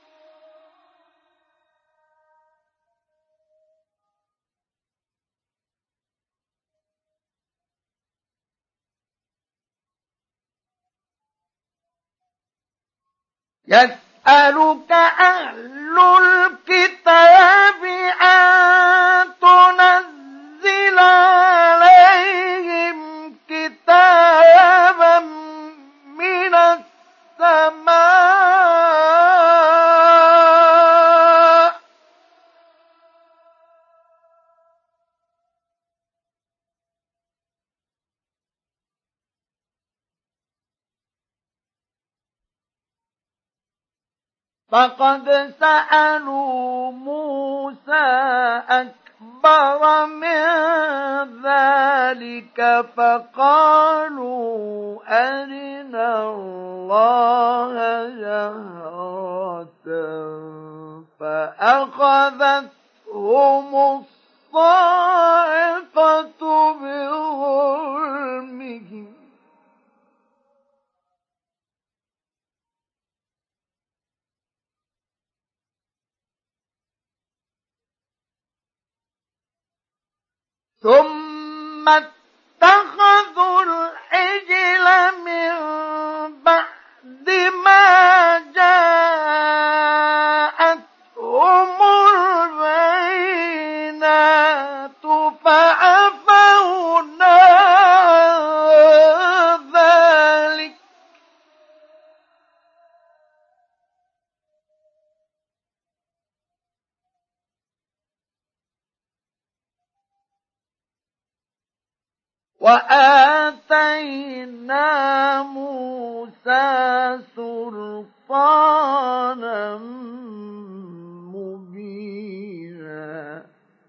يسألك أهل الكتاب أن تنزل عليهم كتابا من السماء فقد سألوا موسى أكبر من ذلك فقالوا أرنا الله جهرة فأخذتهم الصاعقة بظلمهم ثم اتخذوا العجل من بعد وآتينا موسى سلطانا مبينا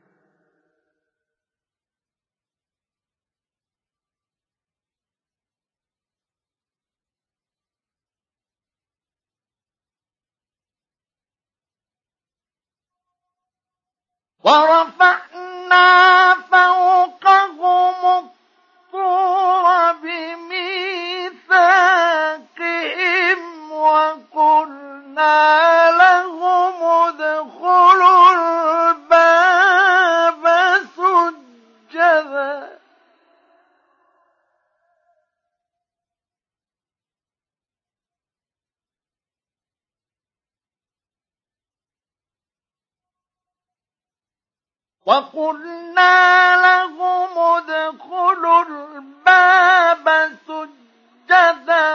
ورفعنا فوقهم الطور بميثاقهم وقلنا لهم ادخلوا الباب سجدا وقلنا لهم ادخلوا الباب سجدا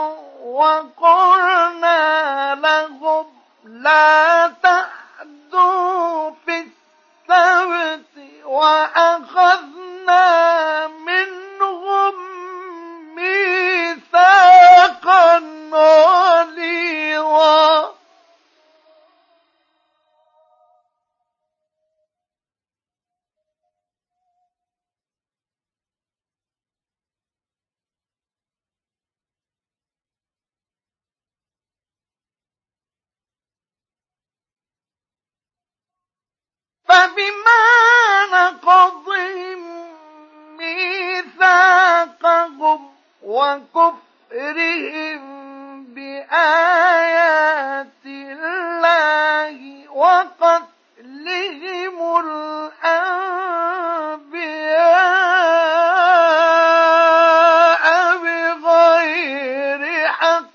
وقلنا لهم لا تعدوا في السبت وأخذنا منهم ميثاقا غليظا فبما نقضهم ميثاقهم وكفرهم بآيات الله وقتلهم الأنبياء بغير حق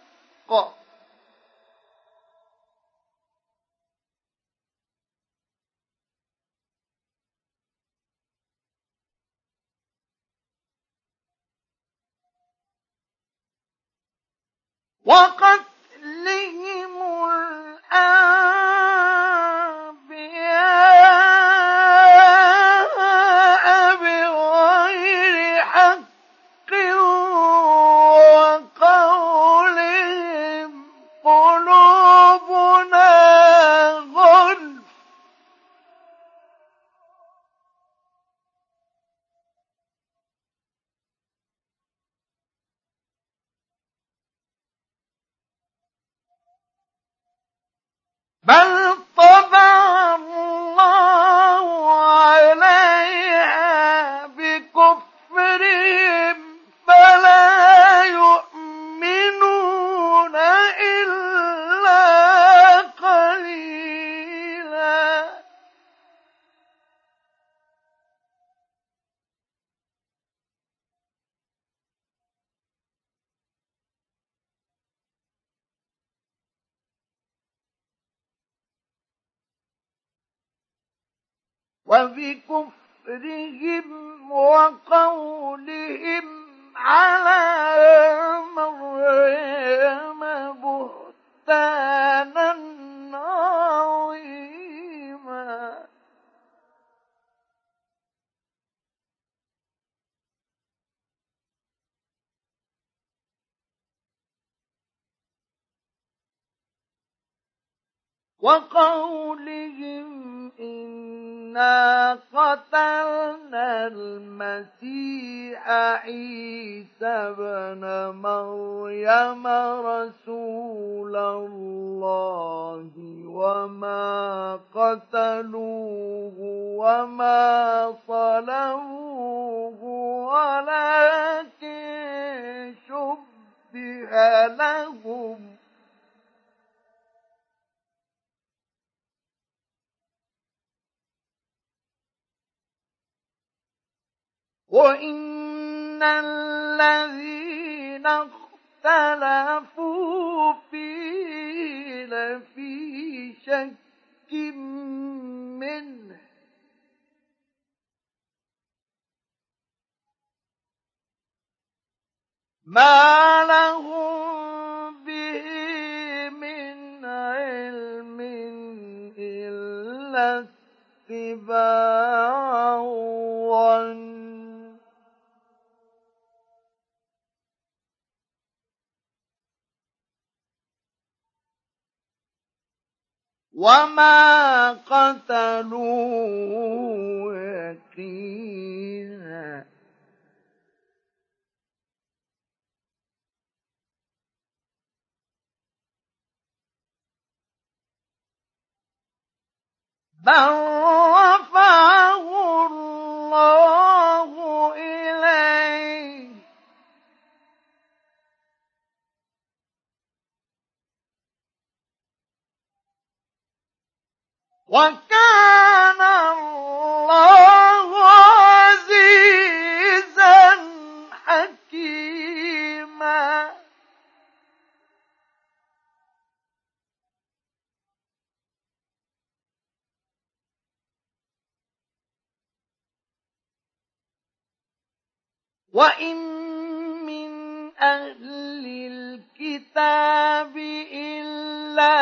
وقتلهم الأنبياء بغير حق وقولهم قلوبنا غلف بل طبع الله عليها بكفرهم فلا يؤمنون إلا قليلا وبكفرهم وقولهم على مريم بهتانا عظيما وقولهم إنا قتلنا المسيح عيسى ابن مريم رسول الله وما قتلوه وما صلبوه ولكن شبه لهم وإن الذين اختلفوا فيه لفي شك منه ما لهم به من علم إلا اتباع الظن وما قتلوه يقينا بل رفعه الله إليه وكان الله عزيزا حكيما وإن من أهل الكتاب إلا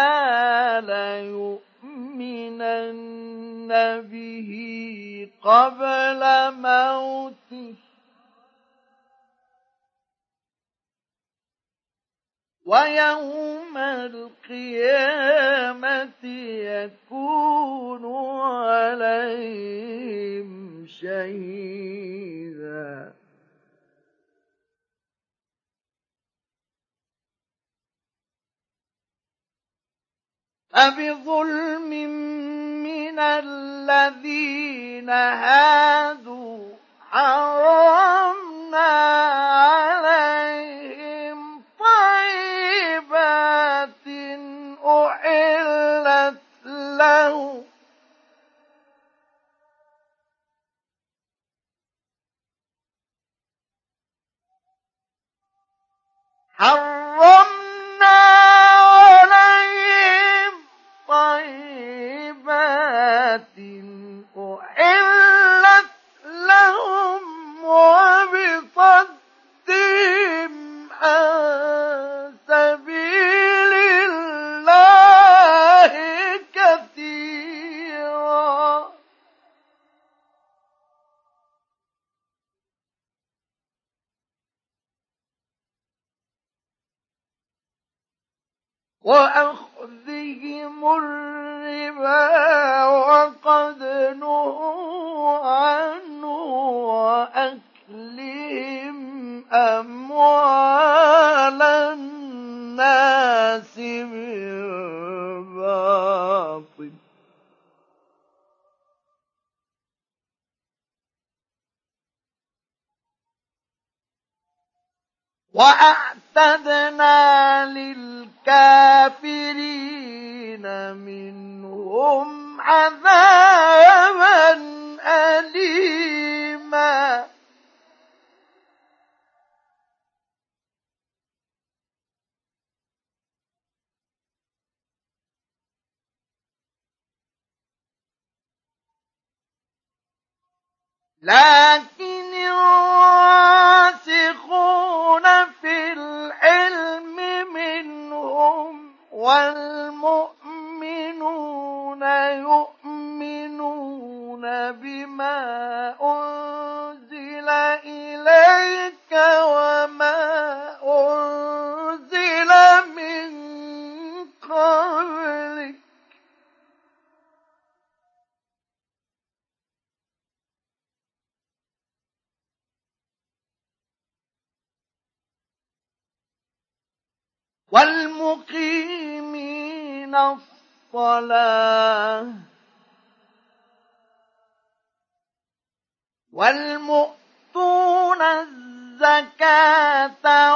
ليؤمنن به قبل موته ويوم القيامة يكون عليهم شهيدا فبظلم من الذين هادوا حرمنا عليهم طيبات أحلت لهم حرمنا عليهم طيبات أحلت لهم وبصدهم عن سبيل الله كثيرا وأخذهم الربا وقد نهوا عنه وأكلهم أموال الناس بالباطل وأعتدنا للكافرين منهم عذابا أليما لكن الراسخون في العلم منهم والمؤمنون يؤمنون بما أنزل إليك وما أنزل من قبلك والمقيمين الصلاة والمؤتون الزكاة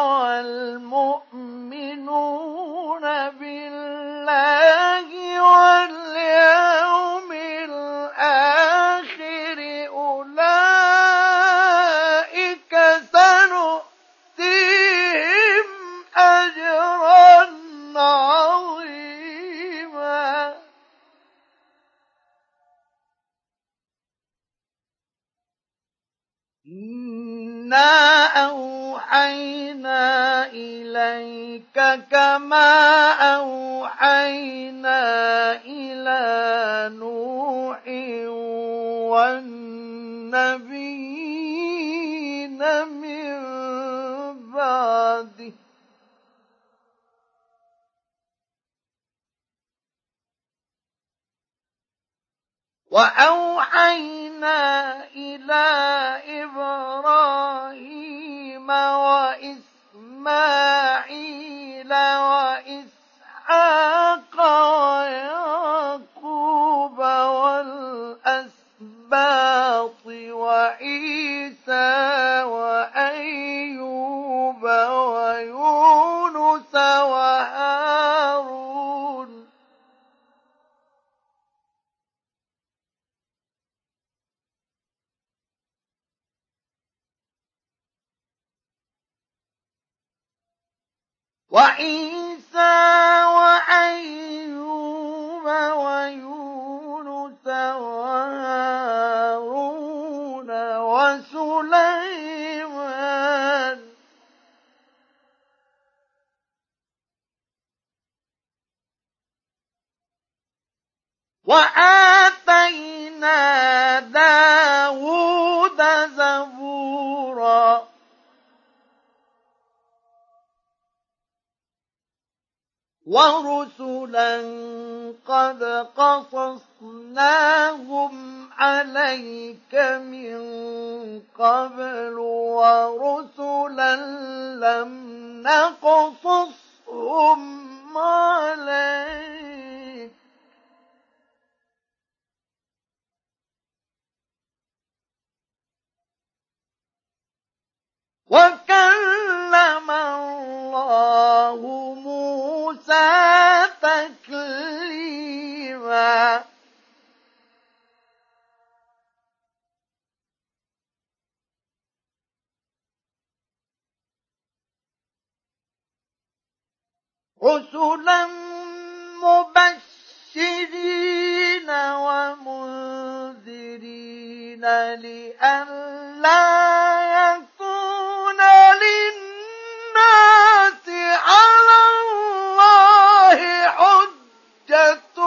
والمؤمنون بالله واليوم الآخر أولئك سنؤتيهم أجرا عظيما إنا أوحينا إليك كما أوحينا إلى نوح والنبيين من بعده وأوحينا إلى إبراهيم وإسماعيل وإسحاق ويعقوب والأسباط وعيسى وأيوب ويونس وهارون وعيسى وأيوب ويونس وهارون وسليمان وآتينا داود زبورا ورسلا قد قصصناهم عليك من قبل ورسلا لم نقصصهم عليك وكلم الله موسى تكليما رسلا مبشرين ومنذرين لئلا يكون للناس على الله حجة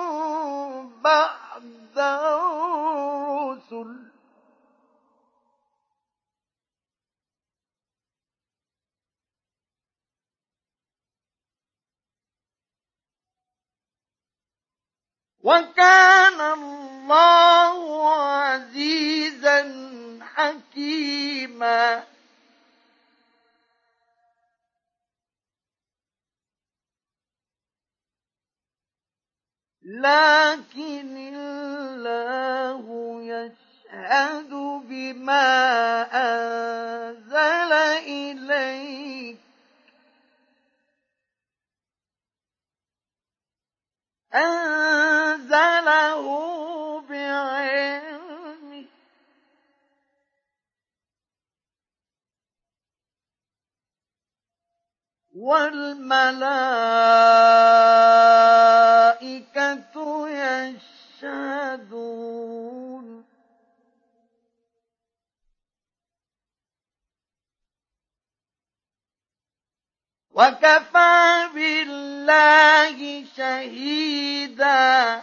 بعد الرسل وكان الله عزيزا حكيما لكن الله يشهد بما أنزل إليك أنزله بعلمه والملائكة يشهدون وكفى بالله شهيدا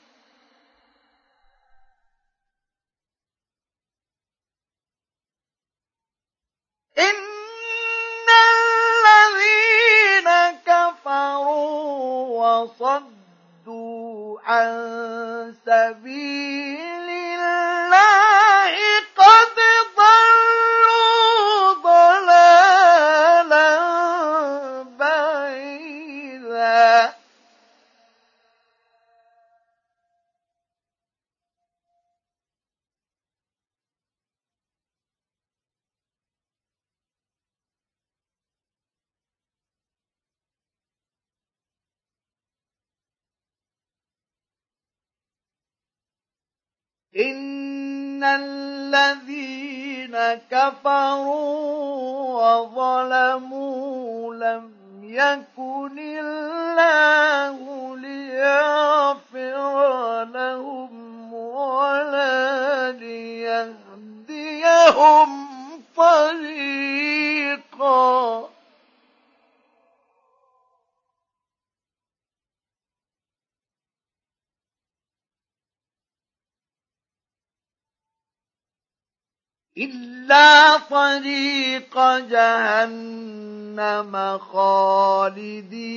إن الذين كفروا وصدوا عن سبيل الله قد ضلوا ضلالا بعيدا إن الذين كفروا وظلموا لم يكن الله ليغفر لهم ولا ليهديهم طريقا إلا طريق جهنم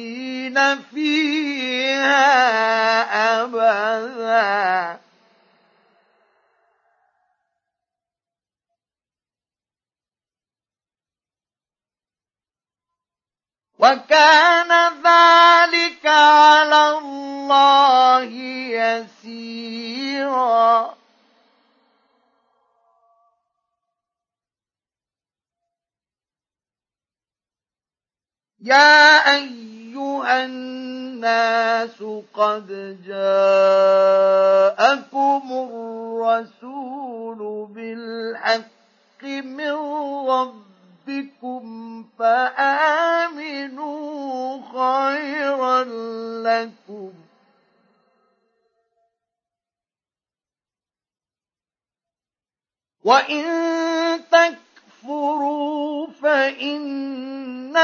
خالدين فيها أبدا وكان ذلك على الله يسيرا. يا أيها الناس قد جاءكم الرسول بالحق من ربكم فآمنوا خيرا لكم، وإن تكفروا فإن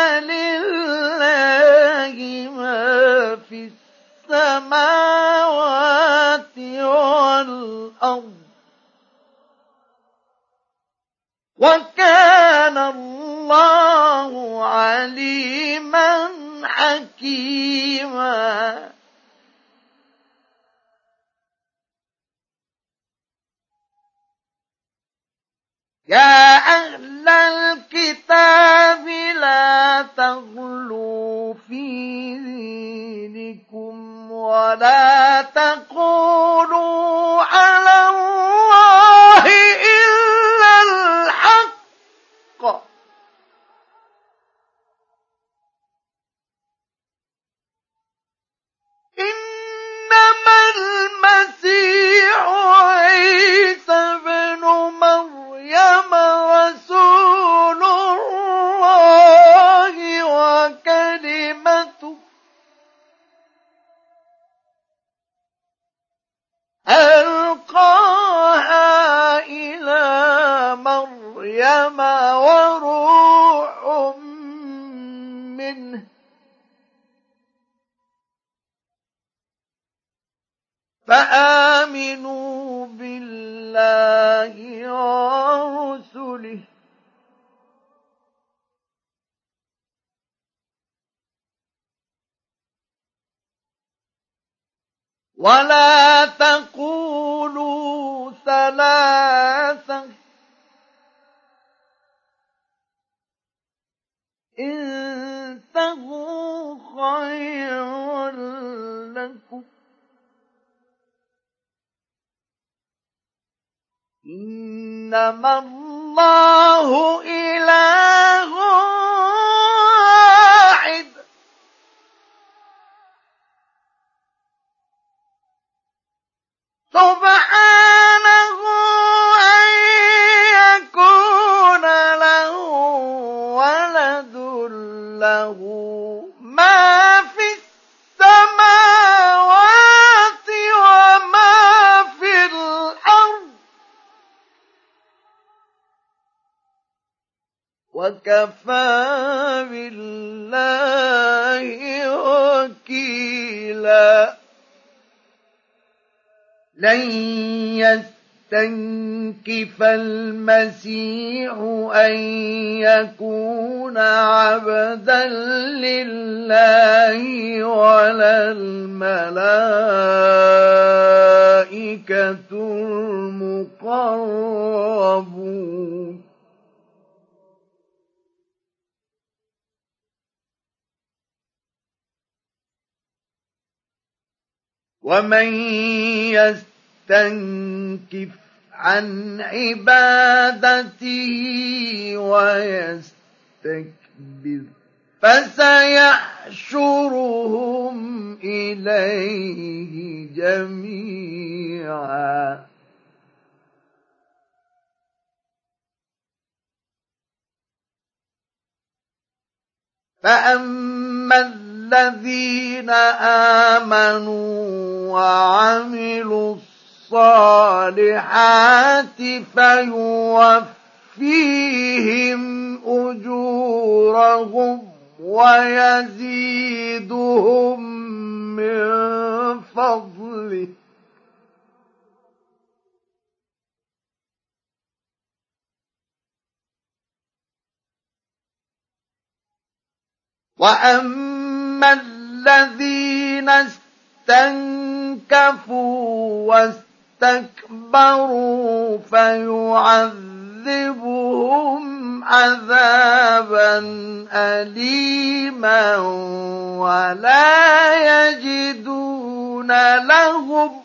لله ما في السماوات والأرض، وكان الله عليما حكيما. يا أهل الكتاب لا تغلوا في دينكم ولا تقولوا على الله إلا الحق، إنما المسيح عيسى بن مريم رسول الله وكلمته ألقاها إلى مريم وروح منه، فآمنوا بالله ورسله ولا تقولوا ثلاثة، انتهوا خيرا لكم، إنما الله إله واحد سبحانه أن يكون له ولد، له ما في السماوات وما في الأرض، وكفى بالله وكيلا. لن يستنكف المسيح أن يكون عبدا لله ولا الملائكة المقربون، ومن يستنكف عن عبادته ويستكبر فسيحشرهم إليه جميعا. فأما الذين آمنوا وعملوا الصالحات فيوفيهم أجورهم ويزيدهم من فضله، وأما الذين استنكفوا واستكبروا فيعذبهم عذابا أليما ولا يجدون لهم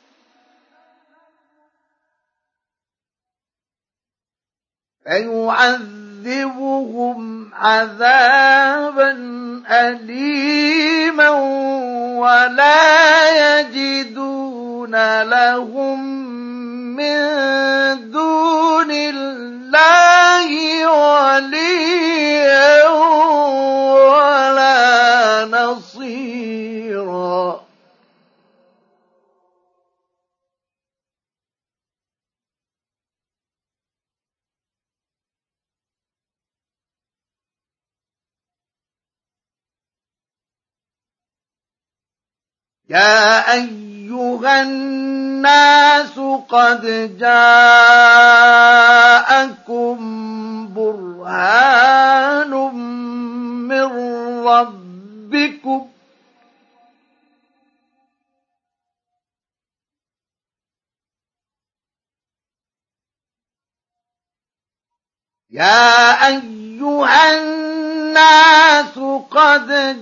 فيعذبهم عذابا أليما ولا يجدون لهم من دون الله وليا ولا نصيرا. يا أيها الناس قد جاءكم برهان من ربكم يا أيها الناس قد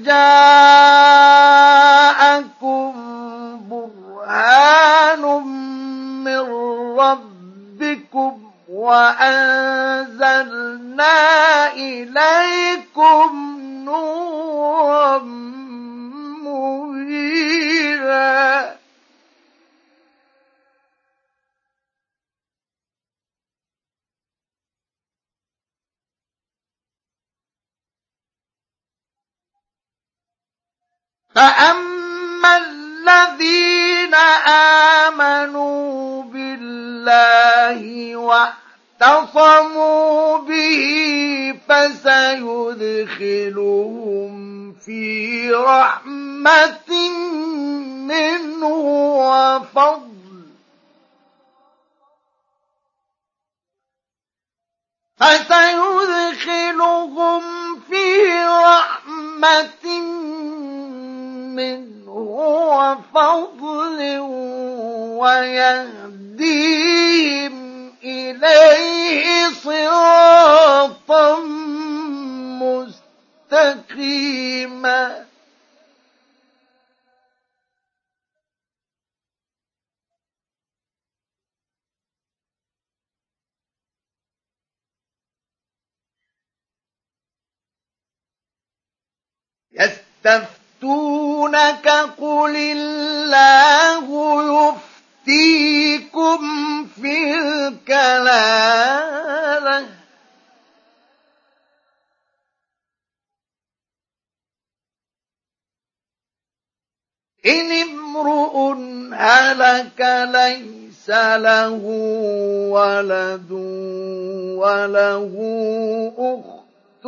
جاءكم برهان من ربكم وأنزلنا إليكم نورا مبينا. فأما الذين آمنوا بالله واعتصموا به فسيدخلهم في رحمة منه وفضل فسيدخلهم في رحمة منه وفضل ويهديهم إليه صراطا مستقيما. يستفتونك قل الله يفتيكم في الكلالة إن امرؤ هلك ليس له ولد وله أخت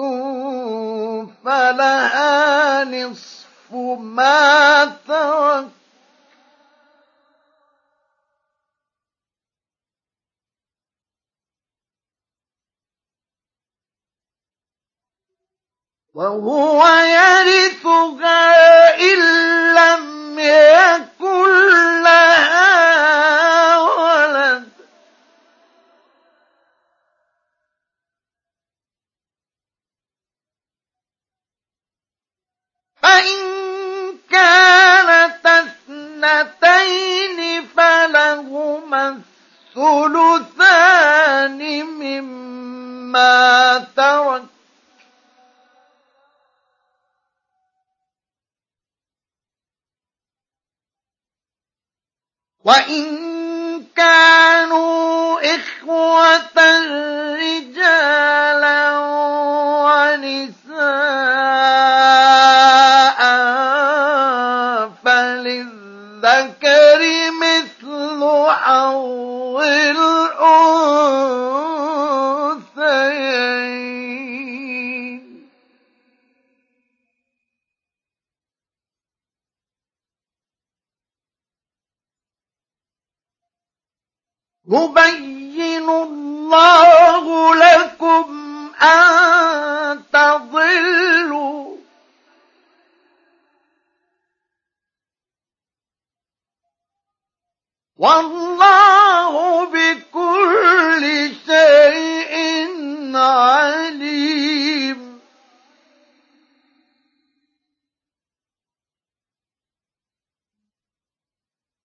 فلها نصف ما ترك وهو يرثها إن لم يكن لها ولد فإن كانت اثنتين فلهما الثلثان مما ترك وإن كانوا إخوة رجالا ونساء فللذكر مثل حظ الأنثيين. يبين الله لكم أن تضلوا والله